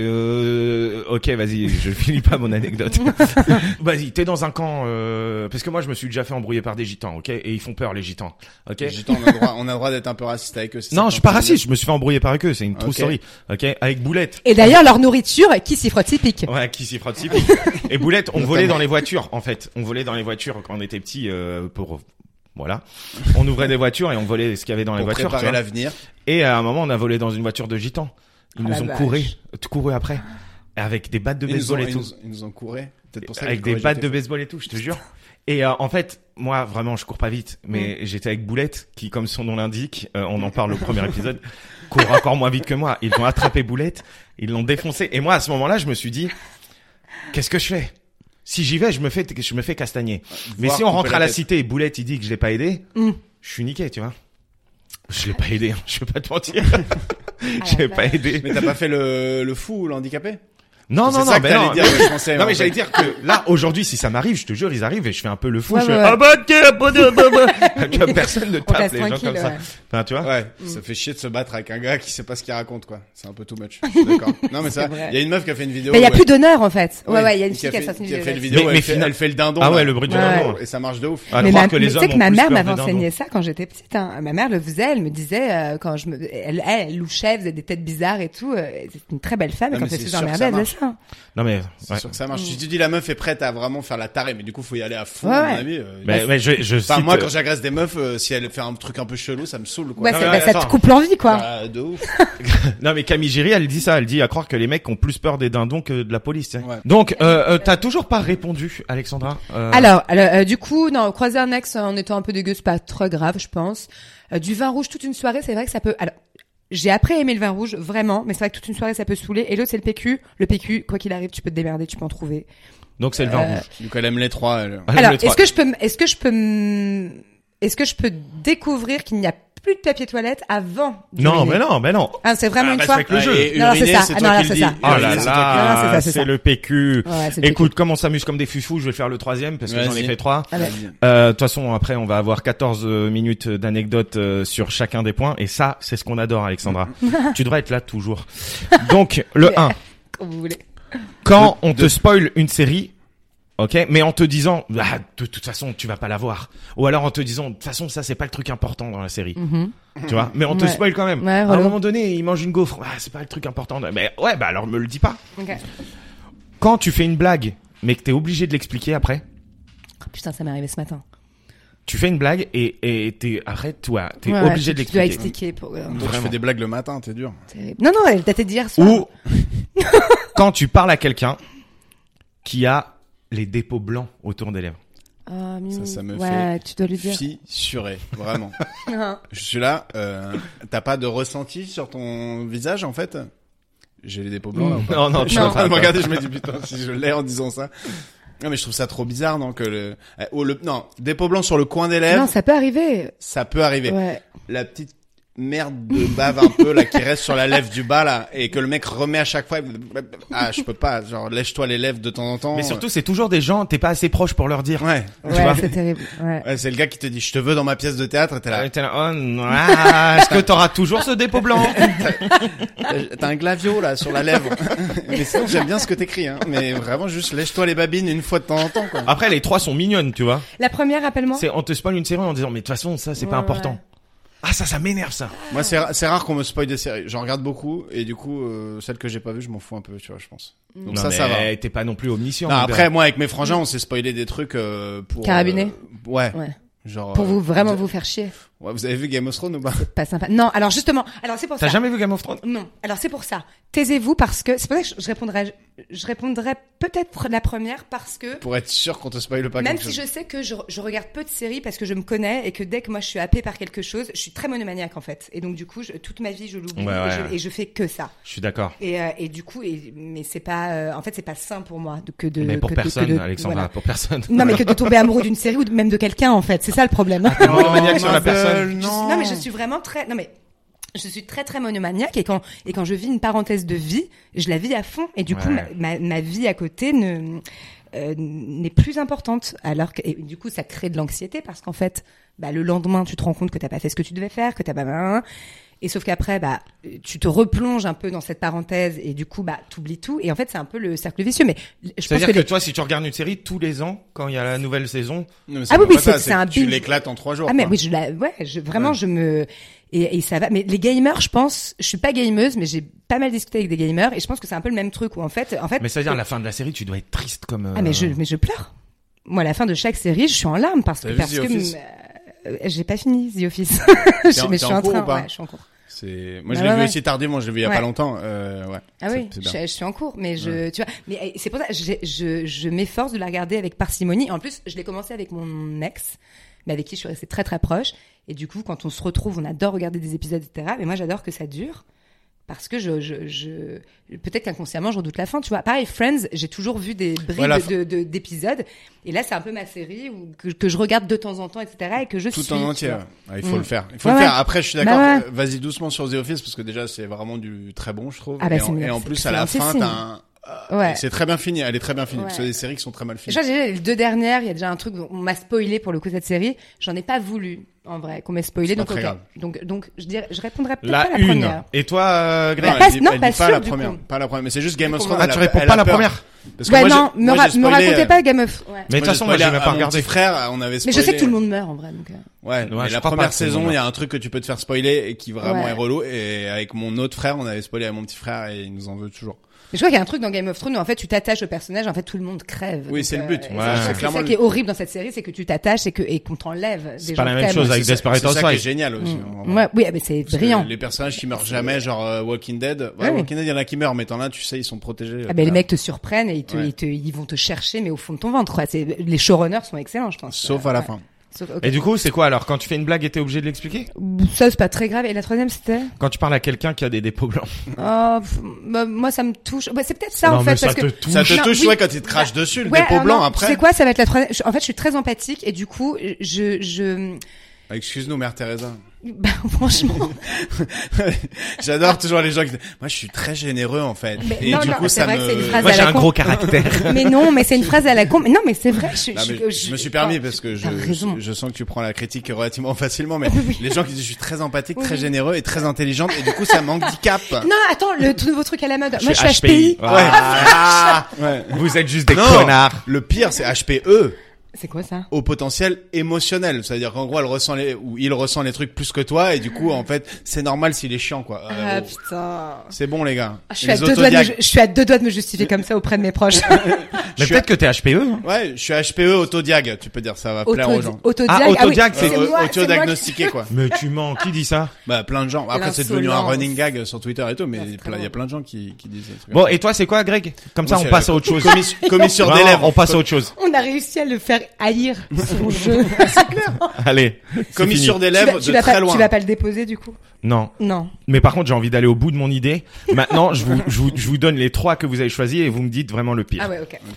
euh, ok, vas-y, je finis pas mon anecdote. Vas-y, t'es dans un camp, euh, parce que moi je me suis déjà fait embrouiller par des gitans, ok, et ils font peur les gitans, ok. Les Gitans, on a le droit, on a le droit d'être un peu raciste avec eux. c'est Non, ça je suis qu'on pas peut raciste, dire. je me suis fait embrouiller par eux, c'est une true Ok. story, ok, avec Boulette. Et d'ailleurs, leur nourriture, qui s'y frotte, s'y pique. Ouais, qui s'y frotte s'y pique. Et Boulette, on volait dans les voitures, en fait. On volait dans les voitures quand on était petits, euh, pour, voilà. On ouvrait des voitures et on volait ce qu'il y avait dans les Pour voitures. tu préparer vois. l'avenir. Et à un moment, on a volé dans une voiture de gitans. Ils Ah, nous la ont vache. couru, couru après. Avec des battes de Ils nous ont, baseball et ils tout. nous, ils nous ont couré. Peut-être pour ça Avec qu'ils des couraient, battes de j'étais baseball et tout, je te jure. Et euh, en fait, moi, vraiment, je cours pas vite. Mais j'étais avec Boulette, qui, comme son nom l'indique, euh, on en parle au premier épisode, court encore moins vite que moi. Ils ont attrapé Boulette, ils l'ont défoncé. Et moi, à ce moment-là, je me suis dit, qu'est-ce que je fais? Si j'y vais, je me fais, je me fais castagner. Mais Voir si on couper rentre la à la tête. cité et Boulette, il dit que je l'ai pas aidé, Mm. je suis niqué, tu vois. Je l'ai pas aidé, hein, je vais pas te mentir. Ah, je l'ai la pas vache. aidé. Mais t'as pas fait le, le fou ou l'handicapé? Non, C'est non, ça non, que mais t'allais non. dire, je pensais, Non en mais fait. j'allais dire que là aujourd'hui si ça m'arrive, je te jure ils arrivent et je fais un peu le fou. Ouais, je fais, ouais, ouais. ah bah tiens, bah, bah, bah, bah. Tu vois, personne ne On tape reste les gens tranquille, comme ça. ouais. Enfin tu vois. Ouais, ça fait chier de se battre avec un gars qui sait pas ce qu'il raconte, quoi. C'est un peu too much. Je suis d'accord. Non, mais ça, C'est vrai. il y a une meuf qui a fait une vidéo. Mais il y a où plus elle- d'honneur, en fait. Ouais, Oui, ouais, il y a une qui fille qui a fait- sorti une qui a vidéo. fait une vidéo Mais- où mais elle, fait, final- elle fait le dindon. Ah là. ouais le bruit du Ouais. dindon. Et ça marche de ouf. À mais croire ma, que les mais tu hommes sais que ont ma plus mère peur m'avait des dindons. enseigné ça quand j'étais petite. Hein. Ma mère le faisait, elle me disait euh, quand je me, elle, elle, elle louchait, faisait des têtes bizarres et tout. euh, C'était une très belle femme. Ah, Et quand mais elle c'est se sûr faisait que emmerder, ça elle faisait ça. Non mais C'est ouais. sûr que ça marche. Si tu dis la meuf est prête à vraiment faire la tarée, mais du coup faut y aller à fond, Ouais, à mon ouais. avis. euh, Mais, mais je je Enfin, cite, moi, euh, quand j'agresse des meufs, euh, si elle fait un truc un peu chelou, ça me saoule, quoi. Ouais, Non, c'est- mais bah, ça attends. te coupe l'envie, quoi. Bah, de ouf. non mais Camille Giry elle dit ça, elle dit à croire que les mecs ont plus peur des dindons que de la police. tu sais. Ouais. Donc euh, euh, t'as toujours pas répondu Alexandra. Euh, Alors, alors, euh, du coup, non, croiser un ex en étant un peu dégueu, c'est pas trop grave, je pense. Euh, du vin rouge toute une soirée, c'est vrai que ça peut. Alors, j'ai après aimé le vin rouge, vraiment, mais c'est vrai que toute une soirée ça peut saouler. Et l'autre c'est le P Q. Le P Q, quoi qu'il arrive, tu peux te démerder, tu peux en trouver. Donc c'est le vin Euh, rouge. Donc elle aime les trois, elle. Elle Alors, le trois. est-ce que je peux, m- est-ce que je peux, m- est-ce que je peux découvrir qu'il n'y a plus de papier toilette avant Non d'uriner mais non mais non. Ah, c'est vraiment Ah, une bah, fois. c'est avec le jeu. Et Non, non, c'est uriner, ça. c'est Ah, toi non, qui là, le c'est dis. ça. Oh Uriner, là c'est toi qui le dis. Non, non, c'est là, ça, c'est c'est ça. le P Q. Ouais, c'est le Écoute, comme on s'amuse comme des foufous, je vais faire le troisième parce que j'en ai Vas-y. fait trois. Ah, bah. Euh, De toute façon, après, on va avoir quatorze minutes d'anecdotes euh, sur chacun des points. Et ça, c'est ce qu'on adore, Alexandra. Tu devrais être là toujours. Donc, le un. Comme vous voulez. Quand on te spoil une série, ok, mais en te disant, ah, de toute façon, tu vas pas la voir. Ou alors en te disant, de toute façon, ça, c'est pas le truc important dans la série. Mhm. Tu vois, mais on te Ouais. spoil quand même. Ouais, à un relou. moment donné, il mange une gaufre. Ah, c'est pas le truc important. Mais ouais, bah alors me le dis pas. Ok. Quand tu fais une blague, mais que t'es obligé de l'expliquer après, Oh, putain, ça m'est arrivé ce matin. tu fais une blague et, et t'es, après, toi, t'es Ouais, ouais, obligé tu- de Tu dois l'expliquer. expliquer pour. euh, Toi, tu Vraiment. fais des blagues le matin, t'es dur. c'est- Non, non, elle datait d'hier soir. Ou quand tu parles à quelqu'un qui a les dépôts blancs autour des lèvres. Ah, mignon. Ça, ça me ouais, tu dois lui dire. Fissuré, vraiment. Ah. Je suis là, euh, t'as pas de ressenti sur ton visage, en fait? J'ai les dépôts blancs, là, ou pas? Non, non, Je tu suis en vois train de me pas. regarder, je me dis, putain, si je l'ai en disant ça. Non, mais je trouve ça trop bizarre, non, que le, euh, oh, le, non, des peaux blancs sur le coin des lèvres. Non, ça peut arriver. Ça peut arriver. Ouais. La petite merde de bave un peu, là, qui reste sur la lèvre du bas, là, et que le mec remet à chaque fois. Ah, je peux pas. Genre, lèche-toi les lèvres de temps en temps. Mais surtout, c'est toujours des gens, t'es pas assez proche pour leur dire. Ouais. Tu vois Ouais, c'est terrible. Ouais. Ouais, c'est le gars qui te dit, je te veux dans ma pièce de théâtre, et t'es là. Ah, t'es là, oh, non, ah, est-ce que t'auras toujours ce dépôt blanc? T'as- T'as un glavio, là, sur la lèvre. Mais sinon, j'aime bien ce que t'écris, hein. Mais vraiment, juste lèche-toi les babines une fois de temps en temps, quoi. Après, les trois sont mignonnes, tu vois. La première, rappelle-moi. C'est, on te spoil une série en disant, mais de toute façon, ça, c'est Ouais, pas important. ouais. Ah, ça, ça m'énerve, ça. Moi, c'est, ra- c'est rare qu'on me spoil des séries. J'en regarde beaucoup, et du coup, euh, celles que j'ai pas vues, je m'en fous un peu, tu vois, je pense. Donc non, ça, mais ça va. t'es pas non plus omniscient. Non, mon après, gars. moi, avec mes frangins, on s'est spoilé des trucs, euh, pour... Carabiner euh, ouais. Ouais. Genre. Pour euh, vous vraiment vous... vous faire chier. Ouais, vous avez vu Game of Thrones ou pas? Pas sympa. Non, alors justement, alors c'est pour T'as ça. jamais vu Game of Thrones? Non, alors c'est pour ça. Taisez-vous parce que c'est pour ça que je- je répondrai, je répondrai peut-être la première parce que Pour être sûr qu'on te spoile pas même quelque si chose. je sais que je, je regarde peu de séries parce que je me connais et que dès que moi je suis happée par quelque chose, je suis très monomaniaque en fait. Et donc du coup, je, toute ma vie je l'oublie Ouais, et, ouais. je, et je fais que ça. Je suis d'accord. Et, euh, et du coup, et, mais c'est pas, euh, en fait, c'est pas sain pour moi de, que de. Mais pour que de- que personne, de- Alexandra, voilà. pour personne. Non, mais que de tomber amoureux d'une série ou de- même de quelqu'un en fait, c'est ça le problème. T'es monomaniaque sur la ma belle, personne. Je suis- Non. non, mais je suis vraiment très. Non, mais je suis très très monomaniaque et quand et quand je vis une parenthèse de vie, je la vis à fond et du coup Ouais. ma, ma ma vie à côté ne euh, n'est plus importante. Alors que et du coup ça crée de l'anxiété parce qu'en fait, bah le lendemain tu te rends compte que t'as pas fait ce que tu devais faire, que t'as pas. Et sauf qu'après, bah, tu te replonges un peu dans cette parenthèse et du coup, bah, t'oublies tout. Et en fait, c'est un peu le cercle vicieux. Mais je pense C'est-à-dire que, que, les- toi, si tu regardes une série tous les ans, quand il y a la nouvelle saison, Non, mais Ah oui, même oui, pas c'est- ça, c'est un Tu binge. l'éclates en trois jours. ah mais quoi. oui, je la, ouais, je, vraiment, Ouais. je me, et, et ça va. Mais les gamers, je pense, je suis pas gameuse, mais j'ai pas mal discuté avec des gamers et je pense que c'est un peu le même truc où en fait, en fait. mais c'est-à-dire à la fin de la série, tu dois être triste comme. euh, Ah mais je, mais je pleure. Moi, à la fin de chaque série, je suis en larmes parce que T'as vu parce The que Office euh, j'ai pas fini The Office. T'es je, en- mais t'es je suis en en cours train. ou pas Ouais, je suis en cours. C'est, moi, je Bah l'ai ouais, vu ouais. aussi tardivement, je l'ai vu il y a Ouais. pas longtemps, euh, ouais. Ah C'est- oui, c'est je, bien. je suis en cours, mais je, tu vois, mais euh, c'est pour ça, je, je, je m'efforce de la regarder avec parcimonie. En plus, je l'ai commencé avec mon ex, mais avec qui je suis restée très très proche. Et du coup, quand on se retrouve, on adore regarder des épisodes, et cetera. Mais moi, j'adore que ça dure. Parce que je, je, je peut-être qu'inconsciemment, je redoute la fin, tu vois. Pareil, Friends, j'ai toujours vu des bribes Ouais, la de, de, de- d'épisodes. Et là, c'est un peu ma série où, que, que je regarde de temps en temps, et cetera. Et que je Tout suis. en tu entier. vois. ouais. Ah, il faut Mm. le faire. Il faut Ouais, le faire. ouais. Après, je suis d'accord. Bah ouais. euh, Vas-y doucement sur The Office parce que déjà, c'est vraiment du très bon, je trouve. Ah bah, et, c'est en, mieux, et en c'est plus, à la excellent, fin, c'est t'as signe. un, Ouais. c'est très bien fini. Elle est très bien finie. Ouais. Parce que c'est des séries qui sont très mal Je finies. crois que déjà, les deux dernières, il y a déjà un truc, on m'a spoilé pour le coup cette série. J'en ai pas voulu, en vrai, qu'on m'ait spoilé. C'est pas Donc, très ok. grave. donc, donc, je dirais, je répondrai peut-être La pas à la une. première. Et toi, euh, Greg Bah, elle pas- dit- non, elle pas dit pas la sûr, du première. coup. Pas la première. Mais c'est juste Game of Comment Thrones. Ah, tu elle a- réponds elle pas a la peur. première. Parce que Ouais, moi, j'ai- non, me, moi, ra- j'ai me spoilé, racontez euh, pas Game of. Ouais. Mais de moi, toute j'ai façon, moi, spoilé j'ai à- même à pas mon regardé. petit frère, on avait Mais spoilé. je sais que tout le monde meurt, en vrai, donc, euh. Ouais, mais je la crois pas première que tout le saison, monde il y a un truc que tu peux te faire spoiler et qui vraiment Ouais. est relou. Et avec mon autre frère, on avait spoilé à mon petit frère et il nous en veut toujours. Mais je crois qu'il y a un truc dans Game of Thrones où en fait tu t'attaches au personnage, en fait tout le monde crève. Oui, Donc, c'est le euh, but. et Ouais. ça, je trouve C'est que clairement c'est ça le- qui est horrible dans cette série, c'est que tu t'attaches et que et qu'on t'enlève. C'est des pas gens la que même t'aimes. chose avec C'est ça- Desperate c'est ça qui est Housewives. génial aussi. Mm. en vrai. Ouais, oui, mais c'est Parce que brillant. Les personnages qui meurent jamais, genre euh, Walking Dead. Ouais, Ouais. Walking Dead, il y en a qui meurent, mais t'en as, tu sais, ils sont protégés. Ah ben les mecs te surprennent et ils, te, Ouais. ils, te, ils vont te chercher mais au fond de ton ventre. Quoi. C'est, les showrunners sont excellents, je pense. Sauf Euh, à la ouais. fin. Sauf, ok. Et du coup, c'est quoi alors? Quand tu fais une blague et t'es obligé de l'expliquer? Ça c'est pas très grave. Et la troisième c'était Quand tu parles à quelqu'un qui a des dépôts blancs. oh, pff, bah, moi ça me touche. Bah, c'est peut-être ça Non, en mais fait ça parce te que touche. Ça te Non, touche, oui. ouais, quand ils te crachent dessus, le ouais, dépôt alors blanc non, après. Tu sais quoi, ça va être la troisième. je- En fait, je suis très empathique et du coup, je je Ah, excuse-nous, Mère Teresa. bah, franchement. J'adore toujours les gens qui disent, moi, je suis très généreux, en fait. Mais Et non, du non, coup, c'est ça vrai que c'est une me... phrase Moi, à j'ai la un con. gros caractère. Mais non, mais c'est une phrase à la con. Mais non, mais c'est vrai. Je, Non, je, mais je- je me suis permis enfin, parce que je, t'as raison. je, je sens que tu prends la critique relativement facilement, mais Oui, oui. les gens qui disent je suis très empathique, très Oui. généreux et très intelligente et du coup ça m'handicape. Non, attends, le tout nouveau truc à la mode. Moi, je suis H P I. H P I. Ah, Ouais. vous êtes juste des Non. connards. Le pire c'est H P E. C'est quoi ça? Au potentiel émotionnel, c'est-à-dire qu'en gros elle ressent les ou il ressent les trucs plus que toi et du coup en fait c'est normal s'il est chiant quoi. Euh, Ah oh, putain. c'est bon les gars. Ah, Je suis, Les à deux doigts de me, autodiag- ju- je suis à deux doigts de me justifier comme ça auprès de mes proches. Mais suis peut-être que t'es H P E. hein. Ouais, je suis H P E autodiag, tu peux dire ça va plaire aux gens. Autodiag. Ah, autodiag, oui, c'est- c'est Euh, moi, c'est moi Autodiagnostiqué quoi. Mais tu mens. Qui dit ça? Bah plein de gens. Après c'est devenu un L'insolence. running gag sur Twitter et tout, mais Ouais, c'est il très y a drôle. plein de gens qui qui disent des trucs. Bon, et toi, c'est quoi, Greg? Comme ça, Moi, on c'est passe la- à autre chose. Commis, commis sur des Vraiment, lèvres. on passe à autre chose. On a réussi à le faire haïr son jeu. Allez. c'est Commis fini. sur des Tu vas, lèvres tu de vas très pas, loin. tu vas pas le déposer du coup? Non. Non. Mais par contre, j'ai envie d'aller au bout de mon idée. Maintenant, je vous, je vous, je vous donne les trois que vous avez choisis et vous me dites vraiment le pire. Ah ouais, ok. Ok.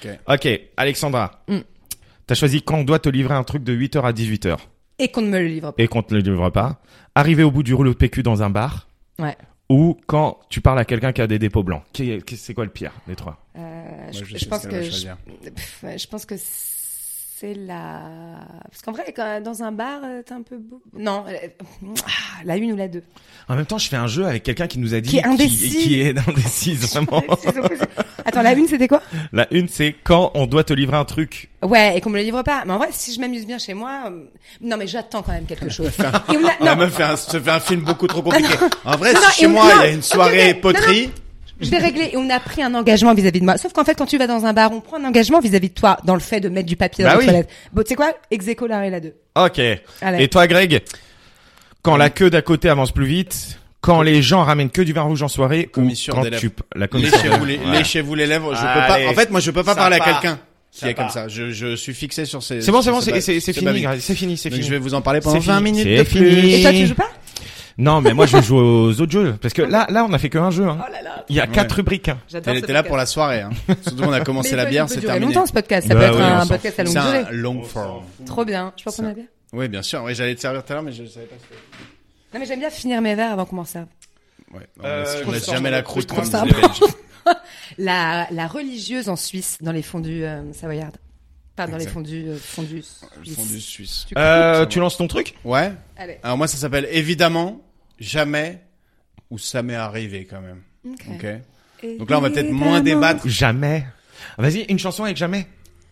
Ok. Ok, Alexandra. Mm. T'as choisi quand on doit te livrer un truc de huit heures à dix-huit heures. Et qu'on ne me le livre pas. Et qu'on te le livre pas. Arriver au bout du rouleau de P Q dans un bar. Ouais. Ou quand tu parles à quelqu'un qui a des dépôts blancs. Qui est- qui- C'est quoi le pire des trois? Euh, Moi, je, je je sais pense ce qu'elle que va je, choisir. pff, ouais, je pense que c'est la parce qu'en vrai quand dans un bar euh, t'es un peu beau. Non, euh, ah, la une ou la deux. En même temps, je fais un jeu avec quelqu'un qui nous a dit Qui est indécis. qui, qui est indécise vraiment. Attends, la une c'était quoi? La une, c'est quand on doit te livrer un truc. Ouais, et qu'on me le livre pas. Mais en vrai, si je m'amuse bien chez moi, euh, non mais j'attends quand même quelque chose. Et on a- La non, meuf fait un, se fait un film beaucoup trop compliqué. En vrai, Non, si non, chez et on- moi, non, il y a une ok, soirée ok, poterie. je l'ai réglé et on a pris un engagement vis-à-vis de moi. Sauf qu'en fait, quand tu vas dans un bar, on prend un engagement vis-à-vis de toi dans le fait de mettre du papier dans Bah les oui. toilettes. Bon, tu sais quoi? Ex aequo la règle à deux. Ok. Allez. Et toi, Greg? Quand la queue d'à côté avance plus vite, quand les gens ramènent que du vin rouge en soirée, ou Commissure quand des lèvres. tu la commission. Léchez-vous les, Voilà. léchez-vous les lèvres. Je peux Allez, pas. En fait, moi, je peux pas ça parler à part. quelqu'un qui Ça est comme part. ça. Je, je suis fixé sur ces. C'est bon, c'est sur bon, ces c'est ba- c'est c'est ces fini, babies. Greg, c'est fini, c'est Donc, fini. je vais vous en parler pendant C'est vingt fini. minutes C'est de fini. plus. Et toi, tu joues pas? Non, mais moi je joue aux autres jeux parce que là, là, on a fait que un jeu. Hein. Oh là là. Il y a Ouais. quatre rubriques. Hein. J'adore Elle ce était là podcast. pour la soirée. Hein. Surtout, on a commencé Mais la il peut- bière, il peut c'est durer terminé. longtemps ce podcast. Ça Bah peut être oui, on un s'en podcast à longue C'est durée. un long form. Trop bien. Je peux prendre la bière? Oui, bien sûr. Oui, j'allais te servir tout à l'heure, mais je savais pas. Non mais j'aime bien finir mes verres avant qu'on m'en serve. Ouais. Non, Euh, on laisse- je on laisse trouve jamais ça- la croûte je trouve comme ça disent les Belges. La, la religieuse en Suisse dans les fondus euh, savoyardes. Pas dans les Exact. fondus euh, fondus Le fond du Suisse. Tu Euh, Ça tu va. lances ton truc? Ouais. Allez. Alors moi, ça s'appelle évidemment, jamais ou ça m'est arrivé quand même. Ok. Ok. Donc là, on va peut-être moins débattre. Jamais. Vas-y, une chanson avec jamais.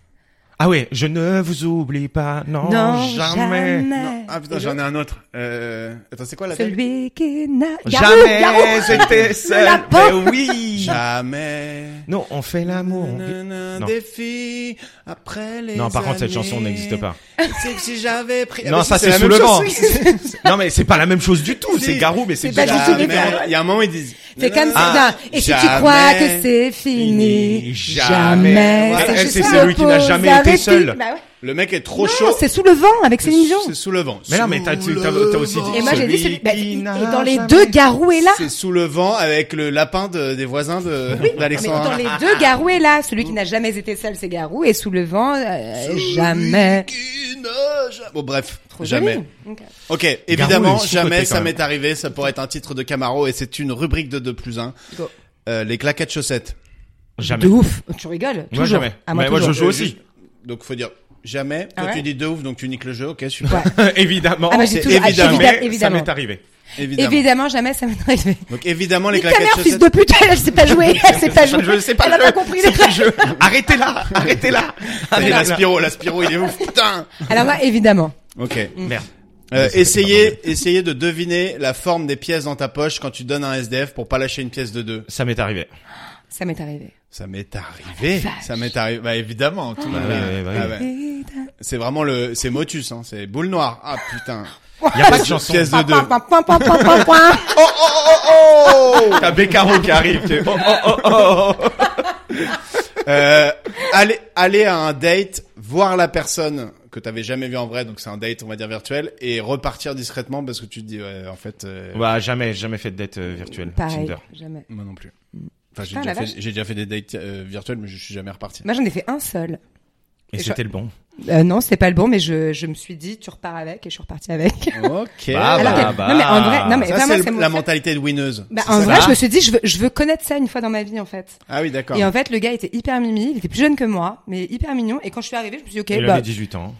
Ah ouais, je ne vous oublie pas, non, Non, jamais. Non. Ah putain, j'en ai un autre. Euh... Attends, c'est quoi la tête? Celui qui n'a... Garou, Jamais Garou. j'étais seul. lapin. Mais oui. Jamais. Non, on fait l'amour. on vit- Nanana, Non. Des filles après les Non, par contre, cette années. chanson n'existe pas. C'est que si j'avais pris. Ah, Non, mais ça si, c'est la sous même le chose. vent. Non, mais c'est pas la même chose du tout. Si. C'est Garou, mais c'est C'est pas déjà- du tout Jamais. différent. Il y a un moment, ils disent. C'est comme Ah, ça. Et si tu jamais. crois que c'est fini, Jamais. jamais. Ouais, C'est elle, juste c'est le celui qui n'a pause jamais été arrêté. seul. Bah ouais. Le mec est trop Non, chaud. c'est sous le vent avec Céline Dion. C'est sous le vent. Mais non, mais t'as- Sous tu- t'as- le t'as aussi dit- vent. Et moi j'ai dit celui. Celui Bah, qui et n'a dans les jamais- deux, Garou est là. C'est sous le vent avec le lapin de, des voisins de, Mais d'Alexandre. dans les deux, Garou est là. Celui qui n'a jamais été seul, c'est Garou. Et sous le vent, euh, jamais. Qui n'a jamais- Bon, bref. Trop jamais. joli. Ok. Ok, évidemment, est sous-coté jamais quand ça même. m'est arrivé. Ça pourrait être un titre de Camaro et c'est une rubrique de deux plus un. Go. Euh, les claquettes chaussettes. Jamais. De ouf. Tu rigoles. Moi, Toujours. jamais. Ah, moi, Mais moi, je toujours. joue Euh, aussi. juste- Donc, faut dire jamais. Ah Toi, ouais tu dis de ouf, donc tu niques le jeu. Ok, super. Ouais. Évidemment. Ah, bah, j'ai c'est toujours- ah, évidemment. évidemment, Mais évidemment. Ça m'est arrivé. Évidemment. Évidemment, jamais ça m'est arrivé. Donc, évidemment, les Nique ta claquettes mère, fils chaussettes. de pute, elle sait pas jouer, elle sait pas jouer. Je sais pas Elle a le pas jeu. compris C'est les pas le jeu. Arrêtez-la. Arrêtez-la. Et la Spiro, la Spiro, il est ouf. Putain. Alors moi, évidemment. Ok. Merde. Euh, Mais ça fait essayez, essayez de deviner la forme des pièces dans ta poche quand tu donnes un S D F pour pas lâcher une pièce de deux. Ça m'est arrivé. Ça m'est arrivé. Ça m'est arrivé. Vache. Ça m'est arrivé. Bah, évidemment. Tout le Bah monde. oui, Ah, oui, oui. ah ouais. C'est vraiment le, c'est Motus, hein. C'est boule noire. Ah, putain. Y a pas de chanson. Pièce de deux. Point, point, point, point, point, point. Oh, oh, oh, oh! T'as Beccaro qui arrive. qui est- Oh, oh, oh, oh. Euh, aller, aller à un date, voir la personne que t'avais jamais vue en vrai, donc c'est un date, on va dire virtuel, et repartir discrètement parce que tu te dis, ouais, en fait, euh, Bah, jamais, jamais fait de date euh, virtuelle. Pareil, Tinder. jamais. moi non plus. Enfin, j'ai Putain, déjà la fait, vache. j'ai déjà fait des dates euh, virtuels, mais je suis jamais reparti. Moi, j'en ai fait un seul. Et Et c'était le bon. Euh, non, c'était pas le bon, mais je, je me suis dit, tu repars avec, et je suis repartie avec. Ok. Bah, Alors bah, que- bah. non, mais en vrai, non, mais Ça, vraiment, c'est c'est le- mon la fait. mentalité de winneuse. Bah, C'est en ça. vrai, je me suis dit, je veux, je veux connaître ça une fois dans ma vie, en fait. Ah oui, d'accord. Et en fait, le gars était hyper mimi, il était plus jeune que moi, mais hyper mignon. Et quand je suis arrivée, je me suis dit, ok, Il bah, avait dix-huit ans.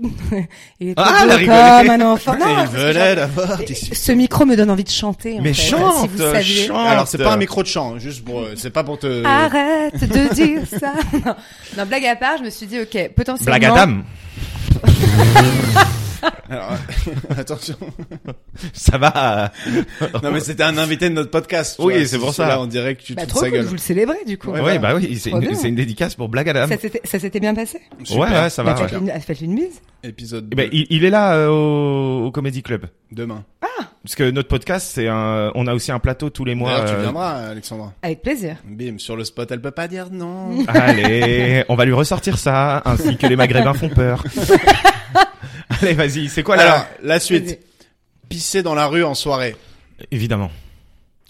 il était Ah, beau elle a rigolé. comme un enfant. Non, Il parce que venait genre- d'avoir Et dix-huit. ce micro me donne envie de chanter. En Mais fait, chante, si vous saviez. chante. Alors, c'est pas un micro de chant, juste pour, euh, c'est pas pour te... Arrête de dire ça. Non. Non, blague à part, je me suis dit, ok, potentiellement. Blague à dame. Alors, attention. Ça va. Non, mais c'était un invité de notre podcast. tu Oui, vois. c'est pour ça. Là, on dirait que tu te Bah, fous de trop sa cool, gueule. vous le célébrez, du coup. Ouais, Ouais, voilà. bah oui, c'est Trop une, bien. c'est une dédicace pour Blague à dame. Ça s'était, ça s'était bien passé? Super. Ouais, ouais, ça va. Bah, ouais. faites une, faites une bise. Épisode Eh ben, deux, il, il est là euh, au, au Comedy Club. demain. Parce que notre podcast, c'est un, on a aussi un plateau tous les mois. D'ailleurs, tu euh, viendras, Alexandra. Avec plaisir. Bim, sur le spot, elle peut pas dire non. Allez, on va lui ressortir ça, ainsi que les Maghrébins font peur. Allez, vas-y, c'est quoi là? Alors, la suite. Vas-y. Pisser dans la rue en soirée. Évidemment.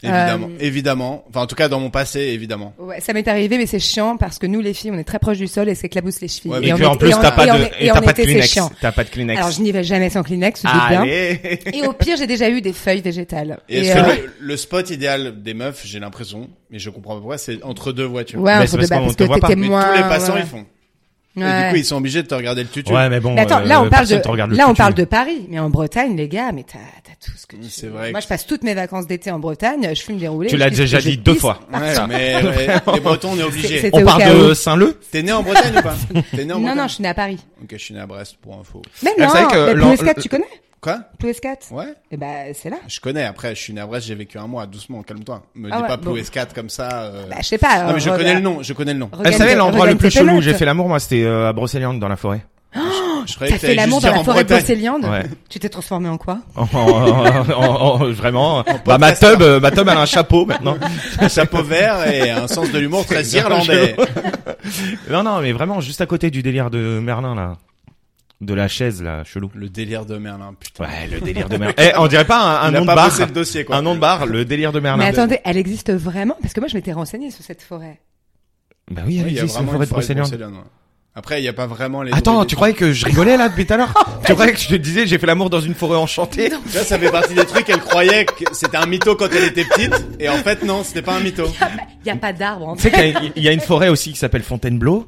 Évidemment, Euh, évidemment. Enfin, en tout cas, dans mon passé, évidemment. Ouais, ça m'est arrivé, mais c'est chiant parce que nous, les filles, on est très proches du sol et c'est éclabousse les chevilles. Ouais, Et en que en été- plus en- t'as pas et en- de, et et en t'as pas de été, c'est Kleenex. chiant. T'as pas de Kleenex. Alors, je n'y vais jamais sans Kleenex, tu te doutes bien. Allez. Et au pire, j'ai déjà eu des feuilles végétales. Et est-ce Et, que euh, le, le spot idéal des meufs, j'ai l'impression, mais je comprends pas pourquoi, c'est entre deux voitures. ouais, Mais entre c'est deux, parce bah, qu'on parce te que voit pas. t'étais Mais moins. tous les passants, ouais. ils font. Et Ouais. du coup, ils sont obligés de te regarder le tutu. Ouais, mais bon. Mais attends, euh, là on parle de, personne te regarde le là on tutu. parle de Paris, mais en Bretagne, les gars, mais t'as, t'as tout ce que tu C'est veux. vrai Moi, que- je passe toutes mes vacances d'été en Bretagne, je fume des roulés. Tu je l'as pisse- déjà je dit deux pisse. fois. Ouais, mais ouais, les Bretons, on est C'est- obligés. c'est- On au parle cas de où. Saint-Leu. T'es né en Bretagne ou pas? T'es né en Non, Bretagne? non, je suis née à Paris. Ok, je suis né à Brest, pour info. Mais Ah, non, vous savez que mais l'an- Plouescat, tu connais? Quoi? Plouescat? Ouais. Eh ben, c'est là. Je connais, après, je suis né à Brest, j'ai vécu un mois, doucement, calme-toi. Me Ah dis ouais, pas bon. Plouescat comme ça, euh... Bah, je sais pas. non, mais je regarde- connais le nom, je connais le nom. Elle regarde savait tes- l'endroit le regarde plus tes chelou où pénates. j'ai fait l'amour, moi, c'était euh, à Brocéliande, dans la forêt. Je croyais T'as que fait t'allais l'amour juste dans dire la en forêt de Bretagne. Brocéliande? Ouais. Tu t'es transformé en quoi? En- en- en- en- vraiment. Bah, ma podcasteur. tub, euh, ma tub, elle a un chapeau maintenant. Un chapeau vert et un sens de l'humour très irlandais. Non, non, mais vraiment, juste à côté du délire de Merlin, là. De la chaise, là, chelou. Le délire de Merlin, putain. Ouais, le délire de Merlin. Eh, on dirait pas un, un Il a nom de pas bar. bossé le dossier, quoi. Un nom de bar, le délire de Merlin. Mais attendez, elle existe vraiment? Parce que moi, je m'étais renseignée sur cette forêt. Bah oui, Oui, elle il y a existe, la vraiment forêt une de Brocéliande. Brocéliande, ouais. Après, il y a pas vraiment les... Attends, vrais tu croyais que je rigolais là depuis tout à l'heure? Oh, Tu croyais que je te disais j'ai fait l'amour dans une forêt enchantée? Tu vois, ça fait partie des trucs, elle croyait que c'était un mytho quand elle était petite, et en fait, non, c'était pas un mytho. Il y a pas d'arbre, en Tu sais fait. qu'il y a- il y a une forêt aussi qui s'appelle Fontainebleau.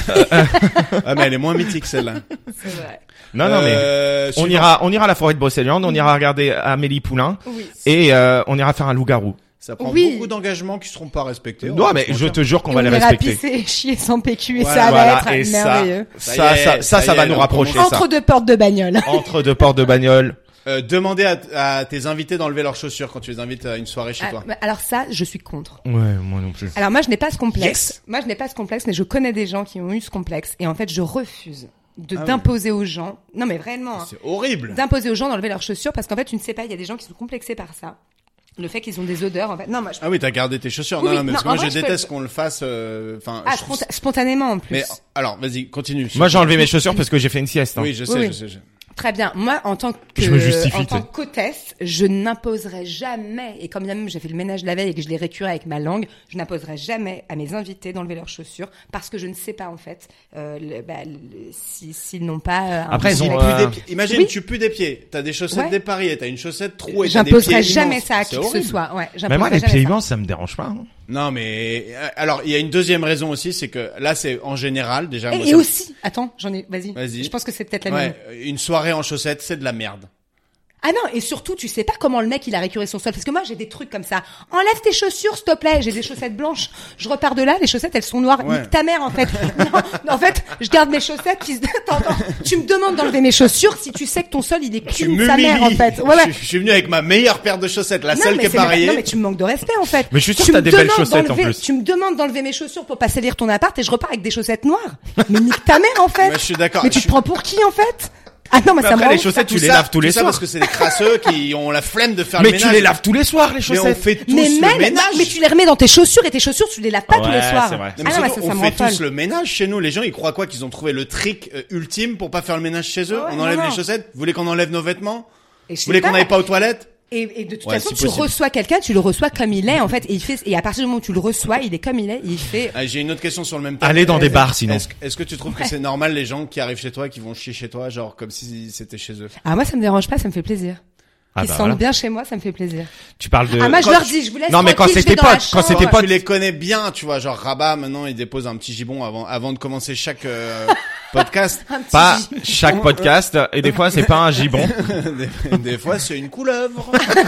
Ah, mais elle est moins mythique, celle-là. C'est vrai. Non, non, mais Euh, on suivant. ira, on ira à la forêt de Brocéliande, on ira regarder Amélie Poulain Oui. et euh, on ira faire un loup-garou. Ça prend Oui. beaucoup d'engagements qui seront pas respectés. on Non, va mais se je mentir. te jure qu'on Et va on les ira respecter. pisser et chier sans P Q et Ouais, ça Voilà, va et être ça, merveilleux. Ça ça, y est, ça, ça, ça ça y va est, nous donc rapprocher, on- ça. Entre deux portes de bagnole. Entre deux portes de bagnole. Euh, demander à, à tes invités d'enlever leurs chaussures quand tu les invites à une soirée chez Ah, toi. bah, alors ça, je suis contre. Ouais, moi non plus. Alors moi, je n'ai pas ce complexe. Yes. Moi, je n'ai pas ce complexe, mais je connais des gens qui ont eu ce complexe. Et en fait, je refuse de Ah oui. d'imposer aux gens. Non, mais vraiment. hein, C'est horrible. d'imposer aux gens d'enlever leurs chaussures parce qu'en fait, tu ne sais pas, il y a des gens qui sont complexés par ça. Le fait qu'ils ont des odeurs, en fait. Non, moi, je... Ah oui, t'as gardé tes chaussures. Oui, non, non, mais non, parce que en moi, vrai, je je peux déteste le- qu'on le fasse, euh, enfin, Ah, je trouve sponta- spontanément, en plus. Mais, alors, vas-y, continue. Moi j'ai enlevé mes chaussures parce que j'ai fait une sieste. Hein. Oui, je sais, Oui, je oui. sais. je- Très bien. Moi, en tant que, Je me justifie, en tu tant sais. qu'hôtesse, je n'imposerai jamais, et comme bien même j'ai fait le ménage la veille et que je l'ai récuré avec ma langue, je n'imposerai jamais à mes invités d'enlever leurs chaussures parce que je ne sais pas, en fait, euh, le, bah, le- si, s'ils n'ont pas, euh, un Après, ils Tu ont, complexe. pues euh, des pieds. Imagine, Oui. tu pues des pieds. T'as des chaussettes Ouais. dépareillées, t'as une chaussette trouée, t'as des pieds J'imposerai jamais immenses. ça à C'est qui que ce horrible. soit. Ouais, Mais moi j'imposerai les jamais pieds ça. immenses ça me dérange pas. Hein. Non, mais euh, alors il y a une deuxième raison aussi, c'est que là c'est en général déjà. moi, Et, ça et me- aussi, attends, j'en ai, vas-y. Vas-y. Je pense que c'est peut-être la mienne. ouais, une soirée en chaussettes, c'est de la merde. Ah non, et surtout, tu sais pas comment le mec il a récuré son sol. Parce que moi, j'ai des trucs comme ça. Enlève tes chaussures, s'il te plaît. J'ai des chaussettes blanches. Je repars de là, les chaussettes, elles sont noires. Ouais. Nique ta mère, en fait. non, en fait, je garde mes chaussettes. Qui... se- Attends, attends. Tu me demandes d'enlever mes chaussures si tu sais que ton sol, il est Tu clean de sa mère, en m'humilies. fait. Ouais, ouais. Je, je suis venu avec ma meilleure paire de chaussettes, la Non, seule mais qui est c'est- pareillée. Non, mais tu me manques de respect, en fait. Mais je suis sûr Tu que t'as me des belles demandes chaussettes, en d'enlever- plus. Tu me demandes d'enlever mes chaussures pour pas salir ton appart et je repars avec des chaussettes noires. Mais nique ta mère, en fait. Ouais, je suis d'accord. Mais tu Je te prends pour qui, en fait? Ah non, mais Mais ça après me les rend- chaussettes Tout tu les ça- laves tous les tout ça soirs. parce que c'est des crasseux qui ont la flemme de faire Mais le tu ménage. les laves tous les soirs les Mais on chaussettes. fait tous Mais le même, ménage. mais tu les remets dans tes chaussures et tes chaussures, tu les laves pas tous les Ouais, soirs. c'est vrai. Non, Ah mais non, mais surtout, ça, ça on me fait rend folle. tous le ménage chez nous. Les gens, ils croient quoi? Qu'ils ont trouvé le trick euh, ultime pour pas faire le ménage chez eux? Ouais, on non, enlève non. les chaussettes? Vous voulez qu'on enlève nos vêtements? Et je Vous sais voulez qu'on pas. n'aille pas aux toilettes? Et, et de toute Ouais, façon, si tu possible. reçois quelqu'un, tu le reçois comme il est, en fait, et il fait, et à partir du moment où tu le reçois, il est comme il est, et il fait, Ah, j'ai une autre question sur le même thème. Allez dans des bars sinon. Est-ce, est-ce que tu trouves que c'est normal les gens qui arrivent chez toi, qui vont chier chez toi, genre comme si c'était chez eux? ah, moi, ça me dérange pas, ça me fait plaisir. Ah Qu'ils bah se sentent voilà. bien chez moi, ça me fait plaisir. Tu parles de Ah, moi, je quand leur tu- dis, je vous laisse Non, mais quand tranquille, c'est je vais tes dans la potes, quand c'est chambre. tes potes. Tu les connais bien, tu vois, genre Rabat, maintenant, il dépose un petit gibon avant, avant de commencer chaque euh, podcast. Un petit Pas gibon. chaque podcast et des fois c'est pas un gibon. des, des fois, c'est une couleuvre.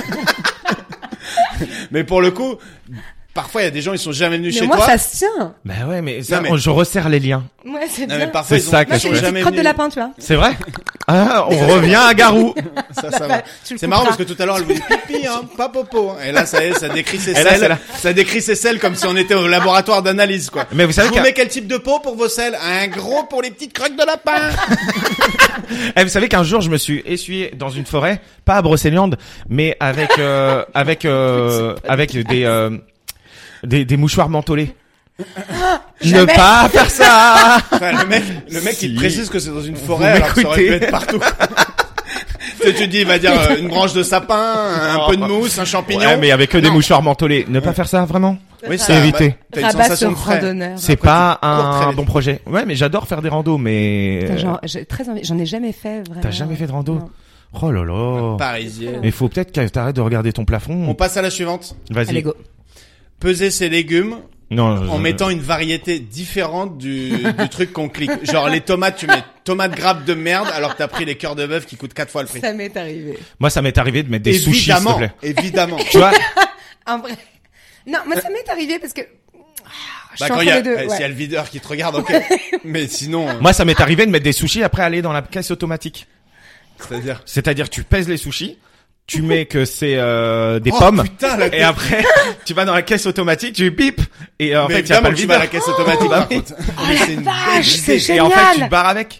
Mais pour le coup, parfois, il y a des gens, ils sont jamais venus Mais chez moi, toi. ça se tient. Bah ouais mais ça Non, mais- je resserre les liens. Ouais, c'est Non, bien. mais parfois, C'est ils ont, ça ils que Moi, je sont j'ai des fais. jamais petites crottes de venus. lapin, tu vois. C'est vrai? Ah, on revient à Garou. Ça, ça va. Tu le C'est marrant couperas. parce que tout à l'heure, elle voulait pipi, hein, pas popo. hein. Et là, ça y est, ça décrit ses Et là, c'est selles. là. Ça décrit ses selles comme si on était au laboratoire d'analyse, quoi. Mais vous savez Je vous qu'un- mets quel type de peau pour vos selles? Un gros pour les petites crottes de lapin. Eh, vous savez qu'un jour je me suis essuyé dans une forêt, pas à Brocéliande, mais avec euh, avec euh, avec des, euh, des des mouchoirs mentholés. Ne Jamais. pas faire ça. Enfin, le mec, le mec, Si. il précise que c'est dans une forêt, Vous alors que ça aurait pu m'écoutez. être partout. Tu te dis, il va dire euh, une branche de sapin, un Oh. peu de mousse, un champignon. Ouais, mais avec que des Non. mouchoirs mentholés. Ne pas faire ça, vraiment. Oui, c'est éviter. bah, t'as une Rabat sensation sur de frais. randonneur. C'est Après, pas tu cours très un vite. bon projet. Ouais, mais j'adore faire des randos, mais Putain, genre, j'ai très envie. J'en ai jamais fait vraiment. t'as jamais fait de rando. Non. Oh là là. Parisienne. Mais faut peut-être que t'arrêtes de regarder ton plafond. On passe à la suivante. Vas-y. Allez, go. Peser ses légumes Non. en je- mettant une variété différente du, du truc qu'on clique. Genre les tomates, tu mets tomates grappes de merde alors que t'as pris les cœurs de bœuf qui coûtent quatre fois le prix. Ça m'est arrivé. Moi, ça m'est arrivé de mettre des sushis, s'il te Évidemment, plaît. évidemment. Tu vois? En vrai. Non, moi, ça m'est arrivé parce que. Ah, je Bah suis quand entre il y a, les deux. eh, s'il y Ouais. a le videur qui te regarde, ok. Mais sinon, euh, Moi, ça m'est arrivé de mettre des sushis après aller dans la caisse automatique. c'est-à-dire. C'est-à-dire, tu pèses les sushis, tu mets que c'est euh, des Oh, pommes, putain, la et après, tu vas dans la caisse automatique, tu bip, et euh, en mais fait, il y a évidemment pas le que tu vas à videur. la caisse automatique Bah par oui. contre. Mais c'est une vache, belle c'est idée. Et en fait, tu génial. te barres avec.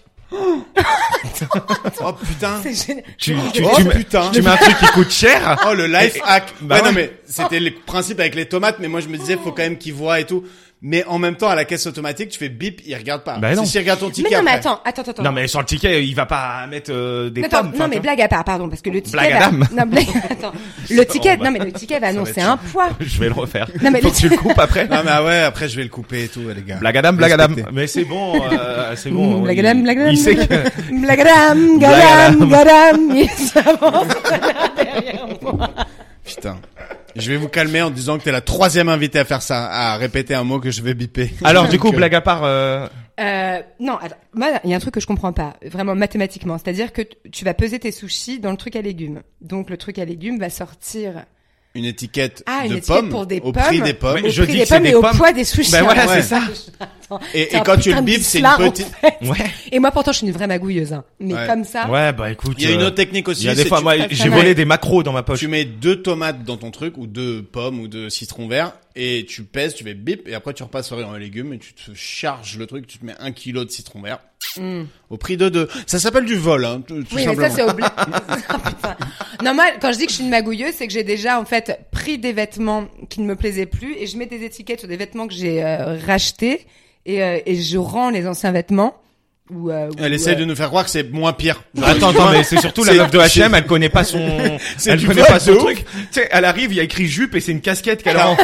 Oh putain. C'est génial. Tu, tu, Oh tu, mets, putain. tu mets un truc qui coûte cher. Oh le life hack. Bah ouais, non ouais. mais c'était le principe avec les tomates, mais moi je me disais faut quand même qu'ils voient et tout. Mais en même temps à la caisse automatique tu fais bip, ils regardent pas. Bah non. Si ils regardent ton ticket Mais non, mais après. attends, attends, attends. Non, mais sur le ticket, il va pas mettre euh, des Attends, pommes. non enfin, mais tu vois. blague à part, pardon, parce que le ticket Blague à va... dame. Non, blague... Attends. Le ticket, bah. non mais le ticket va va annoncer être un poids. Je vais le refaire. Non, mais Faut le- que tu le coupes après. Non mais ah ouais, après je vais le couper et tout les gars. Blague à dame, blague à dame. Respectez. Mais c'est bon, euh, c'est bon. Blague à il- dame, blague à dame. Il sait que... Blagadam, Blague à gadam, dame. gadam, il s'avance derrière moi. Putain. Je vais vous calmer en disant que t'es la troisième invitée à faire ça, à répéter un mot que je vais biper. Alors, du coup, Donc, euh, blague à part, euh... Euh, non, attends, moi, il y a un truc que je comprends pas, vraiment mathématiquement. C'est-à-dire que t- tu vas peser tes sushis dans le truc à légumes. Donc, le truc à légumes va sortir une étiquette ah, une de étiquette pommes pour des au pommes, prix des pommes. Mais au je prix dis des que c'est pommes des et au pommes. poids des sushis. Ben voilà, Ouais. c'est ça. Attends, Et, c'est et un quand tu putain le de bipes, c'est une slap, en petite. fait. Ouais. Et moi, pourtant, je suis une vraie magouilleuse, hein. Mais Ouais. comme ça. Ouais, bah écoute. Il y a une euh, autre technique aussi. Il y a des c'est fois, tu- moi, fais j'ai ça. volé des macros dans ma poche. Tu mets deux tomates dans ton truc ou deux pommes ou deux citrons verts et tu pèses, tu fais bip et après tu repasses sur les légumes et tu te charges le truc, tu te mets un kilo de citron vert Mm. au prix de deux. Ça s'appelle du vol, hein, tout, tout Oui, simplement. mais ça, c'est obligé. Non, moi, quand je dis que je suis une magouilleuse, c'est que j'ai déjà, en fait, pris des vêtements qui ne me plaisaient plus et je mets des étiquettes sur des vêtements que j'ai euh, rachetés et, euh, et je rends les anciens vêtements. Ou, euh, Elle ou, essaie euh, de nous faire croire que c'est moins pire. Genre, Attends, attends, mais c'est surtout la C'est- meuf de H et M, elle connaît pas son, C'est elle du connaît vol pas son de truc. Tu sais, elle arrive, il y a écrit jupe et c'est une casquette qu'elle a. Alors,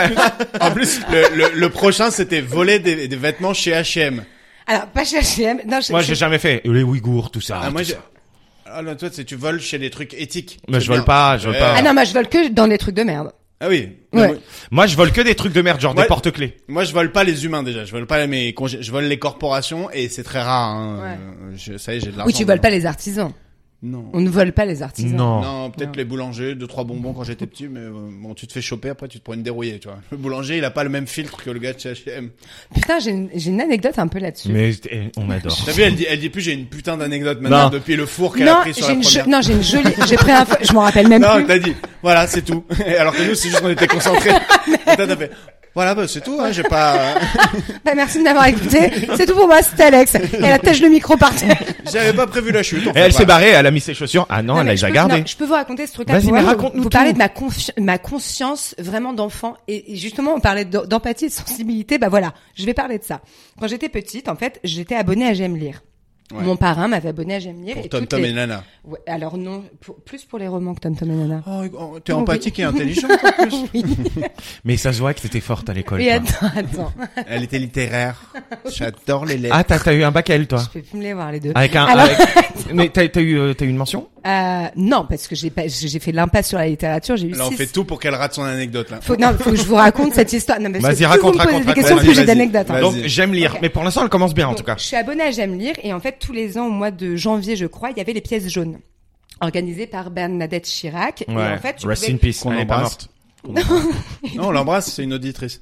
en plus, le, le, le prochain c'était voler des, des vêtements chez H et M. Alors, pas chez H et M. Non, je- Moi, je- j'ai jamais fait. Les Ouïghours, tout ça. Ah, moi tout j'ai. ça. Ah non, toi c'est tu voles chez les trucs éthiques. Mais C'est je vole bien. pas, je vole Ouais. pas. Ah non, moi, je vole que dans des trucs de merde. Ah oui. Ouais. Non, moi- Moi, je vole que des trucs de merde, genre Ouais. des porte-clés. Moi, je vole pas les humains déjà. Je vole pas mes congé... je vole les corporations et c'est très rare. Hein. Ouais. Euh, je... Ça y est, j'ai de l'argent. Oui, tu voles pas les artisans. Non. On ne vole pas les artisans. Non. Non, peut-être Non. les boulangers, deux trois bonbons quand j'étais petit, mais euh, bon, tu te fais choper après, tu te prends une dérouillée, tu vois. Le boulanger, il a pas le même filtre que le gars de chez H et M. Putain, j'ai une, j'ai une anecdote un peu là-dessus. Mais eh, on adore. T'as vu, elle dit, elle dit plus j'ai une putain d'anecdote maintenant Non. depuis le four qu'elle a Non, pris sur j'ai la une, première. jo- non, j'ai une jolie, j'ai pris un, feu- je m'en rappelle même Non, plus. t'as dit, voilà, c'est tout. Alors que nous, c'est juste qu'on était concentrés. Et toi, t'as fait, voilà, bah, c'est tout, hein, j'ai pas, Bah, merci de m'avoir écouté. C'est tout pour moi, c'était Alex. Et elle attache le micro par terre. j'avais pas prévu la chute. Et elle s'est barrée, elle a mis ses chaussures. Ah non, Non, elle mais a je déjà peux- gardé. non, je peux vous raconter ce truc-là. Vas-y, pour mais vraiment raconte-nous vous tout. parler de ma, confi- ma conscience vraiment d'enfant. Et, et justement, on parlait d'e- d'empathie et de sensibilité. Bah voilà, je vais parler de ça. Quand j'étais petite, en fait, j'étais abonnée à J'aime lire. Ouais. Mon parrain m'avait abonné à J'aime lire. Pour et Tom toutes Tom les... et Nana. Ouais, alors non, pour- plus pour les romans que Tom Tom et Nana. Oh, oh, t'es Oh, empathique oui. et intelligente, en plus. Oui. Mais ça se voit que t'étais forte à l'école. Et toi. attends, attends. Elle était littéraire. J'adore les lettres. Ah, t'as, t'as eu un bac L, toi. Je peux plus me les voir les deux. Avec un, Alors- avec... mais t'as, t'as eu, euh, t'as eu une mention? Euh, non, parce que j'ai pas, j'ai fait l'impasse sur la littérature. J'ai eu Là, on six. fait tout pour qu'elle rate son anecdote, là. Faut, non, faut que je vous raconte cette histoire. Non, parce Vas-y, que plus raconte, vous me posez raconte, des questions, raconte. plus j'ai Vas-y, d'anecdotes. hein. vas-y. Donc, j'aime lire. Ok. Mais pour l'instant, elle commence bien, en tout cas. Je suis abonnée à J'aime lire et en fait tous les ans au mois de janvier, je crois, il y avait les pièces jaunes organisées par Bernadette Chirac. Et Ouais. en fait, tu Rest pouvais- in peace. Qu'on Elle est pas embrasse. morte. Non, on l'embrasse, c'est une auditrice.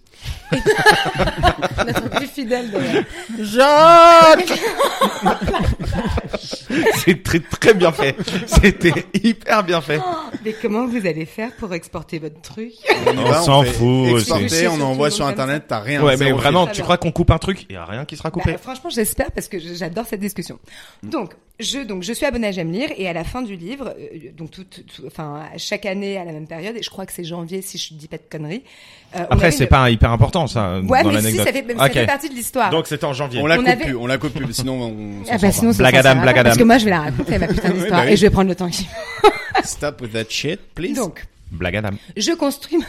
notre plus fidèle. d'ailleurs. Jacques! C'est très, très bien fait. C'était hyper bien fait. Mais comment vous allez faire pour exporter votre truc On, y On va, s'en fait fout, Exporter, c'est- on envoie c'est sur comme internet, t'as rien. Ouais, mais zéro vraiment, Très tu bien. crois qu'on coupe un truc? Il y a rien qui sera coupé. Bah, franchement, j'espère parce que j'adore cette discussion. Donc, je donc je suis abonnée à J'aime lire et à la fin du livre, euh, donc tout, tout- enfin chaque année à la même période, et je crois que c'est janvier, si je dis pas de conneries. Euh, on Après, avait c'est une- pas hyper important, ça, Ouais, dans mais si, l'anecdote. ça fait, ça Ok. fait partie de l'histoire. Donc, c'était en janvier. On la On coupe avait- plus, on la coupe plus, sinon on s'en Ah bah sort sinon, ça Blagadam, sert à rien, blagadam. Parce que moi, je vais la raconter, ma putain d'histoire. bah oui. Et je vais prendre le temps qu'il pas. Stop with that shit, please. Donc, Blagadam. je construis ma...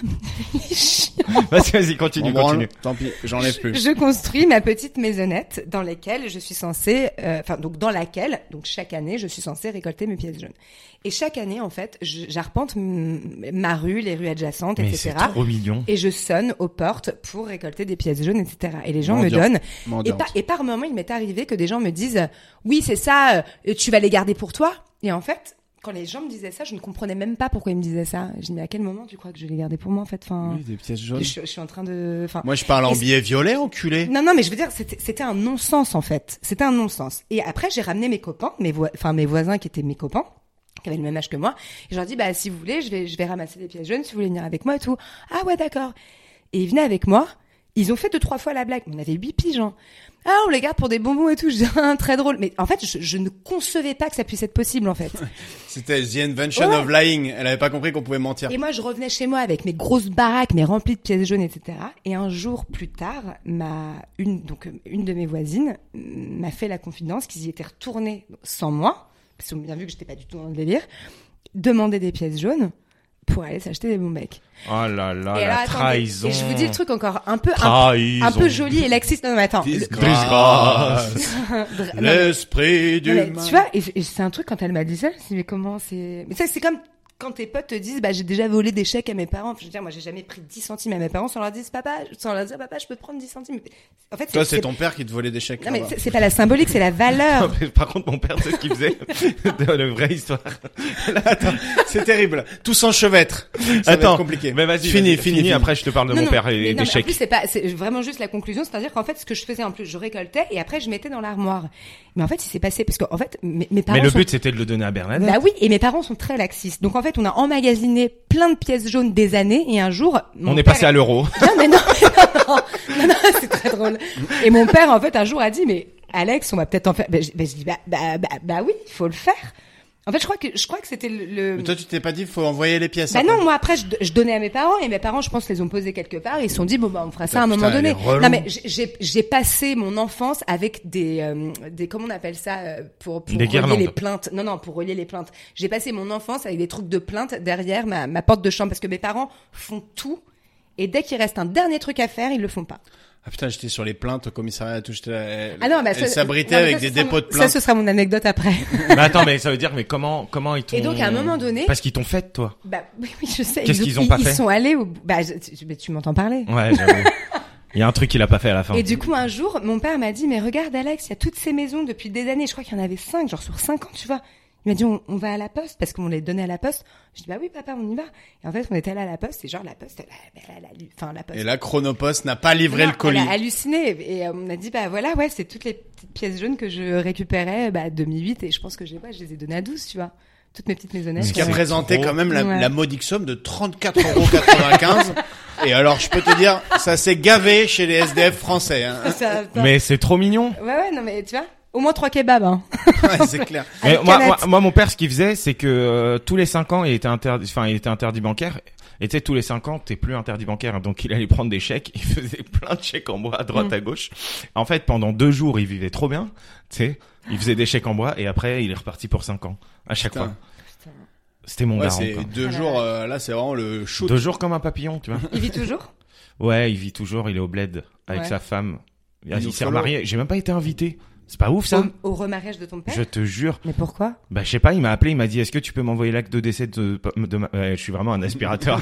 Vas-y, vas-y, continue, On branle, continue. tant pis, j'enlève plus. Je construis ma petite maisonnette dans laquelle je suis censée, euh, enfin donc dans laquelle, donc chaque année, je suis censée récolter mes pièces jaunes. Et chaque année, en fait, je- j'arpente m- ma rue, les rues adjacentes, Mais c'est et cetera. trop mignon. Et je sonne aux portes pour récolter des pièces jaunes, et cetera. Et les gens Mendiant. me donnent. Et, Mendiante. par- et par moment, il m'est arrivé que des gens me disent « Oui, c'est ça, euh, tu vas les garder pour toi ?» Et en fait, quand les gens me disaient ça, je ne comprenais même pas pourquoi ils me disaient ça. Je me dis « Mais à quel moment tu crois que je vais les garder pour moi, en fait ?» Enfin, Oui, des pièces jaunes. je, je suis en train de... Enfin, Moi, je parle en Et- billet violet, enculé. non, non, mais je veux dire, c'était, c'était un non-sens, en fait. C'était un non-sens. Et après, j'ai ramené mes copains, mes voi- enfin, mes voisins qui étaient mes copains, qui avaient le même âge que moi. Et je leur dis, bah, si vous voulez, je vais, je vais ramasser des pièces jaunes, si vous voulez venir avec moi et tout. Ah ouais, d'accord. Et ils venaient avec moi. Ils ont fait deux, trois fois la blague. On avait huit piges, hein. Ah, on les garde pour des bonbons et tout. Je dis, ah, très drôle. Mais en fait, je, je ne concevais pas que ça puisse être possible, en fait. C'était The Invention Ouais. of Lying. Elle avait pas compris qu'on pouvait mentir. Et moi, je revenais chez moi avec mes grosses baraques, mes remplies de pièces jaunes, et cetera. Et un jour plus tard, ma une donc euh, une de mes voisines mm, m'a fait la confidence qu'ils y étaient retournés sans moi, parce qu'ils ont bien vu que j'étais pas du tout dans le délire, demander des pièces jaunes pour aller s'acheter des bons becs. Oh là là, et la alors, attendez, trahison. et je vous dis le truc encore un peu un, Trahison. un peu joli et laxiste. Non, mais attends. le- Disgrâce. Non, mais- L'esprit du Non, mais mal. tu vois, et, et c'est un truc quand elle m'a dit ça, je me suis dit, mais comment c'est... Mais ça, c'est comme quand tes potes te disent, bah, j'ai déjà volé des chèques à mes parents. Je veux dire, moi, j'ai jamais pris dix centimes à mes parents sans leur dire, papa, sans leur dire, papa, je peux prendre dix centimes. En fait, Toi, c'est ton père qui te volait des chèques. Non, mais là-bas. c'est- c'est pas la symbolique, c'est la valeur. Par contre, mon père, c'est ce qu'il faisait. De la vraie histoire. Attends, c'est terrible. Tout s'enchevêtre. Ça va Attends, être compliqué. mais vas-y, Fini, vas-y, fini, fini. Après, je te parle de Non, mon non, père mais et non, des mais en plus, chèques. c'est pas, c'est vraiment juste la conclusion, c'est-à-dire qu'en fait, ce que je faisais en plus, je récoltais et après, je mettais dans l'armoire. Mais en fait, il s'est passé, parce qu'en fait, mes, mes parents Mais le sont- but, c'était de le donner à Bernadette. Bah oui, et mes parents sont très laxistes. Donc en fait, on a emmagasiné plein de pièces jaunes des années et un jour, mon On est père- passé à l'euro. Non mais non, mais non, non, non, non, c'est très drôle. Et mon père en fait un jour a dit mais Alex, on va peut-être en faire. Ben, je, ben, je dis bah, bah bah bah oui, il faut le faire. En fait, je crois que je crois que c'était le. le- Mais toi, tu t'es pas dit, faut envoyer les pièces. Bah après. non, moi après je, je donnais à mes parents et mes parents, je pense, les ont posés quelque part et ils se sont dit bon bah on fera ça à un Putain, moment elle donné. est relou. Non mais j'ai- j'ai j'ai passé mon enfance avec des euh, des comment on appelle ça euh, pour pour Des relier guirlandes. les plaintes. Non non, pour relier les plaintes. J'ai passé mon enfance avec des trucs de plainte derrière ma ma porte de chambre parce que mes parents font tout et dès qu'il reste un dernier truc à faire, ils le font pas. Ah putain, j'étais sur les plaintes au commissariat, tout. J'étais là, elle, Ah non, bah elle ça- s'abritait non, mais avec ça, des ce sera dépôts mon- de Ça, plaintes. ce sera mon anecdote après. Mais attends, mais ça veut dire, mais comment, comment ils t'ont... Et donc, à un moment donné- Parce qu'ils t'ont fait, toi. Bah oui, oui, je sais. Qu'est-ce Ils- qu'ils ont ils, pas ils fait sont allés au. Bah, je- tu, mais tu m'entends parler. Ouais, j'avoue. Il y a un truc qu'il a pas fait à la fin. Et du coup, un jour, mon père m'a dit, mais regarde, Alex, il y a toutes ces maisons depuis des années. Je crois qu'il y en avait cinq, genre sur cinq ans, tu vois. Il m'a dit, on, on va à la poste parce qu'on les donnait à la poste. Je dis, bah oui, papa, on y va. Et en fait, on était allé à la poste et genre, la poste, elle a, elle a, elle a- enfin, la poste. Et là, Chronopost n'a pas livré Non, le colis. Elle a halluciné et euh, on a dit bah voilà ouais c'est toutes les petites pièces jaunes que je récupérais bah deux mille huit et je pense que j'ai ouais, je les ai données à douze tu vois toutes mes petites maisonnettes. Ce qui a C'est présenté trop. quand même la, Ouais. la modique somme de trente-quatre euros quatre-vingt-quinze. Et alors, je peux te dire, ça s'est gavé chez les S D F français. Hein. Ça- ça- Mais c'est trop mignon. ouais ouais non mais tu vois au moins trois kebabs hein. Ouais, c'est clair. Mais Avec moi, canette. moi, moi, mon père, ce qu'il faisait, c'est que euh, tous les cinq ans, il était interdit, enfin, il était interdit bancaire. Et tu sais, tous les cinq ans, t'es plus interdit bancaire, hein. Donc il allait prendre des chèques. Il faisait plein de chèques en bois à droite, Mm. à gauche. En fait, pendant deux jours, il vivait trop bien. Tu sais, il faisait des chèques en bois et après, il est reparti pour cinq ans à chaque Putain. fois. C'était mon Ouais, daron. c'est quoi. deux Ah là jours, là. euh, là, c'est vraiment le shoot. Deux jours comme un papillon, tu vois. Il vit toujours Ouais, il vit toujours. Il est au bled avec Ouais. sa femme. Il, Il nous il s'est follow. remarié. J'ai même pas été invité. C'est pas ouf ça. au, au remariage de ton père Je te jure. mais pourquoi Bah je sais pas, il m'a appelé, il m'a dit est-ce que tu peux m'envoyer l'acte de décès de, de ma... Ouais, je suis vraiment un aspirateur.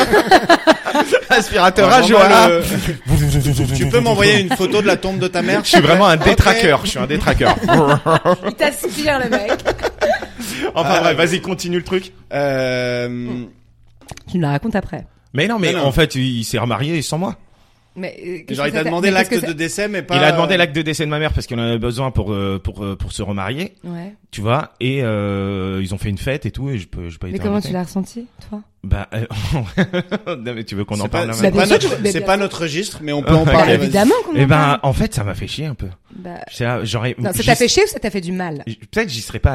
aspirateur Ouais, à vraiment Johanna. le- Tu peux m'envoyer une photo de la tombe de ta mère? Je suis vraiment un Ok. détraqueur, je suis un détraqueur. il t'aspire le mec Enfin bref, vas-y, continue le truc. Euh, tu me la racontes après Mais non, mais Non, non. en fait, il, il s'est remarié sans moi. mais euh, qu'est-ce genre, que il t'a ça- demandé mais qu'est-ce l'acte que de ça- décès, mais pas... Il a demandé l'acte de décès de ma mère parce qu'il en avait besoin pour euh, pour euh, pour se remarier, ouais tu vois, et euh, ils ont fait une fête et tout et je peux je peux mais être comment invité. tu l'as ressenti toi Bah euh, non, mais tu veux qu'on en C'est pas, parle là c'est Bah, maintenant pas bien sûr notre, que- mais c'est bien pas sûr. notre registre, mais on peut en Ok. parler. bah, vas-y. évidemment comment Eh on ben parle en fait, ça m'a fait chier un peu. bah C'est- J'aurais non ça j'y- t'a fait chier ou ça t'a fait du mal peut-être j'y serais pas allé.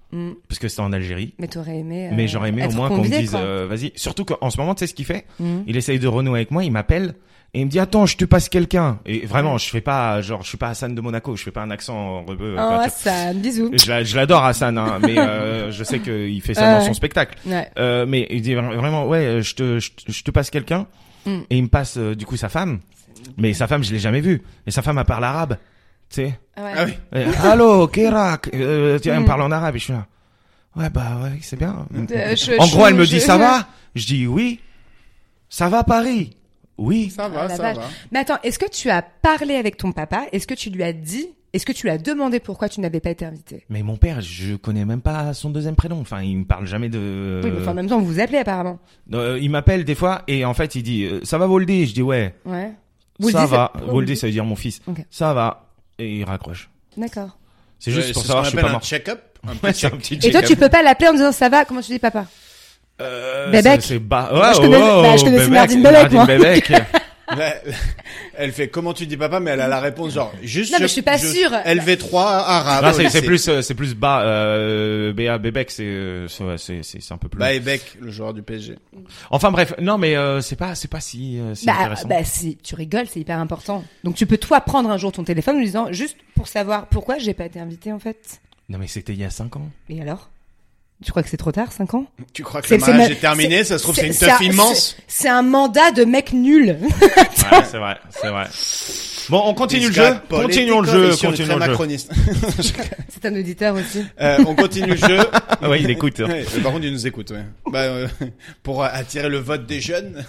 Mm. parce que c'était en Algérie. Mais t'aurais aimé. Euh, Mais j'aurais aimé au être moins qu'on me convié, dise, quoi. euh, vas-y. Surtout qu'en ce moment, tu sais ce qu'il fait? Mm. Il essaye de renouer avec moi, il m'appelle et il me dit attends, je te passe quelqu'un. Et vraiment, je fais pas genre, je suis pas Hassan de Monaco, je fais pas un accent rebeu. Oh, quoi, tu- Hassan, bisous. je l'a- je l'adore Hassan, hein, mais euh, je sais qu'il fait ça Ouais, dans ouais. son spectacle. Ouais. Euh, mais il dit vra- vraiment ouais, je te je, te- je te passe quelqu'un Mm. et il me passe euh, du coup sa femme. Mais sa femme, je l'ai jamais vue. Et sa femme elle parle arabe, tu sais. Ah ouais. Ah oui. Et, Allô, Kérak, euh, tiens, elle me Mm. parle en arabe et je suis là. Ouais bah ouais, c'est bien. Euh, je- En je- gros, elle me je- dit ça va? Je dis oui. Ça va Paris? Oui. Ça Ah, va, la ça vache. va. Mais attends, est-ce que tu as parlé avec ton papa? Est-ce que tu lui as dit? Est-ce que tu lui as demandé pourquoi tu n'avais pas été invité? Mais mon père, je connais même pas son deuxième prénom. Enfin, il me parle jamais de. Oui, mais enfin, en même temps, vous vous appelez apparemment. Euh, il m'appelle des fois et en fait il dit euh, ça va Voldy? Je dis ouais. Ouais. ça Voldy, va. c'est- Voldy, ça veut dire mon fils. Ok. Ça va. Et il raccroche. D'accord. C'est juste Ouais, pour c'est savoir ce je qu'on suis pas appelle mort. un check-up. Un Ouais, petit c'est un check. petit Et toi, check-up. tu peux pas l'appeler en disant ça va? Comment tu dis papa? Euh, Bébek. c'est- C'est bas. Moi, je Ouais, connais- oh, bah, je connais Bébek, Merdine c'est Bébek, moi. Bébek. Là, elle fait comment tu dis papa, mais elle a la réponse genre juste. Non, mais je suis pas sûre. L V trois arabe. Là, c'est au c'est lycée. plus euh, c'est plus bas. Euh, B A Bébek, c'est euh, c'est ouais, c'est c'est c'est un peu plus. Bah et Beck, le joueur du P S G. Enfin bref, non mais euh, c'est pas c'est pas si euh, si Bah, intéressant. bah, si tu rigoles, c'est hyper important. Donc, tu peux toi prendre un jour ton téléphone en lui disant juste pour savoir pourquoi j'ai pas été invité en fait. Non mais c'était il y a cinq ans. Et alors? Tu crois que c'est trop tard, cinq ans? Tu crois que C'est- le c'est mariage ma- est terminé? Ça se trouve c'est une c'est teuf un- immense. c'est- C'est un mandat de mec nul. Ouais, c'est vrai, c'est vrai. Bon, on continue le jeu. Continuons le jeu. Ici, on est Continuons très le jeu. macroniste. C'est un auditeur aussi. Euh, on continue le jeu. Ah ouais, il écoute. Ouais, mais par contre, il nous écoute, ouais. Bah, euh, pour attirer le vote des jeunes.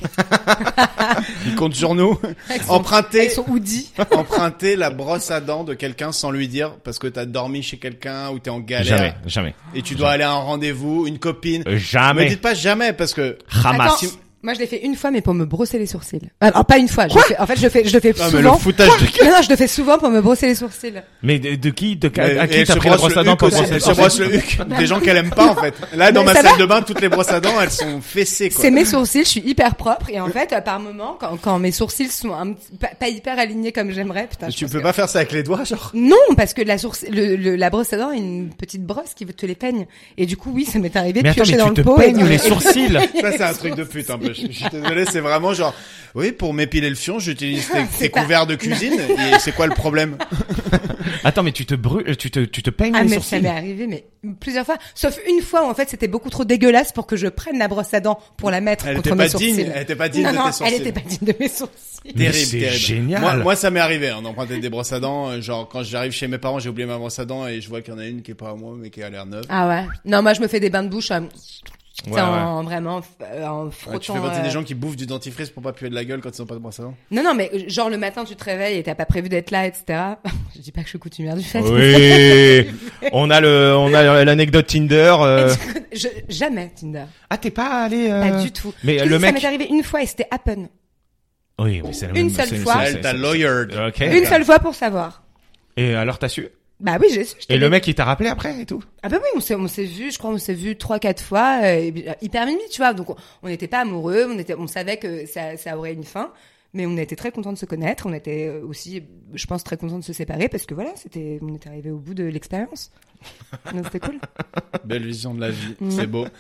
Il compte sur nous. Avec son- Emprunter, Avec son hoodie. emprunter la brosse à dents de quelqu'un sans lui dire parce que t'as dormi chez quelqu'un ou t'es en galère. Jamais, jamais, Et tu dois aller à un rendez-vous, une copine. Euh, Me jamais. dites pas jamais parce que. Hamas. Attends, moi je l'ai fait une fois mais pour me brosser les sourcils. Alors pas une fois, je le fais- en fait je le fais je le fais Non, mais le souvent. foutage de Non non, je le fais souvent pour me brosser les sourcils. Mais de, de qui, de Mais- à et qui elle t'as se pris la brosse brosse à le dents huc pour aussi, brosser elle les se brosse sourcils? le huc. Des gens qu'elle aime pas, en fait. Là, dans Mais ma ça salle va de bain, toutes les brosses à dents, elles sont fessées, quoi. C'est mes sourcils, je suis hyper propre et en fait euh, par moment quand, quand mes sourcils sont un petit- pas, pas hyper alignés comme j'aimerais, putain. je Tu pense peux que- pas faire ça avec les doigts, genre? Non, parce que la source, le, le- la brosse à dents est une petite brosse qui te les peigne. Et du coup, oui, ça m'est arrivé de Mais attends, piocher mais dans tu le te pot. et peignes de- les sourcils. Ça, c'est un truc de pute, un peu. Je je suis désolé, c'est vraiment genre, oui, pour m'épiler le fion, j'utilise tes, C'est tes pas- couverts de cuisine, et c'est quoi le problème? Attends, mais tu te brûles, tu te, tu te peignes Ah les mais ça sourcils. m'est arrivé mais plusieurs fois, sauf une fois où en fait c'était beaucoup trop dégueulasse pour que je prenne la brosse à dents pour la mettre Elle contre était mes pas sourcils. digne, elle était pas digne non, de non, tes sourcils. elle était pas digne de mes sourcils. Mais Terrible, c'est terrible. génial. Moi, moi, ça m'est arrivé, hein, d'emprunter des brosses à dents. euh, Genre, quand j'arrive chez mes parents, j'ai oublié ma brosse à dents et je vois qu'il y en a une qui est pas à moi, mais qui a l'air neuve. Ah ouais. Non, moi je me fais des bains de bouche euh, Ouais, en vraiment euh, en Ouais, frottant. tu fais partie euh, des gens qui bouffent du dentifrice pour pas puer de la gueule quand ils ont pas de brosse à dents. Non non mais euh, genre le matin tu te réveilles et t'as pas prévu d'être là et cetera. Je dis pas que je suis coutumière du fait. Oui. On a le, on a l'anecdote Tinder. euh. Je, jamais Tinder. Ah, t'es pas allé. euh, Pas du tout. Mais Je te le dis, mec. Ça m'est arrivé une fois et c'était Happen. Oui, mais c'est la Une même- seule c'est- fois. c'est- Elle c'est- t'a c'est- lawyered. Ok. Une seule fois pour savoir. Et alors t'as su? Bah oui, j'ai su. je te Et le l'ai- mec il t'a rappelé après et tout? Ah bah oui, on s'est on s'est vu, je crois on s'est vu trois quatre fois euh, et, euh, hyper mimi, tu vois. Donc on- on n'était pas amoureux, on était on savait que ça ça aurait une fin, mais on était très contents de se connaître, on était euh, aussi je pense très contents de se séparer parce que voilà, c'était on était arrivé au bout de l'expérience. Donc c'était cool. Belle vision de la vie, Mm. c'est beau.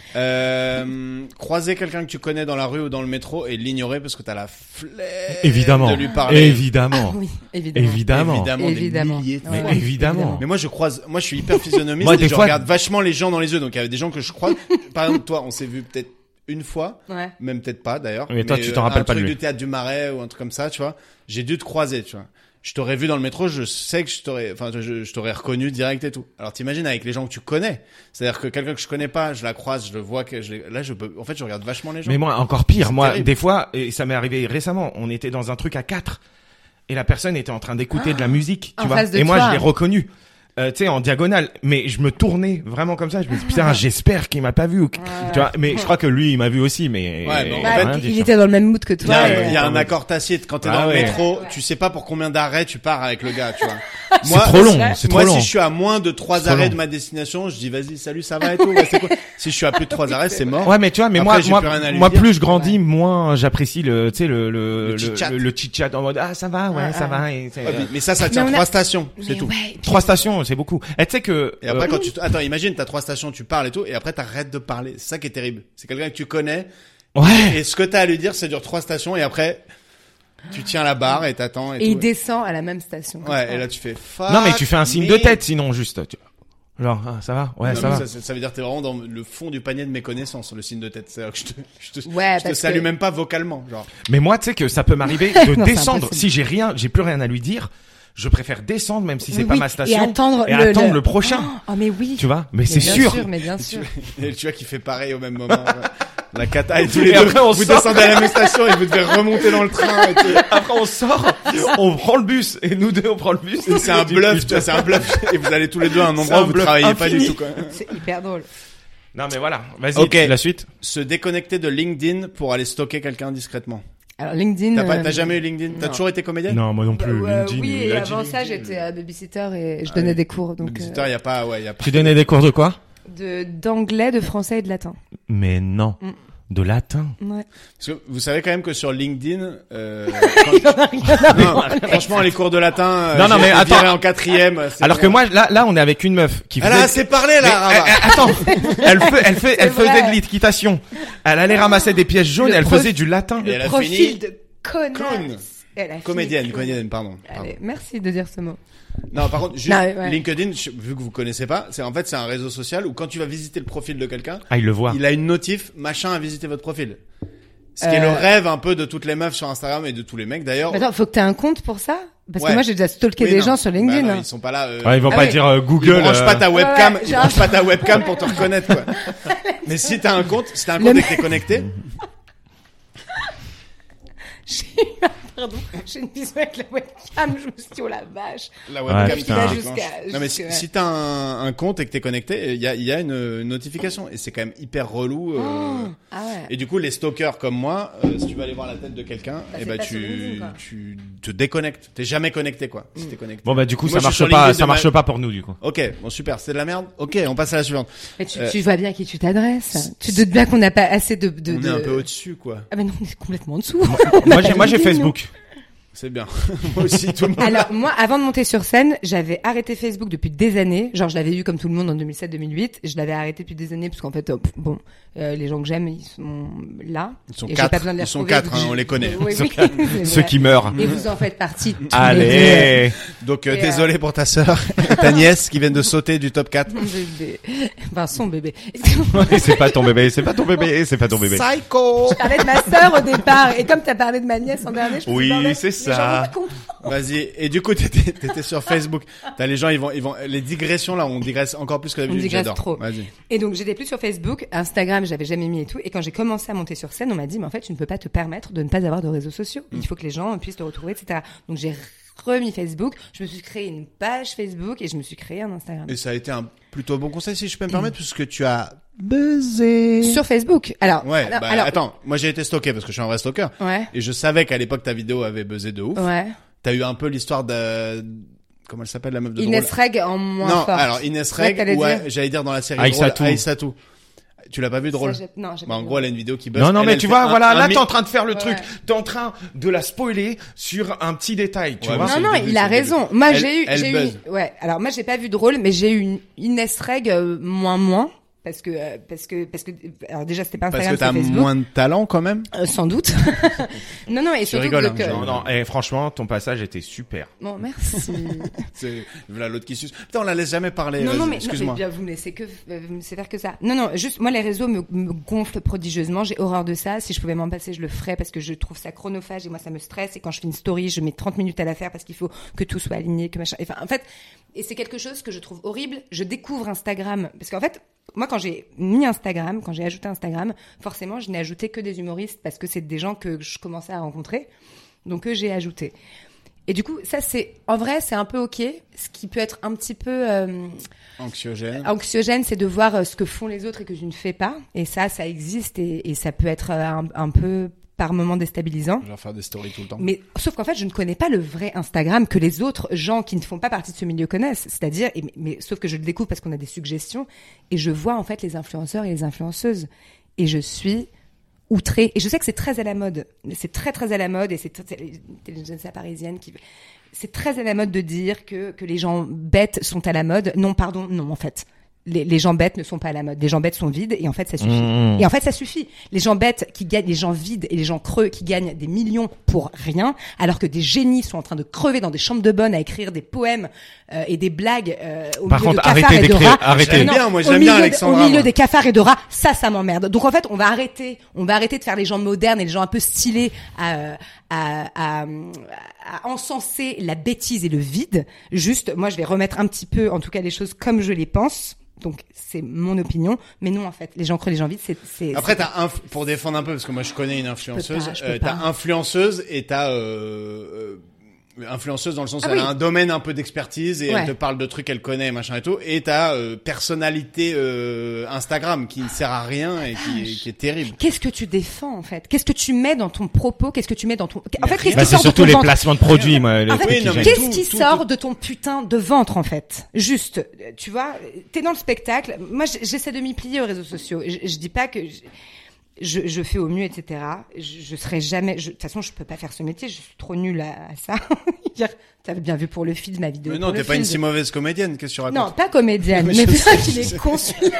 Euh, croiser quelqu'un que tu connais dans la rue ou dans le métro et l'ignorer parce que t'as la flemme Évidemment. de lui parler. Évidemment. Ah oui, évidemment. Évidemment. Évidemment, des Évidemment. milliers de Ouais, fois. Mais évidemment. Mais moi je croise, moi je suis hyper physionomiste Moi, et des je fois- regarde vachement les gens dans les yeux. Donc il y a des gens que je croise. Par exemple toi, on s'est vu peut-être une fois, Ouais. même peut-être pas d'ailleurs. Mais toi, tu t'en euh, rappelles un pas de truc lui. du théâtre du Marais ou un truc comme ça, tu vois. J'ai dû te croiser, tu vois. Je t'aurais vu dans le métro, je sais que je t'aurais, enfin, je, je t'aurais reconnu direct et tout. Alors t'imagines avec les gens que tu connais, c'est-à-dire que quelqu'un que je connais pas, je la croise, je le vois, que je, l'ai- là je peux, en fait je regarde vachement les gens. Mais moi, encore pire, C'est moi, terrible. des fois, et ça m'est arrivé récemment, on était dans un truc à quatre, et la personne était en train d'écouter de la musique, tu en vois. face de Et moi, toi. je l'ai reconnu, euh, tu sais, en diagonale, mais je me tournais vraiment comme ça, je me dis, putain, j'espère qu'il m'a pas vu, ou que- tu vois, mais je crois que lui, il m'a vu aussi, mais... Ouais, mais en et Bah, fait, rien il dit, était dans le même mood que Il y toi. a, et- il y a ouais. un accord tacite quand t'es Ah dans le ouais. métro, Ouais. tu sais pas pour combien d'arrêts tu pars avec le gars, tu vois. C'est trop long, c'est trop moi, long. si je suis à moins de trois C'est trop arrêts long. de ma destination, je dis vas-y, salut, ça va et tout. Ouais, c'est quoi si je suis à plus de trois arrêts, c'est mort. Ouais, mais tu vois, mais Après, moi, j'ai moi, plus rien à lui moi, dire. plus je grandis, moins j'apprécie le, tu sais, le, le, Le chit-chat. le, le chit-chat en mode, ah, ça va, ouais, Ouais, ça ouais. va, et, c'est- Ouais, mais- mais ça, ça tient Mais on a- trois stations, c'est Mais tout. ouais, trois stations, stations, c'est beaucoup. Et tu sais que Et après, euh, quand tu, attends, imagine, t'as trois stations, tu parles et tout, et après t'arrêtes de parler. C'est ça qui est terrible. C'est quelqu'un que tu connais, ouais. et ce que t'as à lui dire, ça dure trois stations, et après, tu tiens la barre et t'attends et, Et tout. il descend à la même station. Ouais, et là tu fais fuck. Non mais tu fais un signe me. de tête sinon juste. Tu... Genre ah, ça va, ouais Non, ça mais va. Ça, ça veut dire que t'es vraiment dans le fond du panier de mes connaissances, le signe de tête. C'est-à-dire que je te, je te, Ouais, je te parce salue que- même pas vocalement, genre. Mais moi tu sais que ça peut m'arriver de Non, c'est descendre impossible. si j'ai rien, j'ai plus rien à lui dire. Je préfère descendre même si c'est Oui, pas oui, ma station et attendre, et le, attendre le, le... prochain. Oh, mais oui. Tu vois, mais Mais c'est bien sûr. Mais bien sûr. Et tu vois qui fait pareil au même moment. ouais. La cata et tous les Et deux. après, on vous sort. descendez à la même station et vous devez remonter dans le train. Et tout. Après on sort, on prend le bus et nous deux on prend le bus. Et c'est un bluff, tu vois, c'est un bluff. Et vous allez tous les deux à un C'est endroit un où vous bluff travaillez pas infini. du tout, quoi. C'est hyper drôle. Non mais voilà, vas-y, Ok. la suite. Se déconnecter de LinkedIn pour aller stalker quelqu'un discrètement. Alors LinkedIn. T'as pas, euh, t'as jamais eu LinkedIn? T'as non. toujours été comédienne? Non, moi non bah, plus. euh, LinkedIn, oui, il et a dit avant ça, LinkedIn. j'étais euh, babysitter et je Ah donnais oui. des cours. Donc, Visiteur, euh, y a pas, ouais, y a pas. Tu donnais des cours de quoi? de d'anglais, de français et de latin. Mais non, Mm. de latin. Ouais. Parce que vous savez quand même que sur LinkedIn, euh, quand- non, franchement, les cours de latin, euh, Non, non, j'ai mais été attends. viré en quatrième. c'est Alors bon. que moi, là, là, on est avec une meuf qui Elle faisait... a assez parlé, Mais, là, Rava. euh, euh, attends, elle fait, elle fait, elle C'est faisait vrai. de l'équitation. Elle allait ramasser des pièces jaunes, Le et elle prof- faisait du latin. Et elle a Profil fini de connasse. clown. Elle a fini Comédienne, clown. comédienne, pardon. pardon. Allez, merci de dire ce mot. Non, par contre, juste Non, ouais. LinkedIn, je- vu que vous connaissez pas, c'est en fait c'est un réseau social où quand tu vas visiter le profil de quelqu'un, Ah, il le voit. il a une notif, machin, à visiter votre profil. Ce qui est Euh. le rêve un peu de toutes les meufs sur Instagram et de tous les mecs d'ailleurs. Mais attends, faut que t'aies un compte pour ça? Parce Ouais. que moi, j'ai déjà stalké Oui, des non. gens sur LinkedIn. Bah non, hein. ils sont pas là. Euh, Ouais, ils vont Ah pas oui. dire euh, Ils Google. branchent pas euh, ta Ouais, webcam, ouais, ils genre- branchent pas ta webcam pour te reconnaître, quoi. Mais si t'as un compte, si t'as un Le compte et mec- que t'es connecté, J'ai eu un- pardon, j'ai une vision avec la webcam, je me suis dit, oh la vache. la Ouais, webcam putain. qui Il va déclenche. jusqu'à- Non mais jusqu'à- si, si t'as un, un compte et que t'es connecté, il y a, il y a une, une notification et c'est quand même hyper relou. euh, Oh, ah ouais. Et du coup, les stalkers comme moi, euh, si tu vas aller voir la tête de quelqu'un, Bah, et c'est bah pas sur tu, LinkedIn, quoi. tu te déconnectes. T'es jamais connecté, quoi. Si t'es connecté. Bon, bah, du coup, Moi, ça je suis marche sur pas, LinkedIn ça de marche ma- pas pour nous, du coup. Ok, bon super, c'est de la merde. Ok, on passe à la suivante. Mais tu, Euh, tu vois bien à qui tu t'adresses. Tu te doutes bien qu'on n'a pas assez de, de, On de... est un peu au-dessus, quoi. Ah mais non, on est complètement en dessous. Moi, j'ai, moi, j'ai Facebook. C'est bien. Moi aussi, tout le monde. Alors moi, avant de monter sur scène, j'avais arrêté Facebook depuis des années. Genre, je l'avais eu comme tout le monde en deux mille sept deux mille huit. Je l'avais arrêté depuis des années parce qu'en fait, euh, pff, bon, euh, les gens que j'aime, ils sont là. Ils sont et j'ai quatre. pas besoin de les Ils sont retrouver, quatre, donc hein, je- on les connaît. Oui, Ceux oui, qui- c'est Ceux vrai. qui meurent. Et vous en faites partie. tous les Allez. Donc, euh, Et, euh, désolé pour ta sœur, ta nièce qui vient de sauter du top quatre. deux. Mon bébé. Enfin, son bébé. c'est pas ton bébé, c'est pas ton bébé, c'est pas ton bébé. Psycho! Je parlais de ma sœur au départ. Et comme t'as parlé de ma nièce en dernier, je me Oui, suis dit, bordel, c'est les ça. gens vont pas comprendre. Vas-y. Et du coup, t'étais, t'étais sur Facebook. T'as les gens, ils vont, ils vont, les digressions là, on digresse encore plus que On d'habitude. digresse J'adore. trop. Vas-y. Et donc, j'étais plus sur Facebook, Instagram, j'avais jamais mis et tout. Et quand j'ai commencé à monter sur scène, on m'a dit, mais en fait, tu ne peux pas te permettre de ne pas avoir de réseaux sociaux. Mm. Il faut que les gens puissent te retrouver, et cetera. Donc, j'ai remis Facebook. Je me suis créé une page Facebook et je me suis créé un Instagram. Et ça a été un plutôt bon conseil, si je peux me permettre, puisque tu as buzzé. Sur Facebook. Alors, Ouais, alors, bah, alors- attends, moi j'ai été stalké parce que je suis un vrai stalker. Ouais. Et je savais qu'à l'époque ta vidéo avait buzzé de ouf. Ouais. T'as eu un peu l'histoire de, comment elle s'appelle la meuf de Inès drôle? Reg en moins Non, forte. alors Inès C'est vrai Reg, que t'allais ouais, dire. j'allais dire dans la série Aïssatou. drôle, Aïssatou. Tu l'as pas vu drôle? Ça, j'ai- non, j'ai Bah, pas en vu. gros, elle a une vidéo qui buzz. Non, non, Elle, mais elle tu fait vois, un- voilà, un là, mi- t'es en train de faire le Ouais. truc. T'es en train de la spoiler sur un petit détail, tu Ouais, vois. mais c'est Non, le non, début, il a c'est le raison. début. Moi, Elle- j'ai eu, elle j'ai eu, buzz. ouais. Alors, moi, j'ai pas vu drôle, mais j'ai eu une Inès Reg, euh, moins, moins. Parce que, euh, parce que, parce que, alors déjà, c'était pas Parce Instagram, que t'as c'était Facebook. moins de talent quand même. Euh, sans doute. non, non, et surtout rigoles, que, hein, que- Non, non, et franchement, ton passage était super. Bon, merci. C'est, voilà l'autre qui suce. Putain, on la laisse jamais parler. non, vas-y, non, mais, non, excuse-moi. mais bien, vous me laissez que, euh, vous me laissez faire que ça. Non, non, juste, moi, les réseaux me, me gonflent prodigieusement. J'ai horreur de ça. Si je pouvais m'en passer, je le ferais parce que je trouve ça chronophage et moi, ça me stresse. Et quand je fais une story, je mets trente minutes à la faire parce qu'il faut que tout soit aligné, que machin. Enfin, en fait, et c'est quelque chose que je trouve horrible. Je découvre Instagram parce qu'en fait, moi, quand j'ai mis Instagram, quand j'ai ajouté Instagram, forcément, je n'ai ajouté que des humoristes parce que c'est des gens que je commençais à rencontrer. Donc, eux, j'ai ajouté. Et du coup, ça, c'est, en vrai, c'est un peu ok. Ce qui peut être un petit peu, euh, Anxiogène. anxiogène, c'est de voir euh, ce que font les autres et que je ne fais pas. Et ça, ça existe et, et ça peut être euh, un, un peu par moment déstabilisant. Je vais faire des stories tout le temps. Mais sauf qu'en fait, je ne connais pas le vrai Instagram que les autres gens qui ne font pas partie de ce milieu connaissent. C'est-à-dire, et, mais, mais sauf que je le découvre parce qu'on a des suggestions et je vois en fait les influenceurs et les influenceuses et je suis outrée. Et je sais que c'est très à la mode. C'est très très à la mode et c'est c'est l'intelligence parisienne qui c'est très à la mode de dire que que les gens bêtes sont à la mode. Non, pardon, non en fait. Les, les gens bêtes ne sont pas à la mode. Les gens bêtes sont vides et en fait ça suffit. Mmh. Et en fait ça suffit. Les gens bêtes qui gagnent, les gens vides et les gens creux qui gagnent des millions pour rien, alors que des génies sont en train de crever dans des chambres de bonne à écrire des poèmes euh, et des blagues euh, au Par milieu contre, de cafards arrêtez et de d'écrire, rats. arrêtez. J'aime Non, bien, moi, au j'aime milieu bien de- Alexandra, Au milieu moi. des cafards et de rats, ça, ça m'emmerde. Donc en fait, on va arrêter, on va arrêter de faire les gens modernes et les gens un peu stylés à, à, à, à encenser la bêtise et le vide. Juste, moi, je vais remettre un petit peu, en tout cas, les choses comme je les pense. Donc c'est mon opinion, mais non en fait, les gens creux, les gens vides, c'est c'est. Après, c'est- t'as inf- pour défendre un peu, parce que moi je connais une influenceuse, pas, je peux euh, pas. t'as influenceuse et t'as euh, euh, influenceuse dans le sens où Ah elle oui. a un domaine un peu d'expertise et Ouais. elle te parle de trucs qu'elle connaît, machin et tout. Et t'as euh, personnalité euh, Instagram qui ne sert à rien et qui, est- qui est terrible. Qu'est-ce que tu défends en fait? Qu'est-ce que tu mets dans ton propos? Qu'est-ce que tu mets dans ton. En fait, qu'est-ce Bah, qui c'est sort de surtout ton les ventre? placements de produits, moi, les En fait, trucs oui, qui non, mais gênent. Qu'est-ce tout, qui tout, sort tout. de ton putain de ventre en fait? Juste, euh, tu vois, t'es dans le spectacle. Moi, j- j'essaie de m'y plier aux réseaux sociaux. Je, je dis pas que je, je, je fais au mieux, et cetera. Je, je serai jamais. je- De toute façon, je peux pas faire ce métier. Je suis trop nulle à, à ça. Dire, t'avais bien vu pour le feed ma vidéo. Mais non, pour t'es le pas une feed. si mauvaise comédienne, qu'est-ce que tu racontes? Non, pas comédienne. Mais Mais je putain sais, qu'il je est sais. con celui-là.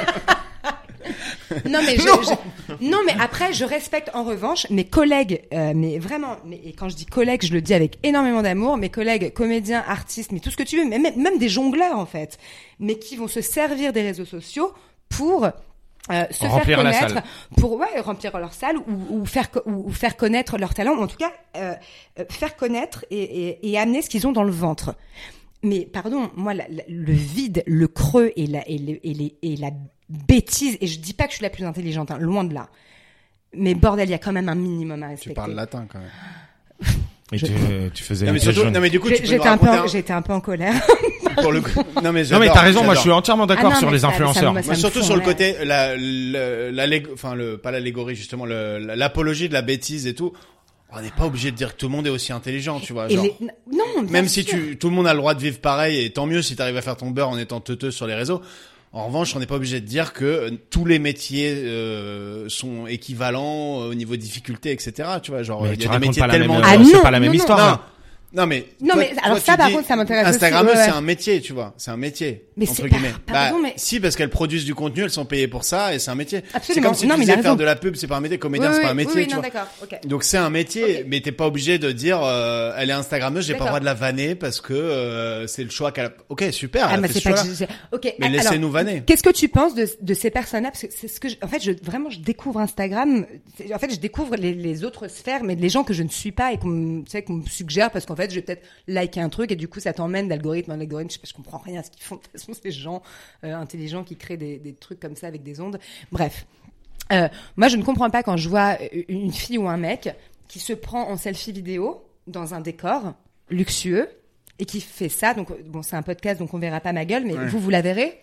Non mais je, Non. je- non mais après je respecte en revanche mes collègues, euh, mais vraiment, mais et quand je dis collègues, je le dis avec énormément d'amour, mes collègues comédiens, artistes, mais tout ce que tu veux, mais même, même des jongleurs en fait, mais qui vont se servir des réseaux sociaux pour euh, se Remplir faire la connaître, salle. pour ouais, remplir leur salle ou, ou faire co- ou, ou faire connaître leur talent, ou en tout cas euh, euh, faire connaître et, et, et amener ce qu'ils ont dans le ventre. Mais pardon, moi, la- la- le vide, le creux et la, et, le- et, les, et la bêtise, et je dis pas que je suis la plus intelligente, hein, loin de là. Mais bordel, il y a quand même un minimum à respecter. Tu parles latin quand même. Et Je- tu, tu faisais Non mais une pièce surtout, jaune. non mais du coup, J'ai- tu peux nous J'étais un peu, raconter en- un- j'étais un peu en colère. pour le coup. Non mais Non mais j'adore, t'as raison, moi je j'adore. suis entièrement d'accord Ah non, sur mais les ça- ça influenceurs. me- ça Moi, surtout fout sur en le l'air. côté, la, la, la, l'allég- enfin le, pas l'allégorie justement, le, la- l'apologie de la bêtise et tout. On n'est pas obligé de dire que tout le monde est aussi intelligent, tu vois. Et Genre, les- Non, bien même si sûr. tu, tout le monde a le droit de vivre pareil, et tant mieux si t'arrives à faire ton beurre en étant teuteux sur les réseaux. En revanche, on n'est pas obligé de dire que euh, tous les métiers euh, sont équivalents euh, au niveau de difficulté, et cetera. Tu vois, genre Mais il y tu a des racontes métiers pas la tellement même, Ah euh, c'est non, pas la même non, non. histoire. non, hein. non mais Non, toi- mais alors toi, ça, tu par dis, contre, ça m'intéresse aussi, Instagrammeuse, ouais, ouais. c'est un métier, tu vois, c'est un métier Mais entre c'est- guillemets. pardon, bah, mais- si parce qu'elles produisent du contenu, elles sont payées pour ça et c'est un métier. C'est Absolument. comme si Non, tu mais il a disais faire raison. de la pub, c'est pas un métier, comédien, Oui, c'est oui, pas un métier, oui, oui, tu non, vois. d'accord, ok. Donc c'est un métier, Ok. mais t'es pas obligé de dire euh, elle est Instagrammeuse, j'ai pas le D'accord. droit de la vanner parce que euh, c'est le choix qu'elle a. Ok, super. Ah, elle a mais fait c'est ce pas choix-là. que j'ai- ok. Mais alors, laissez-nous vanner. Qu'est-ce que tu penses de, de ces personnes-là? Parce que c'est ce que, je- en fait, je, vraiment, je découvre Instagram. C'est- En fait, je découvre les, les autres sphères, mais les gens que je ne suis pas et qu'on me, tu sais, qu'on me suggère parce qu'en fait, je vais peut-être liker un truc et du coup, ça t'emmène d'algorithme en algorithme. Je sais pas, je comprends rien à ce qu'ils font. De toute façon, ces gens euh, intelligents qui créent des, des trucs comme ça avec des ondes. Bref. Euh, moi, je ne comprends pas quand je vois une fille ou un mec qui se prend en selfie vidéo dans un décor luxueux et qui fait ça. Donc, bon, c'est un podcast, donc on verra pas ma gueule, mais Ouais. vous, vous la verrez.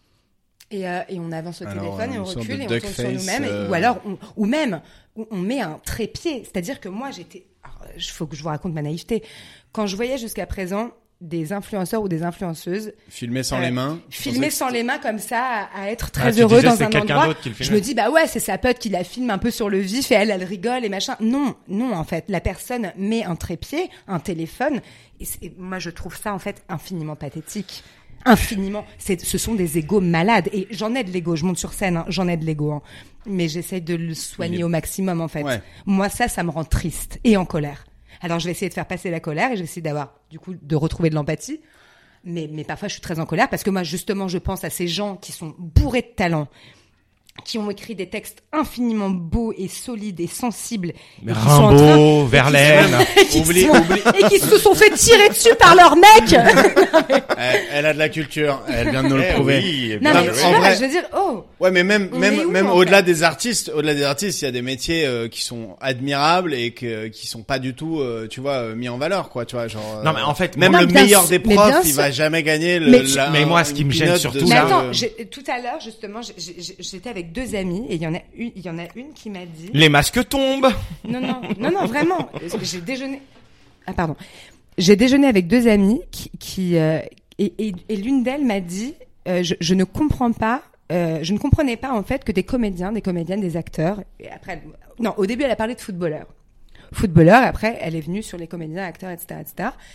Et, euh, et on avance au Alors, téléphone euh, et on une sorte recule de et on tourne sur duckface, nous-mêmes. et- euh. Ou alors, on, ou même, on, on met un trépied. C'est-à-dire que moi, j'étais... Il faut que je vous raconte ma naïveté. Quand je voyais jusqu'à présent des influenceurs ou des influenceuses Filmer sans Euh, les mains. filmer sans les mains comme ça, à, à être Ah, très tu heureux disais dans c'est un quelqu'un endroit, d'autre qui le je filmait. me dis bah ouais, c'est sa pote qui la filme un peu sur le vif et elle, elle rigole et machin. Non, non, en fait, la personne met un trépied, un téléphone, et, c'est- et moi je trouve ça en fait infiniment pathétique. Infiniment. C'est, ce sont des égos malades. Et j'en ai de l'ego, je monte sur scène, hein, j'en ai de l'ego. Hein. Mais j'essaye de le soigner Il est- au maximum, en fait. Ouais. Moi, ça, ça me rend triste et en colère. Alors, je vais essayer de faire passer la colère et je vais essayer d'avoir, du coup, de retrouver de l'empathie. Mais, mais parfois, je suis très en colère parce que moi, justement, je pense à ces gens qui sont bourrés de talent, qui ont écrit des textes infiniment beaux et solides et sensibles. Mais et qui sont en Rimbaud, train- et qui Verlaine. sont- et qui Oublie- sont- oublie. et qui se sont fait tirer dessus par leur mec. Elle, elle a de la culture, elle vient de nous le Eh prouver. oui, Non, Non, mais mais tu en vois, vrai- je veux dire, oh. Ouais, mais même On est même où, même en au-delà fait des artistes, au-delà des artistes, il y a des métiers euh, qui sont admirables et que qui sont pas du tout, euh, tu vois, euh, mis en valeur, quoi, tu vois, genre. Non, euh, mais en fait, même moi- le Non, bien meilleur sûr, des mais profs, bien il sûr. va jamais gagner le. Mais- la- mais moi, ce qui une me gêne pinote surtout, de Mais ça, attends, euh, j'ai- tout à l'heure justement, j'ai- j'ai- j'étais avec deux amis et il y en a une, il y en a une qui m'a dit. Les masques tombent. Non, non, non, non, vraiment. J'ai déjeuné. Ah pardon. J'ai déjeuné avec deux amies qui, qui euh, et, et, et l'une d'elles m'a dit, euh, je, je ne comprends pas. Euh, je ne comprenais pas en fait que des comédiens, des comédiennes, des acteurs. Et après, elle- non, au début, elle a parlé de footballeurs, footballeurs. Après, elle est venue sur les comédiens, acteurs, et cetera, et cetera.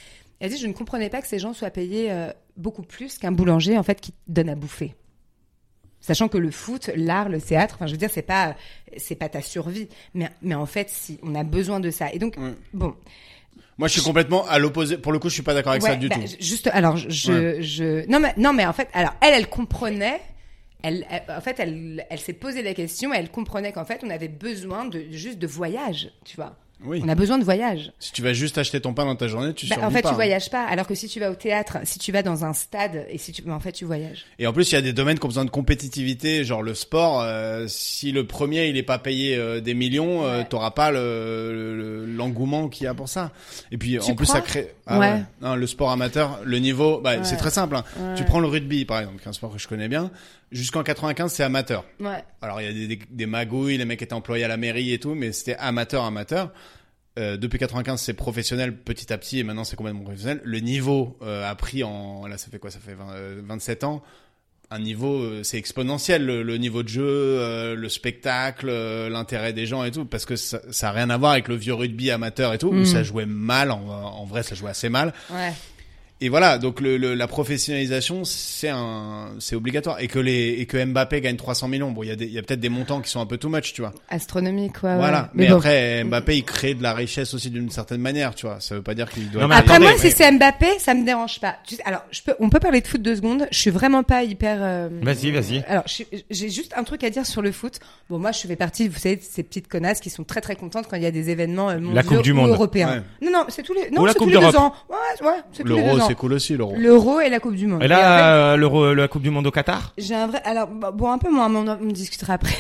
Elle dit, je ne comprenais pas que ces gens soient payés euh, beaucoup plus qu'un boulanger, en fait, qui te donne à bouffer. Sachant que le foot, l'art, le théâtre, enfin, je veux dire, c'est pas, c'est pas ta survie. Mais, mais en fait, si, on a besoin de ça. Et donc, Ouais. bon. Moi, je suis complètement à l'opposé. Pour le coup, je suis pas d'accord avec Ouais, ça du bah, tout. Juste, alors, je, Ouais. je, non, mais, non, mais en fait, alors, elle, elle comprenait, elle, elle- en fait, elle, elle s'est posé la question et elle comprenait qu'en fait, on avait besoin de, juste de voyage, tu vois. Oui. On a besoin de voyage. Si tu vas juste acheter ton pain dans ta journée, tu Bah, survis en fait, pas. tu hein. voyages pas. Alors que si tu vas au théâtre, si tu vas dans un stade, et si tu, bah, en fait, tu voyages. Et en plus, il y a des domaines qui ont besoin de compétitivité, genre le sport. Euh, si le premier, il est pas payé euh, des millions, euh, Ouais. t'auras pas le, le- l'engouement qu'il y a pour ça. Et puis, Tu en plus, crois ça crée. Ah Ouais. ouais. Non, le sport amateur, le niveau, bah, Ouais. c'est très simple. Hein. Ouais. Tu prends le rugby, par exemple, qui est un sport que je connais bien. Jusqu'en quatre-vingt-quinze, c'est amateur. Ouais. Alors, il y a des, des, des magouilles, les mecs étaient employés à la mairie et tout, mais c'était amateur, amateur. Euh, depuis quatre-vingt-quinze, c'est professionnel petit à petit et maintenant c'est complètement professionnel. Le niveau euh, a pris en là ça fait quoi ça fait vingt, euh, vingt-sept ans. Un niveau euh, c'est exponentiel le, le niveau de jeu, euh, le spectacle, euh, l'intérêt des gens et tout parce que ça, ça a rien à voir avec le vieux rugby amateur et tout Mm. où ça jouait mal en, en vrai ça jouait assez mal. Ouais. Et voilà, donc le, le, la professionnalisation, c'est un, c'est obligatoire. Et que les, et que Mbappé gagne trois cents millions. Bon, il y a des, il y a peut-être des montants qui sont un peu too much, tu vois. Astronomique, ouais. Voilà. ouais. Mais, bon. après, Mbappé, il crée de la richesse aussi d'une certaine manière, tu vois. Ça veut pas dire qu'il doit. Non, mais être Après, attendez, moi, mais- si c'est Mbappé, ça me dérange pas. Tu sais, alors, je peux, on peut parler de foot deux secondes. Je suis vraiment pas hyper. euh, Vas-y, vas-y. Alors, je suis- j'ai juste un truc à dire sur le foot. Bon, moi, je fais partie, vous savez, de ces petites connasses qui sont très très contentes quand il y a des événements euh, mondiaux Coupe du ou Monde. européens. Non, non, c'est tous les. Non, Ou la c'est Coupe tous les deux d'Europe. ans. Ouais, ouais, c'est tous les L'euro, deux ans. c'est cool aussi, l'euro. L'euro et la Coupe du Monde. Et Et après, là, euh, l'Euro- la Coupe du Monde au Qatar. j'ai un vrai. Alors, bah, bon, un peu moins, mais on, en- on discutera après.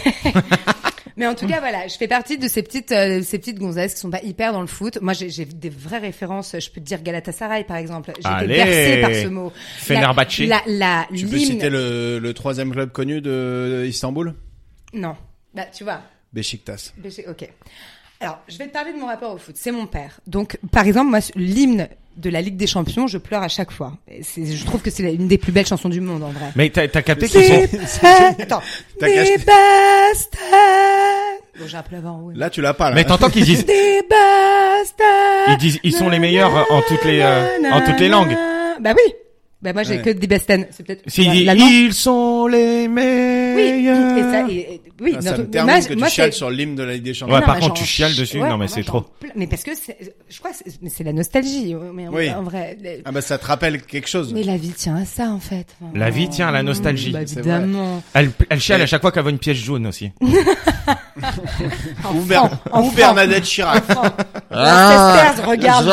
Mais en tout cas, voilà, je fais partie de ces petites, euh, ces petites gonzesses qui sont pas hyper dans le foot. Moi, j'ai, j'ai des vraies références. Je peux te dire Galatasaray, par exemple. J'ai été Allez. bercée par ce mot. Fenerbahçe. La, la, la Tu peux l'hymne- citer le, le troisième club connu de Istanbul? Non. Bah, tu vois. Beşiktaş. Béché- Ok. Alors, je vais te parler de mon rapport au foot. C'est mon père. Donc, par exemple, moi, l'hymne de la Ligue des Champions, je pleure à chaque fois. Et c'est, je trouve que c'est une des plus belles chansons du monde, en vrai. Mais t'as, t'as capté qu'ils Les sont. best- Attends. T'as Les caché- best time. Bon, j'ai un peu la voix en haut. Là, tu l'as pas, là. Mais t'entends qu'ils disent. Des best time. Ils disent, ils sont les meilleurs en toutes les, euh, en toutes les langues. Bah oui. Bah moi, j'ai Ouais. que des best time. C'est peut-être S'ils la- disent, l'allemand. ils sont les Oui. meilleurs. Et ça, et, et- oui. Ah, ça dans- me termine moi, que tu moi, chiales c'est- sur l'hymne de la Ligue des Champions. Ouais, Non, par mais contre, j'en tu chiales ch- dessus. ouais, Non, mais moi, c'est j'en trop. ple- Mais parce que c'est, je crois, que c'est, mais c'est la nostalgie. Mais en, Oui. en vrai, les- Ah bah, ça te rappelle quelque chose. mais la vie tient à ça, en fait. Enfin, La vie tient à la nostalgie. Bah, C'est évidemment. Elle, elle chiale à chaque fois qu'elle voit une pièce jaune aussi. Ou, Ber- Enfant, ou enfant. Bernadette Chirac. La Sisters, regarde.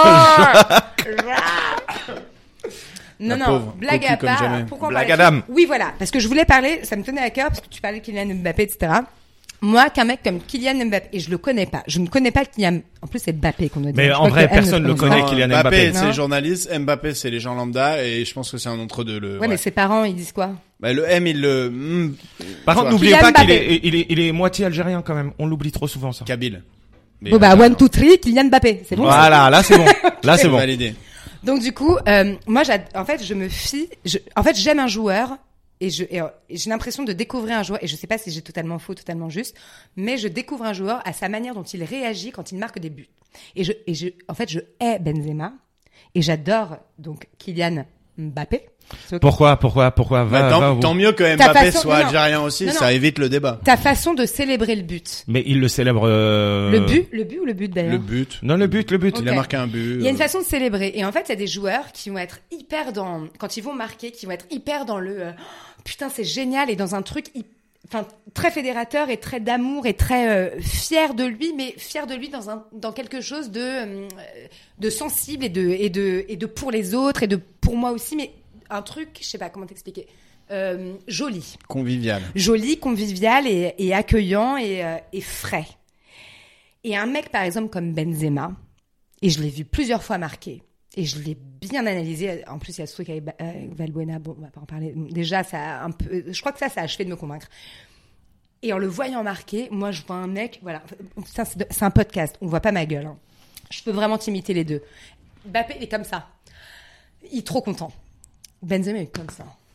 Non, La non, pauvre, blague cocu à comme part. jamais. Pourquoi on Blague parlait à de- dame. Oui, voilà. Parce que je voulais parler, ça me tenait à cœur, parce que tu parlais de Kylian Mbappé, et cetera. Moi, qu'un mec comme Kylian Mbappé, et je le connais pas, je ne connais pas Kylian, en plus c'est Mbappé qu'on doit dire. Mais Je en crois vrai, que le M personne ne le prononce connaît, pas. Kylian Mbappé, Mbappé. c'est Non. les journalistes. Mbappé, c'est les gens lambda. Et je pense que c'est un entre deux. Le, Ouais, mais ses parents, ils disent quoi? Bah, le M, il le, hmm, Par tu contre, vois, n'oubliez Kylian pas qu'il Mbappé. est, il est, il est moitié algérien quand même. On l'oublie trop souvent, ça. Kabyle. Mais, Bon, bah, euh, one, two, three, Kylian Mbappé. C'est bon? ça Voilà, là c'est bon. Là c'est bon. validé. Donc du coup, euh, moi, j'ad- en fait, je me fie. Je, en fait, j'aime un joueur et je et, euh, et j'ai l'impression de découvrir un joueur. Et je sais pas si j'ai totalement faux, totalement juste, mais je découvre un joueur à sa manière dont il réagit quand il marque des buts. Et je et je, en fait, je hais Benzema et j'adore donc Kylian Mbappé. C'est ok. Pourquoi, pourquoi, pourquoi va, Bah, tant, va, vous- tant mieux que Ta Mbappé façon- soit non, non. algérien aussi, Non, ça non. évite le débat. Ta façon de célébrer le but. Mais il le célèbre. euh, Le but, le but ou le but d'ailleurs. Le but. Non, le but, le but. Il a Ok. marqué un but. Il y a une euh, façon de célébrer. Et en fait, il y a des joueurs qui vont être hyper dans, quand ils vont marquer, qui vont être hyper dans le, euh, oh, putain, c'est génial, et dans un truc, hy- enfin, très fédérateur et très d'amour et très euh, fier de lui, mais fier de lui dans un, dans quelque chose de, euh, de sensible et de, et de, et de pour les autres et de pour moi aussi, mais un truc, je sais pas comment t'expliquer, euh, joli. convivial. Joli, convivial et, et accueillant et, euh, et frais. Et un mec, par exemple, comme Benzema, et je l'ai vu plusieurs fois marquer, et je l'ai bien analysé. En plus, il y a ce truc avec Ba- euh, avec Valbuena, bon, on va pas en parler. Déjà, ça a un peu, je crois que ça, ça a achevé de me convaincre. Et en le voyant marquer, moi, je vois un mec, voilà, ça, c'est, de- c'est un podcast, on voit pas ma gueule, hein. Je peux vraiment t'imiter les deux. Mbappé, il est comme ça. Il est trop content. Benzema est comme ça.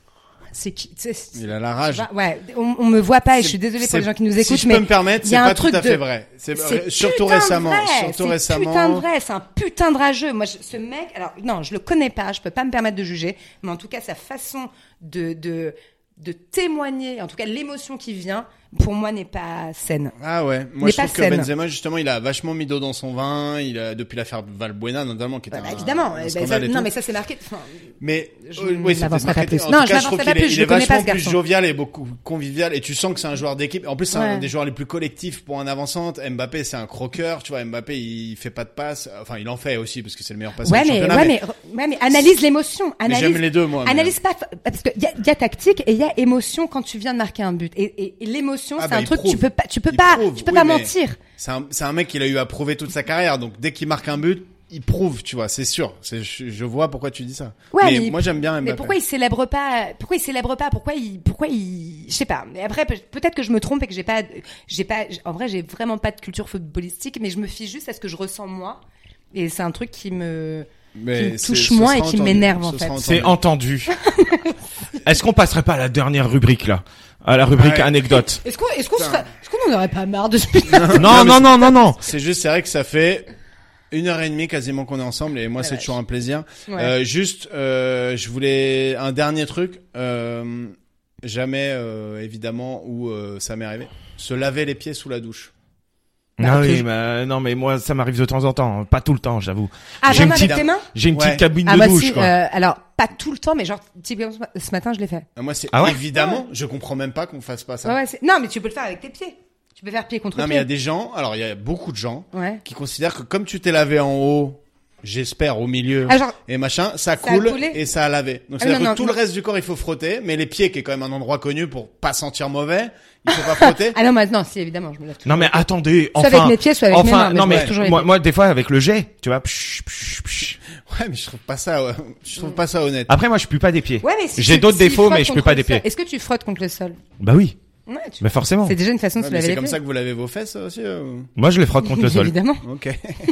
c'est qui, tu sais, Il a la rage. tu vois, ouais, on, on me voit pas et je C'est- suis désolée pour c'est- les gens qui nous si écoutent, je mais peux me permettre, il y c'est a un pas tout truc à fait de- vrai. C'est c'est surtout putain de récemment, vrai, surtout c'est récemment. putain de vrai, c'est un putain de rageux. Moi, je- ce mec, alors non, je le connais pas, je peux pas me permettre de juger, mais en tout cas, sa façon de de de témoigner, en tout cas l'émotion qui vient, pour moi n'est pas saine. Ah ouais, moi N'est je pas trouve que saine. Benzema justement, il a vachement mis d'eau dans son vin, il a depuis l'affaire Valbuena notamment qui était Bah, un, évidemment, un eh ben, scandale ça- et non tout. mais ça c'est marqué. Enfin, Mais Je euh, oui, c'est n'avancerai peut-être pas marketing. plus. En Non, tout je cas, je trouve n'avancerai qu'il pas est, plus, il je est connais pas vachement ce plus garçon. jovial et beaucoup convivial et tu sens que c'est un joueur d'équipe. En plus, c'est un Ouais. des joueurs les plus collectifs pour un avançante. Mbappé, c'est un croqueur, tu vois. Mbappé, il fait pas de passe. Enfin, il en fait aussi parce que c'est le meilleur passeur ouais du mais, championnat. ouais mais, ouais mais analyse l'émotion, mais analyse. j'aime les deux, moi. mais- Analyse pas parce que y a, y a tactique et il y a émotion quand tu viens de marquer un but et, et, et l'émotion Ah c'est bah, un il truc prouve. tu peux pas tu peux Il pas prouve, tu peux oui, pas mais- mentir. C'est un, c'est un mec qu'il a eu à prouver toute sa carrière. Donc, dès qu'il marque un but, il prouve, tu vois. C'est sûr. C'est, je, je vois pourquoi tu dis ça. Ouais, mais, mais- moi, j'aime bien Mbappé. Mais pourquoi il célèbre pas pourquoi il célèbre pas pourquoi il pourquoi il je sais pas. Mais après pe- peut-être que je me trompe et que j'ai pas j'ai pas en vrai j'ai vraiment pas de culture footballistique mais je me fie juste à ce que je ressens moi et c'est un truc qui me Mais qui me c'est- touche ce moins sera et qui entendu. m'énerve, en Ce fait. sera C'est entendu. entendu. Est-ce qu'on passerait pas à la dernière rubrique là, à la rubrique Ouais. anecdote? Est-ce qu'on est-ce qu'on Putain. serait- est-ce qu'on en aurait pas marre de ce putain Non, Non, mais non, non, non, non. C'est juste, c'est vrai que ça fait une heure et demie quasiment qu'on est ensemble et moi La c'est vache. toujours un plaisir. Ouais. Euh, juste, euh, je voulais un dernier truc. Euh, jamais, euh, évidemment, où euh, ça m'est arrivé. Se laver les pieds sous la douche. Bah, non, ok, oui, je- mais, non, mais moi, ça m'arrive de temps en temps. Pas tout le temps, j'avoue. Ah, J'ai une vraiment avec petite- tes mains? J'ai une Ouais. petite cabine Ah, de moi douche, si, quoi. euh, alors, pas tout le temps, mais genre, typiquement, ce- ce matin, je l'ai fait. Ah, moi, c'est Ah ouais évidemment, je comprends même pas qu'on fasse pas ça. Ouais, ouais, c'est- non, mais tu peux le faire avec tes pieds. Tu peux faire pied contre non, mais il y pied. a des gens, alors il y a beaucoup de gens Ouais. qui considèrent que comme tu t'es lavé en haut, j'espère au milieu Ah, genre, et machin, ça a coule coulé et ça a lavé. Donc Ah, c'est-à-dire non, que non, tout non. le reste du corps il faut frotter, mais les pieds qui est quand même un endroit connu pour pas sentir mauvais, il faut pas frotter. ah non, maintenant, si, évidemment, je me lève toujours. Non, mais attendez, Soit enfin. avec mes pieds, soit avec enfin, mes mains, mais non, je me mais lève toujours les moi, pieds. moi, des fois, avec le jet, tu vois, psh, psh, psh. Ouais, mais je trouve pas ça, ouais, je trouve pas ça honnête. Après, moi, je pue pas des pieds. Ouais, mais si J'ai tu- d'autres s'il défauts, frotte mais je peux contre pas le des sol- pieds. Est-ce que tu frottes contre le sol? Bah oui. Ouais, tu... Mais forcément. C'est déjà une façon de Ouais, se mais laver c'est les comme pieds. ça que vous lavez vos fesses aussi. euh, ou- Moi, je les frotte contre le sol. Évidemment. Ok.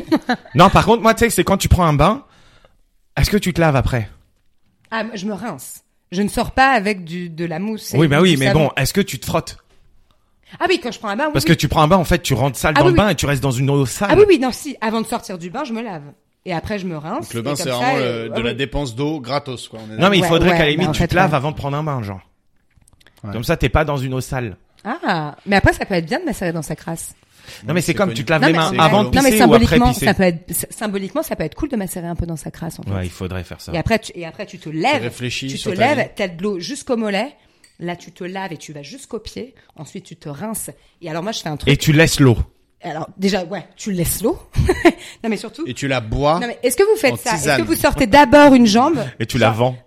Non, par contre, moi, tu sais, c'est quand tu prends un bain, est-ce que tu te laves après? Ah, moi, je me rince. Je ne sors pas avec du, de la mousse. et Oui, bah du oui, mais savon. bon, est-ce que tu te frottes? Ah oui, quand je prends un bain, oui. Parce oui. que tu prends un bain, en fait, tu rentres sale Ah dans oui, le bain oui. et tu restes dans une eau sale. Ah oui, oui, non, si. Avant de sortir du bain, je me lave. Et après, je me rince. Donc le et bain comme c'est ça, vraiment euh, le- ah de la oui. dépense d'eau gratos quoi. On est Non, mais il Ouais, faudrait ouais, qu'à la bah, limite, en tu fait, te laves ouais. avant de prendre un bain, genre. Ouais. Comme ça, t'es pas dans une eau sale. Ah, mais après, ça peut être bien de macérer dans sa crasse. Non, mais c'est comme connu. tu te laves Non, les mais mains c'est avant de rigolo. non, mais pisser ou après symboliquement, pisser. ça peut être, s- symboliquement, ça peut être cool de macérer un peu dans sa crasse, en fait. Ouais, il faudrait faire ça. Et après, tu, et après, tu te lèves. réfléchis Tu sur te ta lèves, vie. t'as de l'eau jusqu'au mollet. Là, tu te laves et tu vas jusqu'aux pieds. Ensuite, tu te rinces. Et alors, moi, je fais un truc. Et tu laisses l'eau. Alors, déjà, ouais, tu laisses l'eau. non, mais surtout. Et tu la bois. Non, mais est-ce que vous faites En ça? Est-ce tisane. que vous sortez d'abord une jambe? Et tu la vends.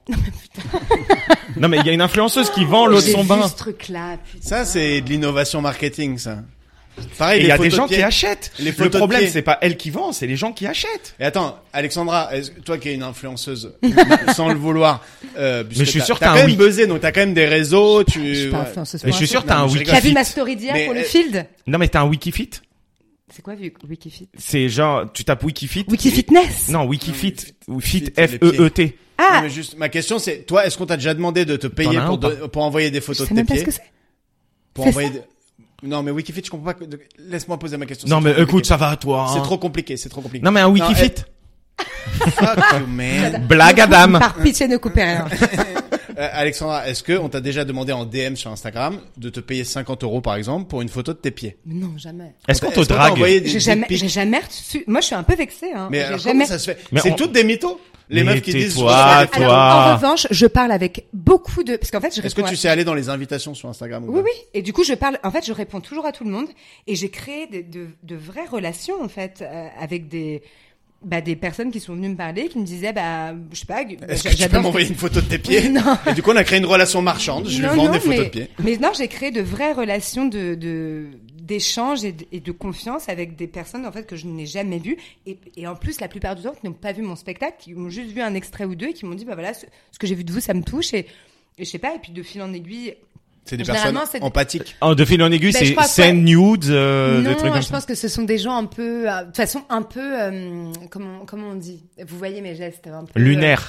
Non, mais il y a une influenceuse qui vend l'eau de J'ai son vu bain. ce truc-là, putain. Ça c'est de l'innovation marketing ça. Et Pareil, il les y a des photos gens de pieds. qui achètent. Les Le photos de problème, pieds. c'est pas elle qui vend, c'est les gens qui achètent. Et attends, Alexandra, est-ce que toi qui es une influenceuse, sans le vouloir, euh, puisque Mais je suis t'as- sûr que t'as t'as quand un même oui. buzzé, donc t'as quand même des réseaux, tu. Je suis pas ouais. influenceuse Mais je suis pour sûr que t'as Non, un mais je Wikifit. T'as vu ma story d'hier Mais, pour le euh, field? Non, mais t'as un Wikifit. C'est quoi Wikifit? C'est genre, tu tapes Wikifit. Wikifitness? Non, Wikifit. Ou Fit, Fit, les F E E T. Non, Ah! mais juste, ma question c'est, toi, est-ce qu'on t'a déjà demandé de te payer T'en as un pour, ou pas de- pour envoyer des Je photos sais de tes même pas ce pieds? que c'est. Pour Fais envoyer ça. des- Non, mais Wikifit, je comprends pas. que- de- Laisse-moi poser ma question. Non, c'est mais trop écoute, compliqué. ça va, toi. hein. C'est trop compliqué, c'est trop compliqué. Non, mais un Wikifit. Fuck you, man. Blague à dame. Par pitié, ne coupez rien. Euh, Alexandra, est-ce que on t'a déjà demandé en D M sur Instagram de te payer cinquante euros par exemple pour une photo de tes pieds? Mais non, jamais. Est-ce qu'on te Est-ce t'a drague? envoyé des J'ai dick jamais, pics j'ai jamais reçu. Moi, je suis un peu vexée, hein. Mais J'ai alors, jamais. comment ça se fait? Mais C'est on- toutes des mythos? Les Mais meufs qui disent. tais-toi, je reçois des toi. photos. Alors, en revanche, je parle avec beaucoup de, parce qu'en fait, je Est-ce que réponds tu à- sais aller dans les invitations sur Instagram ou Oui, pas oui. Et du coup, je parle. En fait, je réponds toujours à tout le monde, et j'ai créé de, de, de vraies relations en fait euh, avec des, bah, des personnes qui sont venues me parler, qui me disaient, bah, je sais pas. Est-ce que tu peux j'adore- m'envoyer une photo de tes pieds? Non. Et du coup, on a créé une relation marchande. Je lui Non, vends non, des photos mais, de pieds. mais non, j'ai créé de vraies relations de, de d'échange et de, et de confiance avec des personnes en fait que je n'ai jamais vues et, et en plus la plupart du temps qui n'ont pas vu mon spectacle, qui ont juste vu un extrait ou deux et qui m'ont dit bah voilà ce, ce que j'ai vu de vous ça me touche et, et je sais pas et puis de fil en aiguille. C'est des personnes Généralement, c'est- empathiques. Oh, de fil en aiguille, Ben, je c'est crois que scène nude, euh, non, des trucs comme je ça. pense que ce sont des gens un peu, euh, de toute façon un peu, euh, comment comment on dit. Vous voyez mes gestes un peu. Lunaire.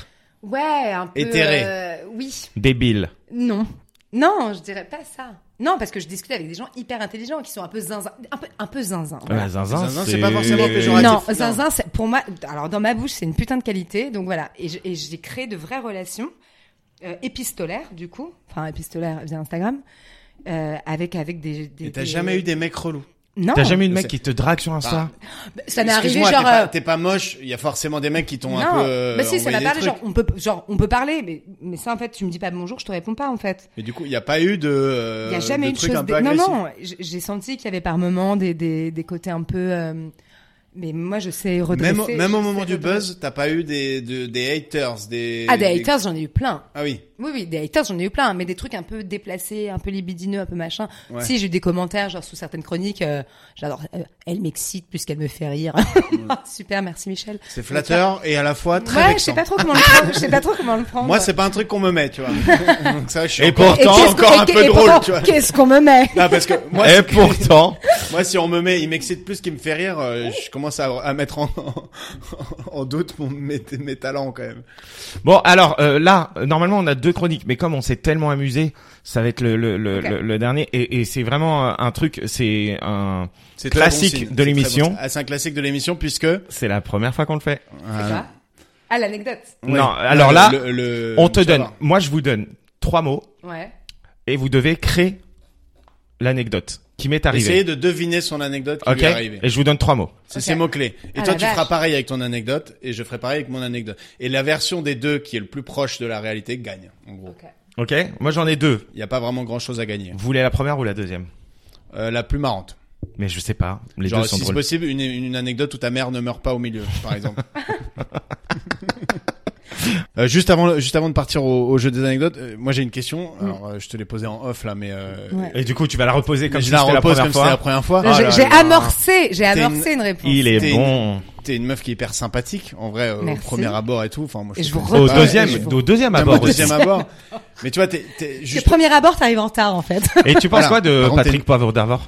Ouais, un peu. Éthéré. euh, oui. Débile. Non. Non, je dirais pas ça. Non, parce que je discute avec des gens hyper intelligents qui sont un peu zinzin, un peu, un peu zinzin. Voilà. Ouais, zinzin, Zinzin, c'est pas forcément c'est- péjoratif. Non, Non. zinzin, c'est, pour moi, alors dans ma bouche, c'est une putain de qualité. Donc voilà, et, je- et j'ai créé de vraies relations euh, épistolaires, du coup, enfin épistolaires via Instagram, euh, avec avec des. des Et t'as des- jamais eu des mecs relous? Non. T'as jamais eu de C'est- mec qui te drague sur Insta? Ça m'est arrivé Excuse-moi, genre. t'es pas, euh, t'es pas moche. Il y a forcément des mecs qui t'ont non, un peu. euh, bah si, ça envoyé m'a des parlé. trucs. Genre, on peut, genre, on peut parler, mais mais ça en fait, tu me dis pas bonjour, je te réponds pas en fait. Mais du coup, il y a pas eu de. euh, Il y a jamais de eu de trucs chose. un peu dé- Non, agressifs. non. j- J'ai senti qu'il y avait par moments des des des côtés un peu. euh, Mais moi, je sais redresser. Même, au- même je au sais moment du redresser. buzz, t'as pas eu des, de- des haters, des. Ah, des haters, j'en ai eu plein. Ah oui. Oui, oui, des haters, j'en ai eu plein, mais des trucs un peu déplacés, un peu libidineux, un peu machin. Ouais. Si, j'ai eu des commentaires, genre sous certaines chroniques, euh, j'adore, euh, elle m'excite plus qu'elle me fait rire. Super, merci Michel. C'est flatteur et à la fois très Ouais, je vexant. sais pas trop comment le prendre, je sais pas trop comment le prendre. Moi, c'est pas un truc qu'on me met, tu vois. Donc ça, je suis Et encore, pourtant- je suis qu'est-ce encore que- un et- peu et drôle, pourtant, tu vois. Qu'est-ce qu'on me met? Non, parce que moi, Et c'est- pourtant, moi, si on me met, il m'excite plus qu'il me fait rire, euh, je commence à, à mettre en, en doute mon, mes, mes talents, quand même. bon, alors euh, là, euh, normalement, on a deux chroniques, mais comme on s'est tellement amusé, ça va être le le le, Ok. le, le dernier, et, et c'est vraiment un, un truc, c'est un C'est très classique bon signe, de c'est très l'émission. bon. Ah, c'est un classique de l'émission puisque. C'est la première fois qu'on le fait. C'est quoi? Ah, l'anecdote. Ouais. Non, alors le- là, le- le- on te tu vas donne, voir. moi je vous donne trois mots, Ouais. et vous devez créer l'anecdote qui m'est arrivée. Essayez de deviner son anecdote qui Ok. lui est arrivée. Et je vous donne trois mots. C'est Ok. ces mots-clés. Et Ah, toi, la tu feras vache. pareil avec ton anecdote, et je ferai pareil avec mon anecdote. Et la version des deux qui est le plus proche de la réalité gagne, en gros. Ok. Ok. Moi j'en ai deux. Il y a pas vraiment grand-chose à gagner. Vous voulez la première ou la deuxième? Euh, la plus marrante. Mais je sais pas. Les Genre, deux sont si c'est drôles. possible, une, une anecdote où ta mère ne meurt pas au milieu, par exemple. Euh, juste avant, juste avant de partir au, au jeu des anecdotes, euh, moi j'ai une question. Alors, euh, je te l'ai posée en off là, mais, euh, Ouais. Et du coup, tu vas la reposer comme mais si je la c'était la repose première comme si c'était la fois. première fois. Là, Oh j'ai là j'ai là. amorcé, j'ai T'es amorcé une- une réponse. Il est T'es une- bon. T'es une meuf qui est hyper sympathique, en vrai, euh, au Merci. premier abord et tout. Enfin, moi, je Et te je vous connais Au pas, deuxième, et je- au deuxième Même abord au deuxième aussi. abord. Mais tu vois, t'es, t'es Le juste. premier abord, t'arrives en retard, en fait. Et tu penses Voilà. quoi de Par contre, Patrick Poivre d'Arvor?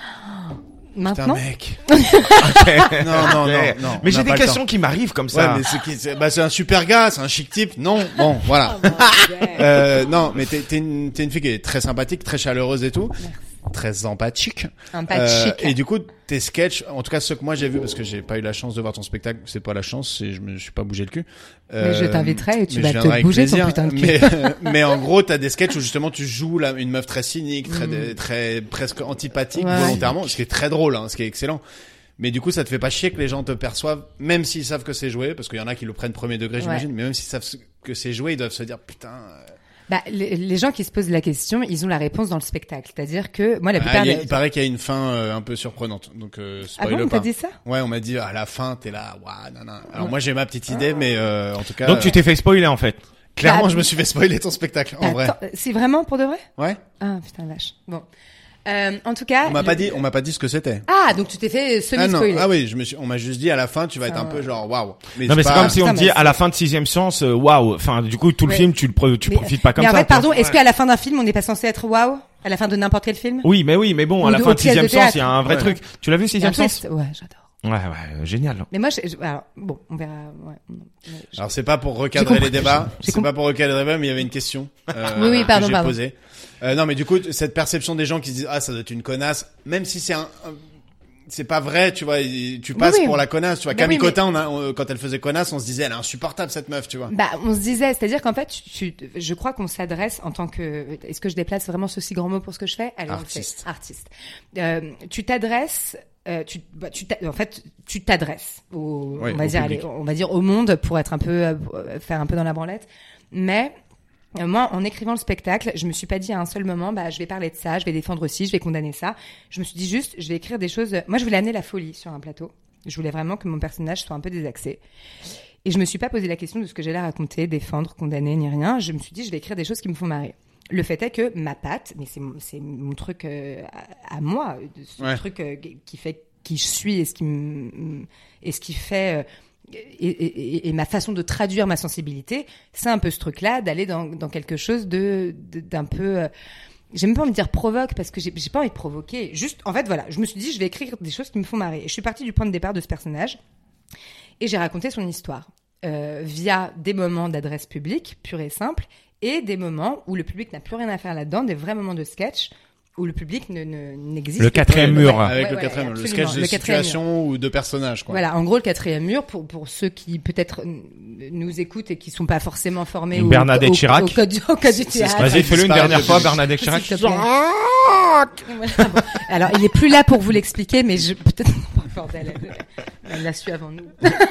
Putain, Maintenant. mec. non, non, non, Ouais. non. Mais on j'ai n'a des pas le questions qui m'arrivent comme temps. Ouais, ça. mais c'est qui, c'est, bah, c'est un super gars, c'est un chic type. Non, bon, voilà. Ouais. Euh, non, mais t'es, t'es une, t'es une fille qui est très sympathique, très chaleureuse et tout. Très empathique. Un pas Euh, chic. et du coup, tes sketchs, en tout cas ceux que moi j'ai vus, parce que j'ai pas eu la chance de voir ton spectacle, c'est pas la chance, c'est je me suis pas bougé le cul. Mais je t'inviterai et tu mais vas je te viendrai avec bouger ton plaisir. putain de cul. Mais, euh, mais en gros, t'as des sketchs où justement tu joues la, une meuf très cynique, très, Mm. très presque antipathique Ouais. volontairement, ce qui est très drôle, hein, ce qui est excellent. Mais du coup, ça te fait pas chier que les gens te perçoivent, même s'ils savent que c'est joué, parce qu'il y en a qui le prennent premier degré, j'imagine, mais même s'ils savent que c'est joué, ils doivent se dire putain. euh, Bah, les, les gens qui se posent la question, ils ont la réponse dans le spectacle. C'est-à-dire que moi, la ah, plupart il, y a- des... il paraît qu'il y a une fin euh, un peu surprenante, donc euh, Ah spoil bon, on pas. t'a dit ça? Ouais, on m'a dit à la fin, t'es là, waouh, nanana. Alors Ouais. moi j'ai ma petite idée, mais euh, en tout cas, Donc tu t'es fait spoiler en fait. clairement Bah, je me suis fait spoiler ton spectacle en vrai. Attends, c'est vraiment pour de vrai? Ouais. Ah, putain, vache. Bon. Euh, en tout cas... On m'a le- pas dit, on m'a pas dit ce que c'était. Ah, donc tu t'es fait Ah non, semi-spoiler. ah oui, je me suis, on m'a juste dit à la fin, tu vas être Ça un va. peu genre waouh. Non mais c'est pas- comme si on Putain, te dit mais à la fin de Sixième Sens, euh, waouh. Enfin, du coup, tout le Ouais. film, tu le pre- tu Mais- profites pas comme mais ça. en fait, quoi. pardon, est-ce qu'à la fin d'un film, on n'est pas censé être waouh? À la fin de n'importe quel film? Oui, mais oui, mais bon, Ou à la de- fin au de pièce de Sixième Sens, théâtre. il y a un vrai Ouais. truc. Tu l'as vu Il y a un Sixième Sens? twist. Ouais, j'adore. Ouais, ouais, euh, génial. Mais moi, je, je- alors, bon, on verra. Ouais, non, mais je- Alors c'est pas pour recadrer compris. les débats, J'ai c'est compris. pas pour recadrer les débats, mais il y avait une question. Euh, Oui, oui, pardon, que j'ai pardon. posée. Euh, non, mais du coup, cette perception des gens qui se disent ah ça doit être une connasse, même si c'est un, un- c'est pas vrai, tu vois, il- tu passes oui. pour la connasse, tu vois. Bah Camille oui, mais- Cotin, on a- on- quand elle faisait connasse, on se disait elle est insupportable cette meuf, tu vois. Bah, on se disait, c'est-à-dire qu'en fait, tu, tu- je crois qu'on s'adresse en tant que, est-ce que je déplace vraiment ce si grand mot pour ce que je fais? Allez, on le fait. Artiste. Artiste. Euh, tu t'adresses, euh, tu, bah, tu t'a- en fait, tu t'adresses au, Oui, on va au dire, public. allez, on va dire au monde pour être un peu, euh, faire un peu dans la branlette. Mais, euh, moi, en écrivant le spectacle, je me suis pas dit à un seul moment, bah, je vais parler de ça, je vais défendre ci, je vais condamner ça. Je me suis dit juste, je vais écrire des choses. Moi, je voulais amener la folie sur un plateau. Je voulais vraiment que mon personnage soit un peu désaxé. Et je me suis pas posé la question de ce que j'allais raconter, défendre, condamner, ni rien. Je me suis dit, je vais écrire des choses qui me font marrer. Le fait est que ma patte, mais c'est mon, c'est mon truc euh, à, à moi, de- ce Ouais. truc euh, qui fait qui je suis et ce qui me, et ce qui fait euh, et, et, et ma façon de traduire ma sensibilité, c'est un peu ce truc-là, d'aller dans, dans quelque chose de, de d'un peu. Euh, j'ai même pas envie de dire provoque parce que j'ai, j'ai pas envie de provoquer. Juste, en fait, voilà, je me suis dit, je vais écrire des choses qui me font marrer. Et je suis partie du point de départ de ce personnage et j'ai raconté son histoire. euh, via des moments d'adresse publique, pure et simple, et des moments où le public n'a plus rien à faire là-dedans, des vrais moments de sketch où le public ne, ne, n'existe Le quatrième pas. mur. Ouais, Avec ouais, le ouais, quatrième, le absolument. sketch de Le quatrième situation ou de personnage, quoi. Voilà, en gros, le quatrième mur, pour, pour ceux qui peut-être n- nous écoutent et qui sont pas forcément formés Une au, Bernadette au, Chirac. au, code, du- au code du théâtre. Ah, Vas-y, fais-le une disparaît dernière le fois, public. Bernadette Chirac. S'il te plaît. Voilà, bon. Alors, il est plus là pour vous l'expliquer, mais je, peut-être, bordel, elle, elle l'a su avant nous.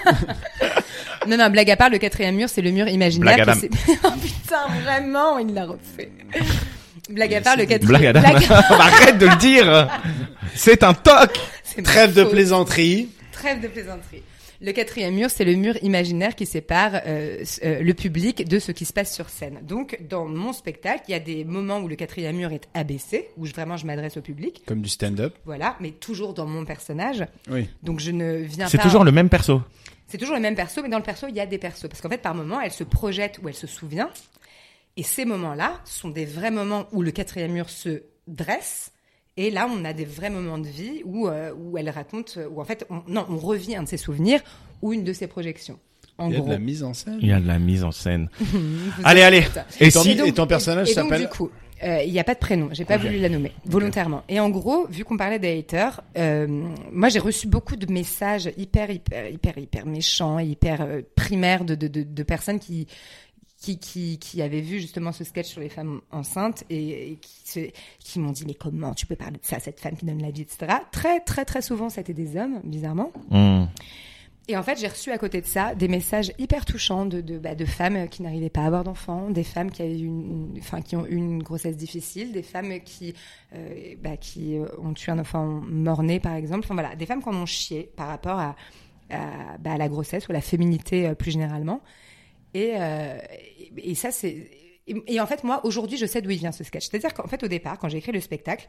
Non, non, blague à part, le quatrième mur, c'est le mur imaginaire. Blague à qui s'est- Oh putain, vraiment, il l'a refait. Blague à part, le quatrième Blague à dame. Arrête de le dire. C'est un toc. C'est Trêve ma de faute. plaisanterie. Trêve de plaisanterie. Le quatrième mur, c'est le mur imaginaire qui sépare euh, euh, le public de ce qui se passe sur scène. Donc, dans mon spectacle, il y a des moments où le quatrième mur est abaissé, où je, vraiment je m'adresse au public, Comme du stand-up. voilà, mais toujours dans mon personnage. Oui. Donc, je ne viens C'est pas... toujours le même perso. C'est toujours le même perso, mais dans le perso, il y a des persos. Parce qu'en fait, par moment, elle se projette ou elle se souvient. Et ces moments-là sont des vrais moments où le quatrième mur se dresse. Et là, on a des vrais moments de vie où, euh, où elle raconte, où en fait, on, non, on revit un de ses souvenirs ou une de ses projections. En Il y a gros. de la mise en scène. Il y a de la mise en scène. Vous Allez, êtes- allez. Et Et ton, si donc- et ton personnage et donc, s'appelle... du coup, euh, il n'y a pas de prénom. J'ai pas Ok. voulu la nommer volontairement. Et en gros, vu qu'on parlait des haters, euh, moi j'ai reçu beaucoup de messages hyper, hyper, hyper, hyper méchants et hyper euh, primaires de, de, de, de personnes qui, qui, qui, qui avaient vu justement ce sketch sur les femmes enceintes et, et qui, se, qui m'ont dit mais comment tu peux parler de ça à cette femme qui donne la vie, et cetera. Très, très, très souvent, c'était des hommes, bizarrement. Hmm. Et en fait, j'ai reçu à côté de ça des messages hyper touchants de, de, bah, de femmes qui n'arrivaient pas à avoir d'enfants, des femmes qui, avaient une, une- enfin, qui ont eu une grossesse difficile, des femmes qui, euh, bah, qui euh, ont tué un enfant mort-né, par exemple. Enfin voilà, des femmes qui en ont chié par rapport à, à, bah, à la grossesse ou à la féminité euh, plus généralement. Et, euh, et, et ça, c'est... Et, et en fait, moi, aujourd'hui, je sais d'où il vient ce sketch. C'est-à-dire qu'en fait, au départ, quand j'ai écrit le spectacle,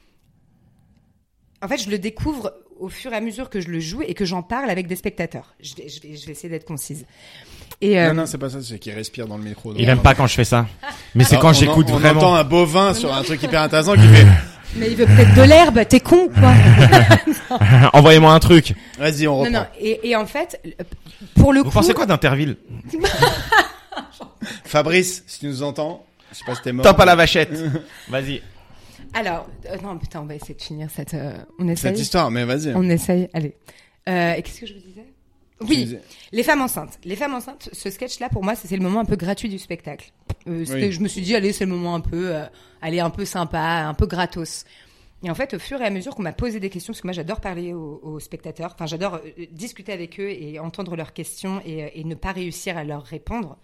en fait, je le découvre au fur et à mesure que je le joue et que j'en parle avec des spectateurs. Je vais, je vais, je vais essayer d'être concise. Et euh, Non, non, c'est pas ça, c'est qu'il respire dans le micro. Il aime pas quand je fais ça. Mais c'est Alors, quand on j'écoute en- on vraiment. entend un bovin sur un truc hyper intéressant qui fait... mais il veut peut-être de l'herbe. T'es con, quoi. Envoyez-moi un truc. Vas-y, on Non, reprend. non. Et, et en fait, pour le Vous coup, pensez quoi d'Interville? Fabrice, si tu nous entends, je sais pas si t'es mort. Top à la vachette. Vas-y. alors, euh, non, putain, on va essayer de finir cette. Euh, on essaye. Cette histoire, mais vas-y. On essaye. Allez. Euh, et qu'est-ce que je vous disais? Tu Oui. disais- Les femmes enceintes. Les femmes enceintes, ce sketch-là, pour moi, c'est le moment un peu gratuit du spectacle. Euh, c'était- Oui. Je me suis dit, allez, c'est le moment un peu, euh, allez, un peu sympa, un peu gratos. Et en fait, au fur et à mesure qu'on m'a posé des questions, parce que moi, j'adore parler aux, aux spectateurs, enfin, j'adore euh, discuter avec eux et entendre leurs questions et, euh, et ne pas réussir à leur répondre.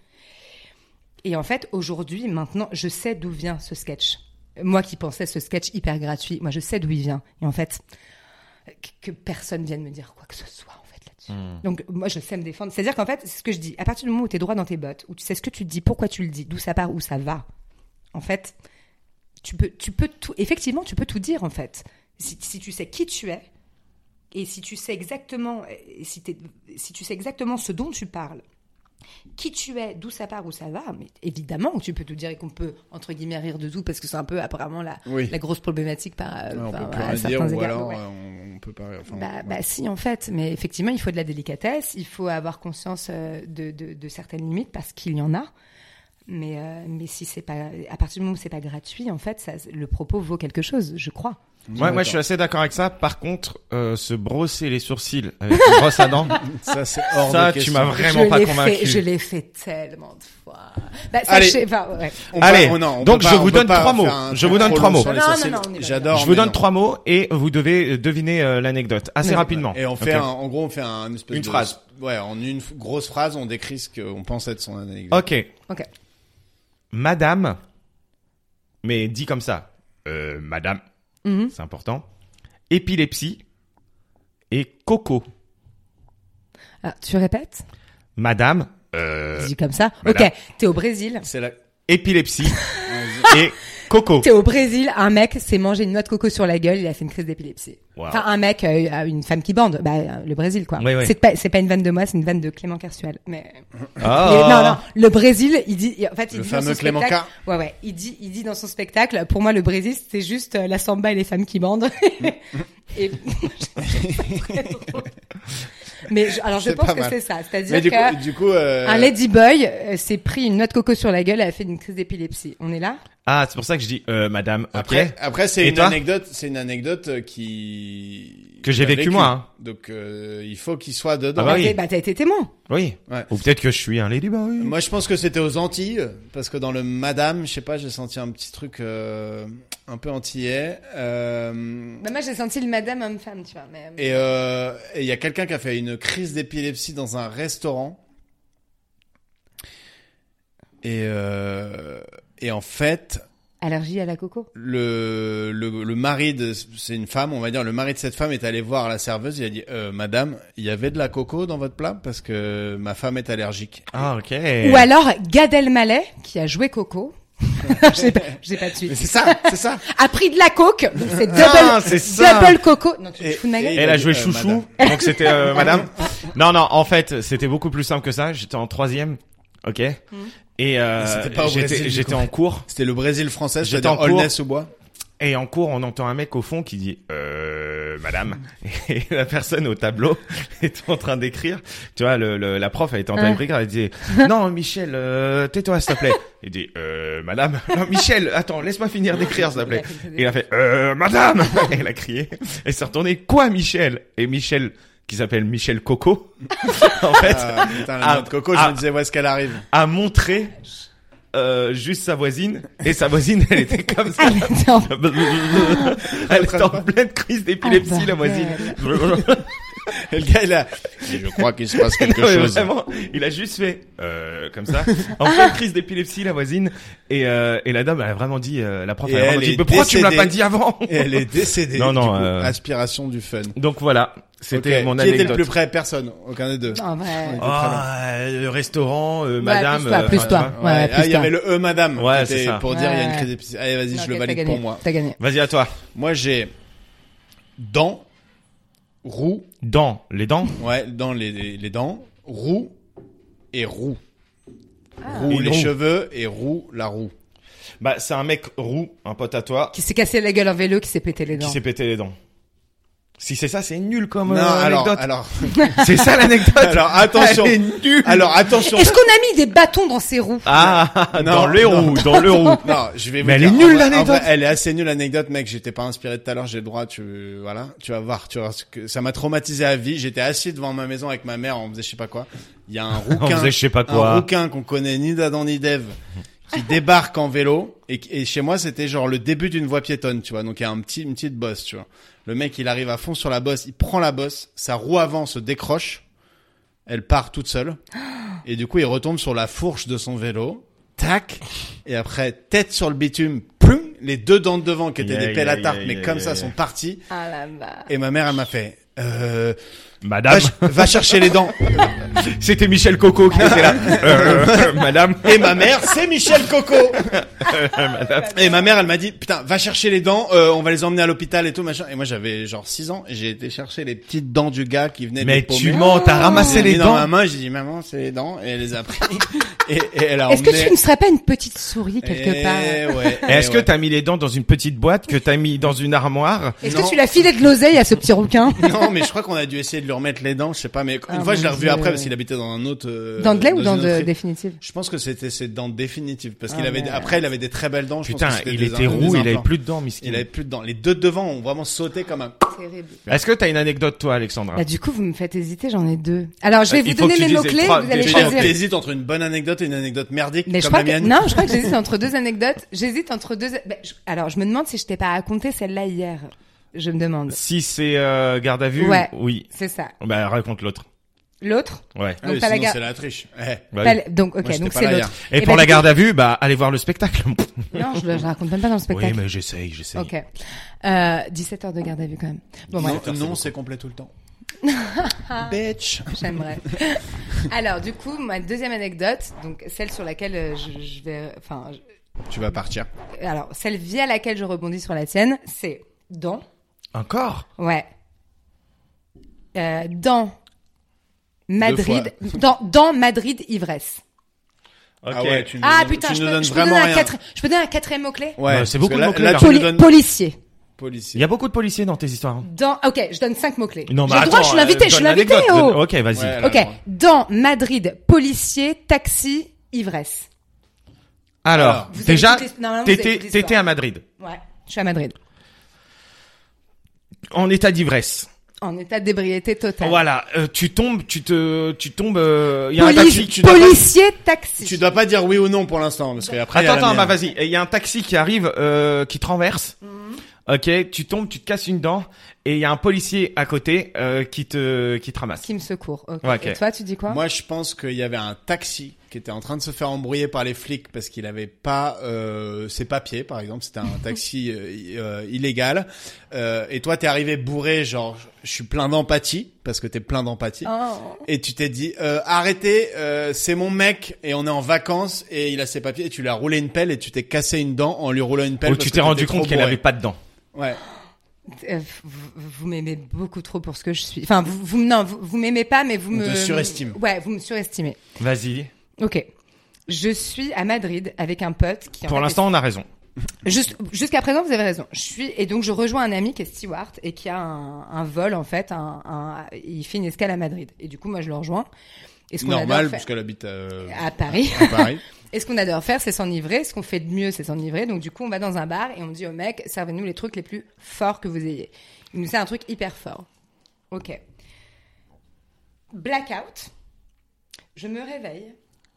Et en fait, aujourd'hui, maintenant, je sais d'où vient ce sketch. Moi qui pensais ce sketch hyper gratuit, moi, je sais d'où il vient. Et en fait, que, que personne vienne me dire quoi que ce soit, en fait, là-dessus. Hmm. Donc, moi, je sais me défendre. C'est-à-dire qu'en fait, c'est ce que je dis. À partir du moment où tu es droit dans tes bottes, où tu sais ce que tu te dis, pourquoi tu le dis, d'où ça part, où ça va, en fait, tu peux, tu peux tout, effectivement, tu peux tout dire, en fait. Si, si tu sais qui tu es, et si tu sais exactement, et si, t'es- si tu sais exactement ce dont tu parles, qui tu es, d'où ça part, où ça va, mais évidemment que tu peux tout dire et qu'on peut, entre guillemets, rire de tout, parce que c'est un peu, apparemment, la, Oui. la grosse problématique par, euh, Ouais, on enfin, peut plus à rien certains dire, ou égards. alors Ouais. euh, on, on peut pas... Enfin, Bah, ouais. bah si, en fait. Mais effectivement, il faut de la délicatesse, il faut avoir conscience euh, de, de, de certaines limites, parce qu'il y en a. Mais, euh, mais si c'est pas, à partir du moment où c'est pas gratuit, en fait, ça, le propos vaut quelque chose, je crois. Moi, moi, je suis assez d'accord avec ça. Par contre, euh, se brosser les sourcils avec une brosse à dents, Ça, c'est hors ça, de tu question. m'as vraiment je pas l'ai convaincu. fait, je l'ai fait tellement de fois. Bah, Allez. sachez, enfin, ouais. On Allez, va- on- non, on donc peut je pas- vous on peut donne pas trois mots. faire un Je truc vous donne trop trois long mots. sur les Non, non, sourcils. non, on est pas J'adore. Je vous mais donne non. trois mots et vous devez euh, deviner euh, l'anecdote assez Ouais. rapidement. Et on fait Ok. un, en gros, on fait un espèce Une de... phrase. Ouais, en une f- grosse phrase, on décrit ce qu'on pense être son anecdote. Ok. Ok. Madame, mais dit comme ça. Euh, madame, Mhm. c'est important. Épilepsie et coco. Alors, tu répètes? Madame, euh, Dis comme ça. madame. Ok. T'es au Brésil. C'est la... épilepsie Vas-y. et coco. T'es au Brésil, un mec s'est mangé une noix de coco sur la gueule, il a fait une crise d'épilepsie. Wow. Enfin, un mec euh, a une femme qui bande, bah euh, le Brésil quoi. Oui, oui. C'est pas c'est pas une vanne de moi, c'est une vanne de Clément Kersuel. Mais Ah. Mais non non, le Brésil, il dit en fait il Le dit dans fameux son Clément spectacle, K. ouais ouais, il dit il dit dans son spectacle, pour moi le Brésil c'est juste euh, la samba et les femmes qui bandent. Et Mais je- alors je C'est pense pas que mal. c'est ça. Mais C'est-à-dire du que coup, du coup, euh... un ladyboy euh, s'est pris une noix de coco sur la gueule et a fait une crise d'épilepsie. On est là? Ah, c'est pour ça que je dis euh, madame. Ok. Après, après c'est Et une toi anecdote, c'est une anecdote euh, qui Que j'ai t'as vécu moi, hein. Donc euh, il faut qu'il soit dedans. Ah bah Bah, oui. t'es- bah t'as été témoin. Oui. Ouais. Ou peut-être que je suis un ladyboy. Moi, je pense que c'était aux Antilles, parce que dans le Madame, je sais pas, j'ai senti un petit truc euh, un peu antillais. Euh, Bah moi j'ai senti le madame homme-femme, tu vois. Mais... et euh, et il y a quelqu'un qui a fait une crise d'épilepsie dans un restaurant. Et euh, et en fait, Allergie à la coco. le, le, le mari de, c'est une femme, on va dire, le mari de cette femme est allé voir la serveuse, il a dit, euh, madame, il y avait de la coco dans votre plat parce que ma femme est allergique. Ah, ok. Ou alors Gad Elmaleh, qui a joué Coco. j'ai pas, j'ai pas de suite. Mais c'est ça, c'est ça. A pris de la coke, donc c'est double, Ah, c'est ça. double coco. Non, tu te Et- fous de ma et- gueule. Elle a joué Euh, chouchou, donc c'était euh, madame. Non, non, en fait, c'était beaucoup plus simple que ça. J'étais en troisième, ok. Et euh, C'était pas au j'étais, Brésil, du j'étais coup. en cours. C'était le Brésil français, J'étais c'est-à-dire en cours. Aulnay-sous-Bois. Et en cours, on entend un mec au fond qui dit euh, madame. Et la personne au tableau est en train d'écrire. Tu vois, le, le la prof elle était en train Ah. d'écrire. Elle disait non Michel, euh, tais-toi s'il te plaît. Il dit euh, madame. Non Michel, attends, laisse-moi finir d'écrire s'il te plaît. Et il a fait euh, madame. Et elle a crié. Elle s'est retournée. Quoi Michel? Et Michel, qui s'appelle Michel Coco, en fait, Ah, putain, la Ah, noix de coco, je ah. me disais où est-ce qu'elle arrive. a montré euh, juste sa voisine. Et sa voisine, elle était comme ça. Ah, mais attends. Elle était en pleine crise d'épilepsie, Ah, la voisine. Et le gars, il a, je crois qu'il se passe quelque Ouais, chose. vraiment, il a juste fait euh, comme ça, en pleine crise d'épilepsie, la voisine. Et, euh, et la dame, elle a vraiment dit, euh, la prof, Et elle a vraiment elle dit, est mais pourquoi tu me l'as décédée. pas dit avant? Et elle est décédée. Non, non, du coup, euh, aspiration du fun. Donc voilà, c'était Ok. mon Qui était le anecdote. plus près? Personne. Aucun des deux. En vrai. Ah, le restaurant, euh, Ouais, madame. plus toi, euh, plus enfin, toi. tu vois. Ouais, Ouais, plus ah, il y toi. avait le E madame. Ouais, qui était c'est ça. pour dire il y a une Ouais. crise d'épilepsie. Allez, vas-y, Non, je ok, le t'as valide gagné. pour moi. T'as gagné. Vas-y, à toi. Moi, j'ai dents, roux, Dents, les dents. ouais, dans les, les, les dents, roux et roux. Ah. Roux Une les roue. cheveux et roux la roue. Bah, c'est un mec roux, un pote à toi, Qui s'est cassé la gueule en vélo, qui s'est pété les qui dents. s'est pété les dents. Si c'est ça, c'est nul comme Non, euh, alors, anecdote. alors, C'est ça l'anecdote. alors, attention. Elle est nulle. alors, attention. Est-ce qu'on a mis des bâtons dans ses roues? Ah, Non, dans le non. roux, dans le roux. Non, je vais vous Mais elle dire, est en nulle, vrai- en l'anecdote. vrai, Elle est assez nulle l'anecdote, mec. J'étais pas inspiré tout à l'heure. J'ai le droit. Tu voilà, tu vas voir. Tu vas voir ce que ça m'a traumatisé à vie. J'étais assis devant ma maison avec ma mère. On faisait je sais pas quoi. Il y a un rouquin. On faisait je sais pas quoi. Un rouquin qu'on connaît ni d'Adam ni d'Ève qui débarque en vélo. Et, et chez moi, c'était genre le début d'une voie piétonne, tu vois. Donc il y a un petit, une petite bosse, tu vois. Le mec, il arrive à fond sur la bosse. Il prend la bosse. Sa roue avant se décroche. Elle part toute seule. Et du coup, il retombe sur la fourche de son vélo. Tac. Et après, tête sur le bitume. Plum. Les deux dents de devant qui étaient Aïe, des pelles à aïe, tarte, aïe, mais aïe, comme aïe, ça, aïe. sont partis. Ah la vache. Et ma mère, elle m'a fait, euh, Madame. va, ch- va chercher les dents. C'était Michel Coco qui était là. Euh, madame. Et ma mère, c'est Michel Coco. Madame. Et ma mère, elle m'a dit, putain, va chercher les dents, euh, on va les emmener à l'hôpital et tout, machin. Et moi, j'avais genre six ans, et j'ai été chercher les petites dents du gars qui venait Mais de tu paumer. mens, t'as ramassé J'ai les mis dans dents. ma main, j'ai dit, maman, c'est les dents, et elle les a pris. et, et elle a Est-ce que emmené. tu ne serais pas une petite souris quelque Eh part? ouais, Et Est-ce eh que ouais. t'as mis les dents dans une petite boîte que t'as mis dans une armoire? Est-ce Non. que tu l'as filé de l'oseille à ce petit rouquin? Non, mais je crois qu'on a dû essayer de lui remettre les dents, je sais pas, mais une Ah, fois, mon je l'ai revu Dieu. après parce qu'il habitait dans un autre, euh, Dans de lait ou dans dans une autre de île. définitive? Je pense que c'était ses dents définitives parce qu'il Ah, avait, mais- après, il avait des très belles dents. Je Putain, pense que c'était il des était im- roux, des il avait implants. plus de dents, miskin. Il avait plus de dents. Les deux de devant ont vraiment sauté comme un. Terrible. Est-ce que t'as une anecdote, toi, Alexandra? Bah, du coup, vous me faites hésiter, j'en ai deux. Alors, je vais Euh, il vous faut donner que tu les dises mots-clés, les trois- vous allez tu Tu veux choisir. hésites entre une bonne anecdote et une anecdote merdique Mais je comme crois la que, mienne. non, je crois que j'hésite entre deux anecdotes. J'hésite entre deux, bah, je- alors, je me demande si je t'ai pas raconté celle-là hier. Je me demande. Si c'est euh, garde à vue, Ouais. oui. C'est ça. Bah raconte l'autre. L'autre? Ouais. Ah Donc, oui, pas la sinon, gar- c'est la triche. Eh. Bah Pas oui. le- Donc, ok, Moi, j'étais donc pas c'est là l'autre. Et Eh pour ben, la du garde à vue, bah allez voir le spectacle. coup- Non, je, le- je raconte même pas dans le Oui, spectacle. mais j'essaye, j'essaye. Ok. Euh, dix-sept heures de garde à vue quand même. Bon, bref. Non, non, c'est complet tout le temps. Bitch. J'aimerais. Alors, du coup, ma deuxième anecdote, donc celle sur laquelle euh, je, je vais, enfin, je- Tu vas partir. alors celle via laquelle je rebondis sur la tienne, c'est dans, Encore? ouais, euh, dans Madrid, dans dans Madrid ivresse. Ok. Ah ouais, tu nous Ah donnes- putain, tu je nous peux, donnes je peux vraiment donner un rien. quatre, je peux donner un quatrième mot clé. Ouais, Bah, c'est parce beaucoup que de là- mots-clés, là, là. tu nous Poli- donnes- policier. policier. Il y a beaucoup de policiers dans tes histoires. Hein. Dans, ok, je donne cinq mots-clés. Non, mais J'ai le droit, attends, je suis l'invité, euh, je suis donne l'invité, l'anecdote. oh. Ok, vas-y. Ouais, elle a Ok, le droit. dans Madrid, policier, taxi, ivresse. Alors, Alors, vous avez déjà, toutes les- normalement, vous avez t'étais, toutes les t'étais histoires. à Madrid. Ouais, je suis à Madrid. En état d'ivresse. En état d'ébriété totale. Voilà, euh, tu tombes, tu te, tu tombes, il y a Police- un taxi, tu dois policier, taxi. Tu dois pas dire oui ou non pour l'instant, parce qu'après. Attends, attends, bah vas-y. Il y a un taxi qui arrive, euh, qui te renverse. Mhm. Ok, tu tombes, tu te casses une dent, et il y a un policier à côté euh, qui te, qui te ramasse. Qui me secourt. Ok. Ouais, ok. Et toi, tu dis quoi? Moi, je pense qu'il y avait un taxi qui était en train de se faire embrouiller par les flics parce qu'il avait pas euh, ses papiers, par exemple. C'était un taxi euh, euh, illégal. Euh, et toi, t'es arrivé bourré, genre, je suis plein d'empathie parce que t'es plein d'empathie. Oh. Et tu t'es dit, euh, arrêtez, euh, c'est mon mec et on est en vacances et il a ses papiers et tu lui as roulé une pelle et tu t'es cassé une dent en lui roulant une pelle. Ou parce tu que t'es rendu t'étais trop compte qu'elle bourré. avait pas de dents. Ouais. Euh, vous, vous m'aimez beaucoup trop pour ce que je suis. Enfin, vous, vous non, vous, vous m'aimez pas, mais vous On me te surestime. Ouais, vous me surestimez. Vas-y. Ok. Je suis à Madrid avec un pote qui. en Pour fait, l'instant, on a raison. est- juste- jusqu'à présent, vous avez raison. Je suis et donc je rejoins un ami qui est steward et qui a un, un vol en fait. Un, un, il fait une escale à Madrid et du coup, moi, je le rejoins. Et ce qu'on Normal, adore faire parce qu'elle habite euh, à Paris. à Paris. Et ce qu'on adore faire, c'est s'enivrer. Ce qu'on fait de mieux, c'est s'enivrer. Donc, du coup, on va dans un bar et on dit au mec, servez-nous les trucs les plus forts que vous ayez. Il nous sert un truc hyper fort. Ok. Blackout. Je me réveille.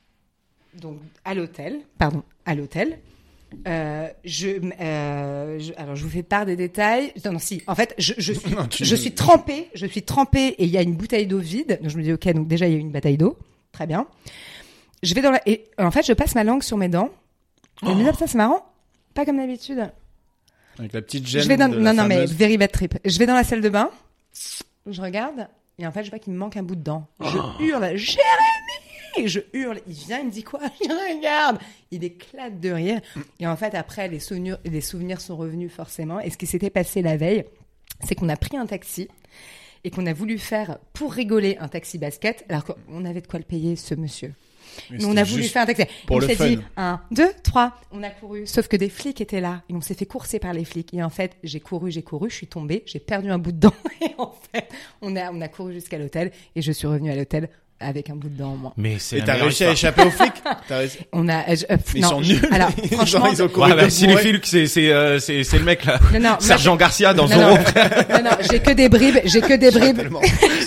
Donc, à l'hôtel. Pardon, à l'hôtel. Euh, je, euh, je, alors, je vous fais part des détails. Non, non, si. En fait, je, je suis, Non, tu- je suis trempée. Je suis trempée et il y a une bouteille d'eau vide. Donc, je me dis, ok, donc déjà, il y a une bouteille d'eau. Très bien. Je vais dans la... Et en fait, je passe ma langue sur mes dents. Et je me dis, ah, putain, c'est marrant. Pas comme d'habitude. Avec la petite gêne Je vais dans... de Non, la non, mais fameuse- very bad trip. Je vais dans la salle de bain. Je regarde. Et en fait, je vois qu'il me manque un bout de dent. Je hurle, Jérémy! Je hurle. Il vient, il me dit quoi? Je regarde. Il éclate de rire. Et en fait, après, les souvenirs, les souvenirs sont revenus forcément. Et ce qui s'était passé la veille, c'est qu'on a pris un taxi et qu'on a voulu faire, pour rigoler, un taxi basket, alors qu'on avait de quoi le payer, ce monsieur. Mais Mais on c'était a voulu juste faire un taxi. pour on le s'est fun. dit, un, deux, trois. On a couru. Sauf que des flics étaient là. Et on s'est fait courser par les flics. Et en fait, j'ai couru, j'ai couru, je suis tombée, j'ai perdu un bout de dent. Et en fait, on a, on a couru jusqu'à l'hôtel. Et je suis revenue à l'hôtel avec un bout de dent en moins. Mais c'est Et la t'as meilleure réussi à histoire. échapper aux flics? T'as réussi... On a, euh, je- euh, Mais ils non, sont je- nuls. Alors, Genre, franchement, ils ont couru Ouais, bah, de si les bourré. flics, c'est, c'est, euh, c'est, c'est le mec, là. non, non, moi, Sergent Garcia dans non, Zorro. non, non, non, j'ai que des bribes, j'ai que des bribes. Tellement.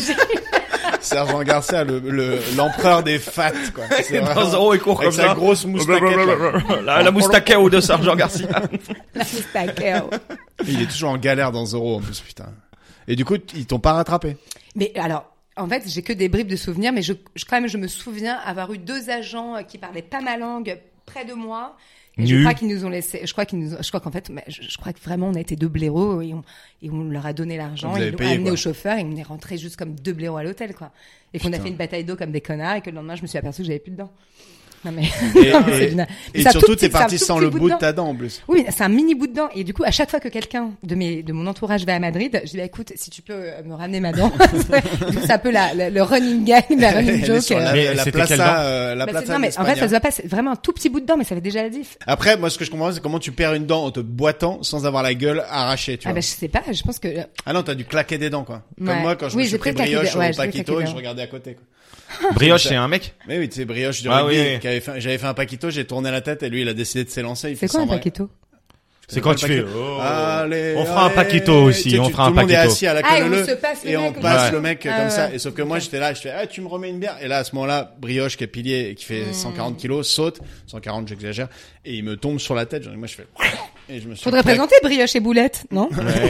Sergent Garcia, le, le, l'empereur des fats, quoi. C'est Dans vraiment- Zorro, il court avec comme sa ça. grosse moustaquette, là. La, la moustaqueo de Sergent Garcia. La moustache. Il est toujours en galère dans Zorro, en plus, putain. Et du coup, ils t'ont pas rattrapé. Mais alors, en fait, j'ai que des bribes de souvenirs, mais je, je, quand même, je me souviens avoir eu deux agents euh, qui parlaient pas ma langue près de moi. Et je Nus. crois qu'ils nous ont laissé, je crois qu'ils nous ont, je crois qu'en fait, mais je, je crois que vraiment on a été deux blaireaux et on, et on leur a donné l'argent, Vous ils avez l'ont payé, amené quoi. au chauffeur et on est rentré juste comme deux blaireaux à l'hôtel, quoi. Et qu'on a Putain. fait une bataille d'eau comme des connards et que le lendemain je me suis aperçu que j'avais plus de dents. Non mais, Et, non, mais et- c'est une- et c'est un surtout, tout t'es petit- c'est un parti tout sans petit le bout de dent. ta dent, en plus. Oui, c'est un mini bout de dent. Et du coup, à chaque fois que quelqu'un de mes, de mon entourage va à Madrid, je dis, bah, écoute, si tu peux euh, me ramener ma dent. C'est un peu la, la- le running gag, la running Elle est joke. sur euh. la, Mais la c'était quelle dent plaza, euh, la Bah, c'est- plaza non, mais en fait, ça se d'Espagne. voit pas, c'est vraiment un tout petit bout de dent, mais ça fait déjà la diff. Après, moi, ce que je comprends, c'est comment tu perds une dent en te boitant sans avoir la gueule arrachée, tu Ah, vois. bah, je sais pas, je pense que, Ah non, t'as dû claquer des dents, quoi. Comme Ouais. moi, quand je Oui, me j'ai suis pris pris le brioche claquer des- ouais, au j'ai pris le paquito claquer et des je dents. regardais à côté, quoi. Brioche, c'est un mec. Mais oui, tu sais, brioche de Ah rugby, oui, oui. qui avait fait, j'avais fait un paquito, j'ai tourné la tête et lui, il a décidé de s'élancer. Il c'est fait quoi un cent vingt. paquito? C'est quand Le tu fais, paquito. oh. Allez, On fera un allez. paquito aussi, Tu sais, on tu- fera un Tout le monde est paquito. assis à la Ah, et queue on leu se passe le et on mec, passe ouais. le mec Ah, comme ça. ouais. Et sauf que moi, Ok. j'étais là, je fais, ah, tu me remets une bière. Et là, à ce moment-là, brioche qui est pilier et qui fait Hmm. cent quarante kilos, saute, cent quarante, j'exagère, et il me tombe sur la tête. Genre, moi, je fais, et je me suis Faudrait claqué. présenter Brioche et Boulette, non?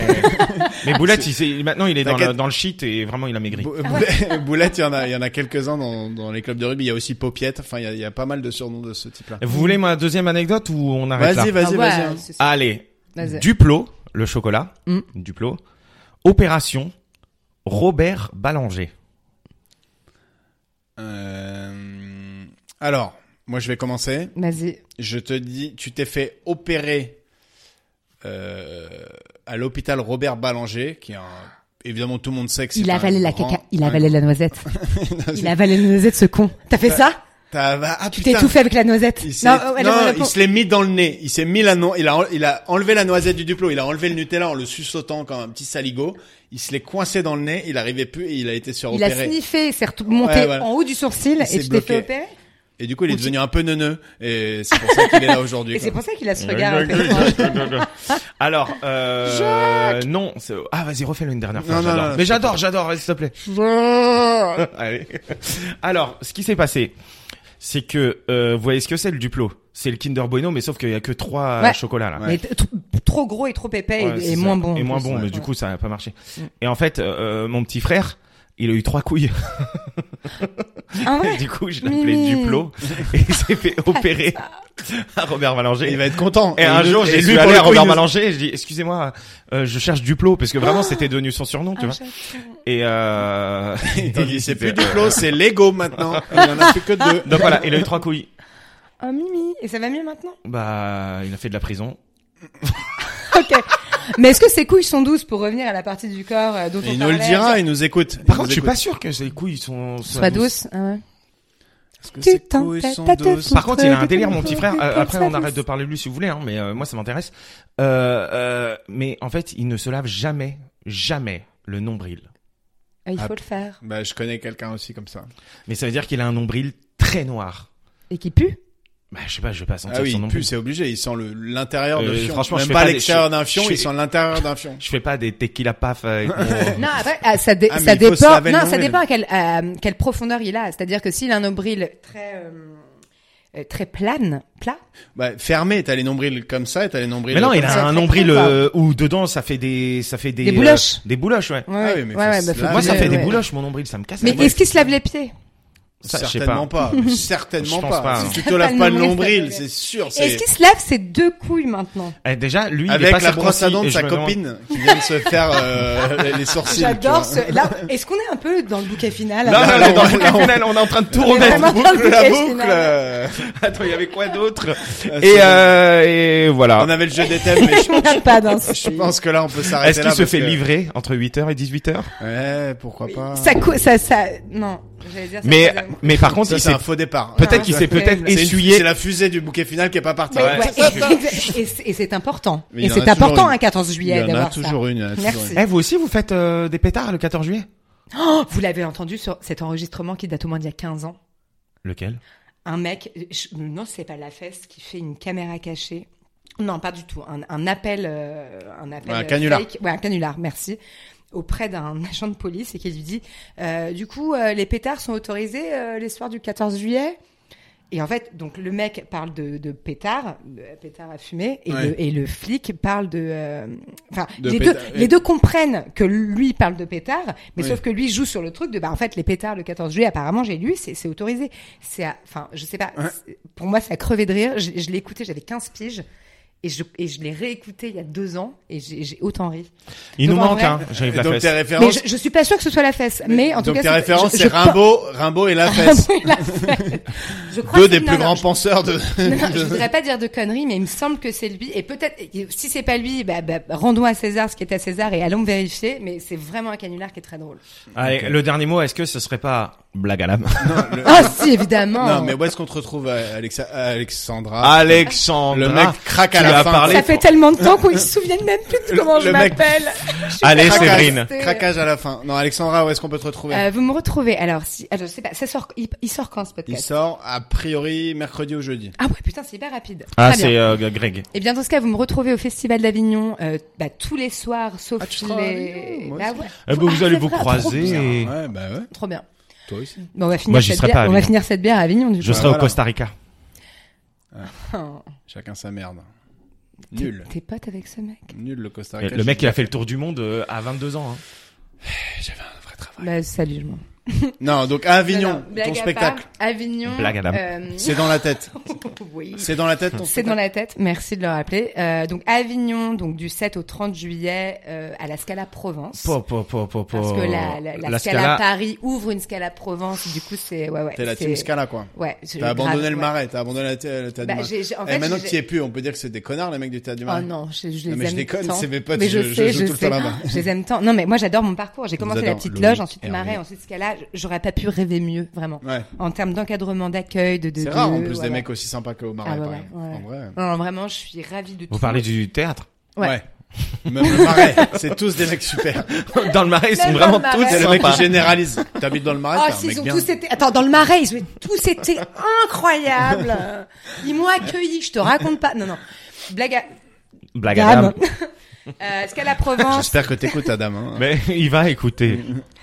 Mais Boulette, il s'est- maintenant, il est dans le, T'inquiète. dans le shit et vraiment, il a maigri. Bou- Boulet- Boulette, il y en a, il y en a quelques-uns dans, dans les clubs de rugby. Il y a aussi Paupiette. Enfin, il y a, il y a pas mal de surnoms de ce type-là. Vous voulez ma deuxième anecdote ou on arrête Vas-y, là? vas-y, Ah, vas-y. ouais, hein. c'est- Allez. Vas-y. Duplo, le chocolat. Mm. Duplo. Opération Robert Ballanger. Euh, alors, moi, je vais commencer. Vas-y. Je te dis, tu t'es fait opérer euh, à l'hôpital Robert Ballanger, qui est un... Évidemment, tout le monde sait que c'est Il a un avalé la grand- caca, il a un- avalé la noisette. Il a avalé la noisette, ce con. T'as fait ça? T'as, ah, Tu putain. t'es tout fait avec la noisette. Il s'est, Non, non, ouais, la- la- il se l'est mis dans le nez. Il s'est mis la no... il a, en- il a enlevé la noisette du Duplo. Il a enlevé le Nutella en le suçotant comme un petit saligo. Il se l'est coincé dans le nez. Il arrivait plus et il a été il a suropéré. sniffé, s'est retou- monté Ouais, voilà. en haut du sourcil Il et s'est tu t'es fait bloqué. opérer. Et du coup, il est devenu un peu neuneux. Et c'est pour ça qu'il est là aujourd'hui. Et c'est quoi. pour ça qu'il a ce regard. un peu étrange. Alors, euh, non, c'est... ah, vas-y, refais-le une dernière fois. Non, non, j'adore. non, Mais c'est j'adore, j'adore, s'il te plaît. Allez. Alors, ce qui s'est passé, c'est que, euh, vous voyez ce que c'est le Duplo? C'est le Kinder Bueno, mais sauf qu'il y a que trois Ouais. chocolats, là. Mais t- t- trop gros et trop épais Ouais, et, c'est et ça. moins bon. Et en moins plus. bon, mais Ouais. du coup, ça n'a pas marché. Mm. Et en fait, euh, mon petit frère, il a eu trois couilles. Ah ouais. Du coup, je l'appelais Mimi. Duplo. Et il s'est fait opérer à Robert Mallanger. Il va être content. Et un lui- jour, j'ai et dû lui, pour aller le à coup, Robert il nous- Mallanger et je dis, excusez-moi, euh, je cherche Duplo, parce que vraiment, c'était devenu son surnom, tu Ah, vois. j'adore. Et euh... Il t'a dit, c'est il plus disait, Duplo, c'est Lego maintenant. Il en a plus que deux. Donc voilà, il a eu trois couilles. Oh Mimi. Et ça va mieux maintenant? Bah, il a fait de la prison. Ok. Mais est-ce que ces couilles sont douces pour revenir à la partie du corps euh, dont Et on il nous le parlait, dira, genre, il nous écoute. Par Il contre, nous je suis écoute. pas sûr que ses couilles sont, Soit douces. Ah ouais. Est-ce que Tu ses t'en couilles fais sont pas te douces? foutre. Par contre, il a un de délire, ton mon petit frère. corps, Euh, comme après, ça, on douce. arrête de parler de lui si vous voulez, hein, mais euh, moi, ça m'intéresse. Euh, euh, mais en fait, il ne se lave jamais, jamais le nombril. Ah, il faut Ah. le faire. Bah, je connais quelqu'un aussi comme ça. Mais ça veut dire qu'il a un nombril très noir. Et qui pue? Bah, je sais pas, je vais pas sentir Ah oui, son il nombril. pue, c'est obligé. Il sent le, l'intérieur de Euh, fion. franchement, je Même fais pas pas des- l'extérieur je- d'un fion, je il fais- sent l'intérieur d'un fion. Je fais pas des tequila paf avec mon... Non, après, ah, ça, dé- Ah, mais ça il faut se dépend. laver le Non, ça nombril. dépend à quelle, euh, quelle profondeur il a. C'est-à-dire que s'il a un nombril très, euh, euh, très plane, plat. Bah, fermé, t'as les nombrils comme ça et t'as les nombrils Mais non, comme il ça. a ça, un très nombril cool, quoi. euh, où dedans ça fait des, ça fait des, Des bouloches. euh, des bouloches, ouais. Ouais, oui, mais ouais, faut ouais, se bah, faut laver. Moi, ça ouais, fait des ouais. bouloches, mon nombril, ça me casse. Mais la est-ce qu'il se lave les pieds? Ça, je sais Certainement pas. pas. Certainement Je pense pas. pas, Si hein. tu te laves pas le nombril, nombril, c'est sûr. Est-ce C'est qu'il se lave ses deux couilles maintenant? Eh, déjà, lui, il est avec pas la brosse à circoncis, dents de et sa je me demande- copine qui vient de se faire euh, les sourcils. J'adore tu vois. ce. Là, est-ce qu'on est un peu dans le bouquet final? Non, là non, Là, on est dans on- le bouquet là, on- final, on est en train de tout On est remettre. vraiment dans le Boucle la bouquet boucle. final. euh, Attends, il y avait quoi d'autre? c'est Et, bon. euh, et voilà. On avait le jeu des thèmes, mais je, On n'a pas dans ce je pense que là, on peut s'arrêter Est-ce là. qu'il se parce fait que- livrer entre huit heures et dix-huit heures? Ouais, pourquoi pas. Ça, cou- ça, ça, non. J'allais dire ça. Mais, ça- mais par contre, Ça, il c'est s'est, un faux départ. peut-être Ah, qu'il c'est s'est peut-être terrible. C'est une- essuyé. C'est la fusée du bouquet final qui est pas partie. Mais Ouais. ouais, et, et c'est- et c'est important. Mais Et il y en c'est a toujours important une. un quatorze Il juillet y en a d'avoir ça. toujours une. il y en a toujours Merci. une. Eh, vous aussi, vous faites euh, des pétards le quatorze juillet? Oh, vous l'avez entendu sur cet enregistrement qui date au moins d'il y a quinze ans. Lequel? Un mec, je- non, c'est pas la fesse, qui fait une caméra cachée. Non, pas du tout. Un, un appel, euh, un appel. Un euh, canular. fake. Ouais, un canular. Merci. Auprès d'un agent de police et qui lui dit, euh, du coup, euh, les pétards sont autorisés euh, les soirs du quatorze juillet. Et en fait, donc le mec parle de, de pétard, de pétard à fumer, et, Ouais. le, et le flic parle de, euh, enfin, De les pétard, deux, oui. les deux comprennent que lui parle de pétard, mais Oui. sauf que lui joue sur le truc de, bah en fait, les pétards le quatorze juillet, apparemment, j'ai lu, c'est, c'est autorisé. C'est, à- enfin, je sais pas. Ouais. c'est- Pour moi, ça a crevé de rire. Je, je l'ai écouté, j'avais quinze piges. Et je, et je l'ai réécouté il y a deux ans et j'ai, j'ai autant ri. Il Donc, nous en manque, vrai- hein, Jean-Yves Donc tes Lafesse. Mais références. je, je suis pas sûre que ce soit la fesse. Mais, en tout donc cas, tes c'est- références, je- c'est je- Rimbaud, Rimbaud et la fesse. Rimbaud et la fesse. Je crois Deux que- des non, plus non, grands je- penseurs de. Non, non, je de- voudrais pas dire de conneries, mais il me semble que c'est lui. Et peut-être, si c'est pas lui, bah, bah, rendons à César ce qui est à César et allons vérifier. Mais c'est vraiment un canular qui est très drôle. Allez, Ok. le dernier mot, est-ce que ce serait pas blague à l'âme? Non, le- Ah si, évidemment. non, mais où est-ce qu'on te retrouve, euh, Alexa- Alexandra? Alexandra. Le mec craque à tu la as fin. parlé Ça fait tellement de temps qu'on ne se souvienne même plus de Le- comment je le mec- m'appelle. Je suis Allez, pas Séverine. restée. Craquage à la fin. Non, Alexandra, où est-ce qu'on peut te retrouver? Euh, vous me retrouvez. Alors, si, alors, je sais pas, ça sort, il, il sort quand ce Il podcast? sort, a priori, mercredi ou jeudi. Ah ouais, putain, c'est hyper rapide. Ah, Très bien. c'est euh, Greg. Et bien dans ce cas, vous me retrouvez au Festival d'Avignon euh, bah, tous les soirs, sauf Ah, tu seras à les. Avignon, moi Bah aussi. ouais. Eh ben, vous Ah, allez c'est vous vrai, trop croiser bien. et Ouais, bah ouais. Trop bien. Toi aussi. Bon, on va finir Moi, j'y cette serai bière. pas à On va Avignon. finir cette bière à Avignon du coup. je serai voilà. au Costa Rica. Oh. Chacun sa merde. T'es- Nul. T'es pote avec ce mec? Nul le Costa Et Rica. le mec, il a fait le tour du monde euh, à vingt-deux ans. Hein. J'avais un vrai travail. Bah salut, je m'en. Non, donc à Avignon, Non, non, blague ton à spectacle. part, Avignon. Blague à dame. euh, C'est dans la tête. oui. C'est dans la tête ton C'est dans la tête. Merci de le rappeler. Euh, donc Avignon, donc du sept au trente juillet euh, à la Scala Provence. Po, po, po, po, po. Parce que la, la, la, La Scala, Scala- Paris ouvre une Scala Provence. Du coup, c'est ouais ouais. T'es la c'est- team Scala, quoi. Ouais. je- T'as abandonné grave, le ouais. marais, t'as abandonné la théâtre du Bah, marais. j'ai, j'ai- en Et fait, maintenant j'ai- que t'y es plus, on peut dire que c'est des connards, les mecs du théâtre du Oh marais. non, je, je Non, les mais je aime déconne, tant. c'est mes potes, Mais je, je- je sais, joue je tout le sais. temps là-bas. Je les aime tant. Non, mais moi j'adore mon parcours. J'ai commencé la adore, petite Loïc, loge, ensuite le Hervé. marais, ensuite Scala. pas, j'aurais pas pu rêver mieux, vraiment. Ouais. En termes d'encadrement, d'accueil, de, de. C'est de, rare en plus voilà. des mecs aussi sympas qu'au Marais. Ah ouais, par ouais, exemple. ouais. En vrai. Non, non, vraiment, je suis ravie de tout. Vous parlez du théâtre? Ouais. Ouais. Même le Marais, c'est tous des mecs super. Dans le Marais, ils sont Même vraiment dans le tous Marais. C'est le mec sympas. qui généralise. T'habites dans le Marais, Oh, t'es un s'ils mec ont bien. tous été, attends, dans le Marais, ils ont tous été incroyables. Ils m'ont accueilli, je te raconte pas. Non, non. Blague à, Blague à dame. euh, ce qu'à la Provence. J'espère que t'écoutes Adam. Hein. Mais il va écouter.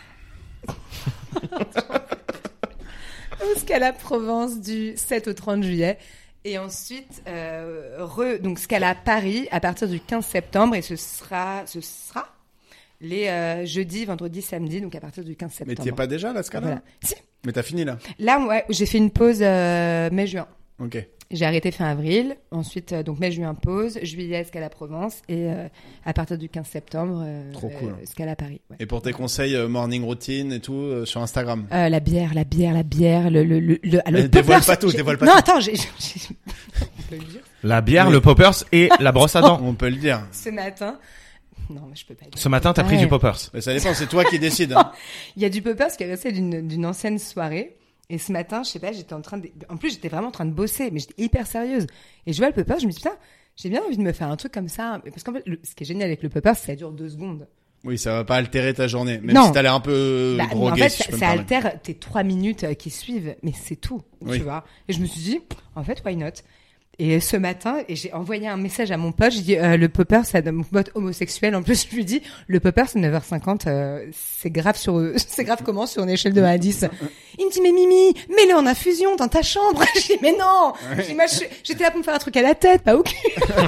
Ce qu'à la Provence du sept au trente juillet. Et ensuite, euh, re, donc Scala Paris à partir du quinze septembre et ce sera, ce sera les euh, jeudis, vendredis, samedis, donc à partir du quinze Mais septembre. t'y es pas déjà là, ce cas-là? Voilà. Si. Mais t'as fini là. Là, ouais, j'ai fait une pause euh, mai-juin. Ok. J'ai arrêté fin avril. Ensuite, euh, donc mai-juin pause, juillet Scala Provence et euh, à partir du quinze septembre, euh, Trop cool. euh, Scala Paris. Ouais. Et pour tes conseils euh, morning routine et tout euh, sur Instagram. Euh, la bière, la bière, la bière, le le le. le, le Euh, dévoile poppers, pas tout, j'ai- dévoile pas non, tout. attends, j'ai. j'ai- j'ai- On peut le dire. La bière, Oui. le poppers et la brosse à dents. On peut le dire. Ce matin. Non, mais je peux pas le dire. Ce matin, t'as pris Ouais. du poppers. Mais ça dépend, c'est toi qui décides. Hein. Il y a du poppers qui est resté d'une d'une ancienne soirée. Et ce matin, je sais pas, j'étais en train de... En plus, j'étais vraiment en train de bosser, mais j'étais hyper sérieuse. Et je vois le poppers, je me dis, putain, j'ai bien envie de me faire un truc comme ça. Parce qu'en fait, le- ce qui est génial avec le poppers, c'est que ça dure deux secondes. Oui, ça va pas altérer ta journée. Même Non. si t'as l'air un peu Bah, mais en drogué, fait, si je ça, peux me ça permettre. altère tes trois minutes euh, qui suivent, mais c'est tout, Oui. tu vois. Et je me suis dit, en fait, why not? Et ce matin, et j'ai envoyé un message à mon pote, j'ai dit, euh, le popper, c'est mon pote homosexuel, en plus, je lui dis, le popper, c'est neuf heures cinquante, euh, c'est grave sur, c'est grave comment sur une échelle de un à dix. Il me dit, mais Mimi, mets-le en infusion dans ta chambre. Je dis, mais non! Je dis, moi, je- j'étais là pour me faire un truc à la tête, pas au cul.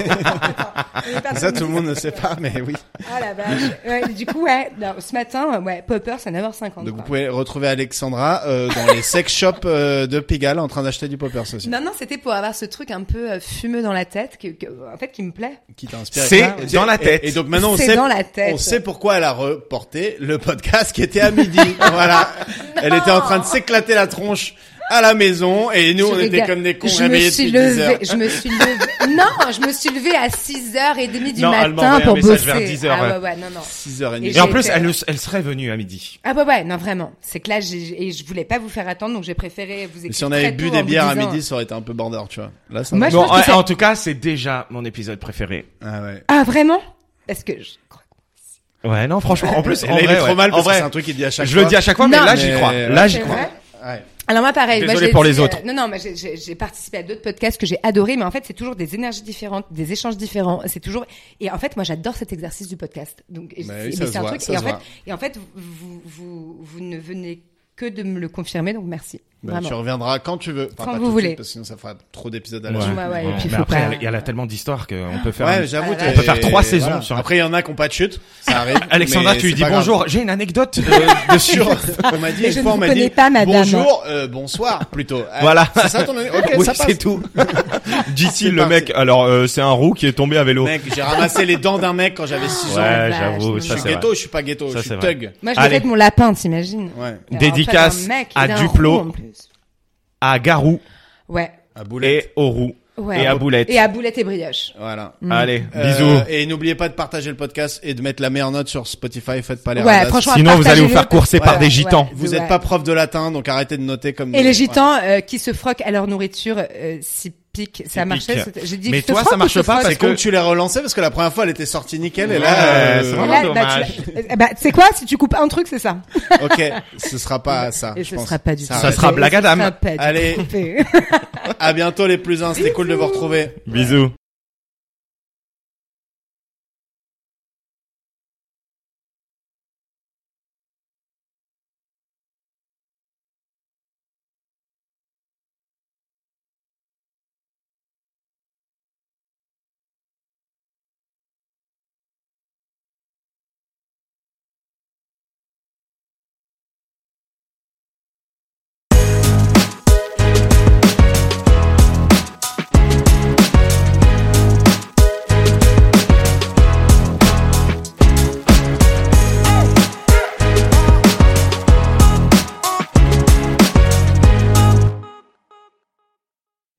Ça, tout le monde ne sait pas, mais oui. Ah la vache. Ouais, du coup, ouais, non, ce matin, ouais, popper, c'est neuf heures cinquante. Donc vous quoi. pouvez retrouver Alexandra euh, dans les sex shops euh, de Pigalle en train d'acheter du poppers aussi. Non, non, c'était pour avoir ce truc un peu euh, fumeux dans la tête, que, que, en fait, qui me plaît. Qui t'a inspiré. C'est Ah, dans la tête. Et, et donc maintenant on C'est sait, dans la tête. on sait pourquoi elle a reporté le podcast qui était à midi. Voilà. Elle était en train de s'éclater la tronche à la maison et nous Je on était regarde- comme des cons je me réveillés suis depuis dix heures. levée, je me suis levée, non, je me suis levée à six heures trente du Non, elle m'a matin envoyé un pour message bosser. vers dix heures, Ah ouais. ouais, ouais, non, non. six heures trente. Et Et en j'ai plus, été- elle, elle serait venue à midi. Ah ouais, ouais, non, vraiment. C'est que là, j'ai, et je voulais pas vous faire attendre, donc j'ai préféré vous écrire Si on avait très bu tôt des en vous bières à disant- midi, ça aurait été un peu border, tu vois. Là, ça Moi, va. je Bon, pense que en, c'est- en tout cas, c'est déjà mon épisode préféré. Ah ouais. Ah, vraiment? Est-ce que je crois Ouais, non, franchement, en plus, Et en là, il vrai, est trop ouais. mal En parce que vrai, c'est un truc qu'il dit à chaque je fois. le dis à chaque fois, mais Non. là, j'y Mais- crois. ouais. Là, j'y C'est crois. vrai? Ouais. Alors moi pareil, moi, Désolé je l'ai pour les dit, autres. euh, non non, mais j'ai- j'ai j'ai participé à d'autres podcasts que j'ai adoré, mais en fait c'est toujours des énergies différentes, des échanges différents. C'est toujours et en fait moi j'adore cet exercice du podcast. Donc et Bah c'est- oui, mais ça c'est se un voit, truc ça et en se fait voit. et en fait vous vous vous ne venez que de me le confirmer, donc merci. Bah, Vraiment. tu reviendras quand tu veux. Enfin, Quand pas vous tout de voulez. suite, parce que sinon ça fera trop d'épisodes à la Ouais. suite. Ouais, ouais, et Ouais. puis Mais faut après, pas- il y a tellement d'histoires qu'on peut faire. Ouais, un- j'avoue. On t'es- peut faire trois voilà. saisons sur- Après, il y en a qui ont pas de chute. Ça arrive. Alexandra, mais tu lui c'est dis pas grave. bonjour. J'ai une anecdote de, de Sur, sur. on m'a dit Mais une je fois, ne on m'a vous dit connais pas, madame. bonjour, euh, bonsoir plutôt. Ah, Voilà. C'est ça ton ok, Oui, ça passe. c'est tout. Dit-il C'est le parti. mec. Alors, euh, c'est un roux qui est tombé à vélo. Mec, j'ai ramassé les dents d'un mec quand j'avais six ans. Ouais, vache, j'avoue, non, Je ça suis c'est ghetto, vrai. je suis pas ghetto, Ça, je suis c'est vrai. thug. Moi je l'ai Allez. fait de mon lapin, t'imagines? Ouais. Et en Dédicace fait, un mec, à il a un Duplo. roux, en plus. À Garou Ouais. À boulette. et au roux Ouais. et à Boulette. Et à boulette et brioche. Voilà. Allez, Euh, bisous. Et n'oubliez pas de partager le podcast et de mettre la meilleure note sur Spotify. Faites pas les Ouais, radasses. franchement. Sinon, vous allez vous partagez-le faire courser parce- par des ouais, gitans. ouais, Vous ouais. êtes pas prof de latin, donc arrêtez de noter comme. Et des- les gitans euh, qui se froquent à leur nourriture, euh, si pique, ça pique. marchait. c'était- J'ai dit, Mais se toi, froque ça ou marche se pas froque C'est parce con que- que tu l'as relancé parce que la première fois elle était sortie nickel et Ouais, là, euh, c'est Et vraiment là, bah, dommage. tu l'as- eh bah, c'est quoi? Si tu coupes un truc, c'est ça. ok, ce sera pas ça. Et je ce pense. sera pas du tout. Ça Ça arrête. sera blague à Ce sera dame. pas du Allez. tout. À bientôt les plus uns, c'était cool de vous retrouver. Bisous.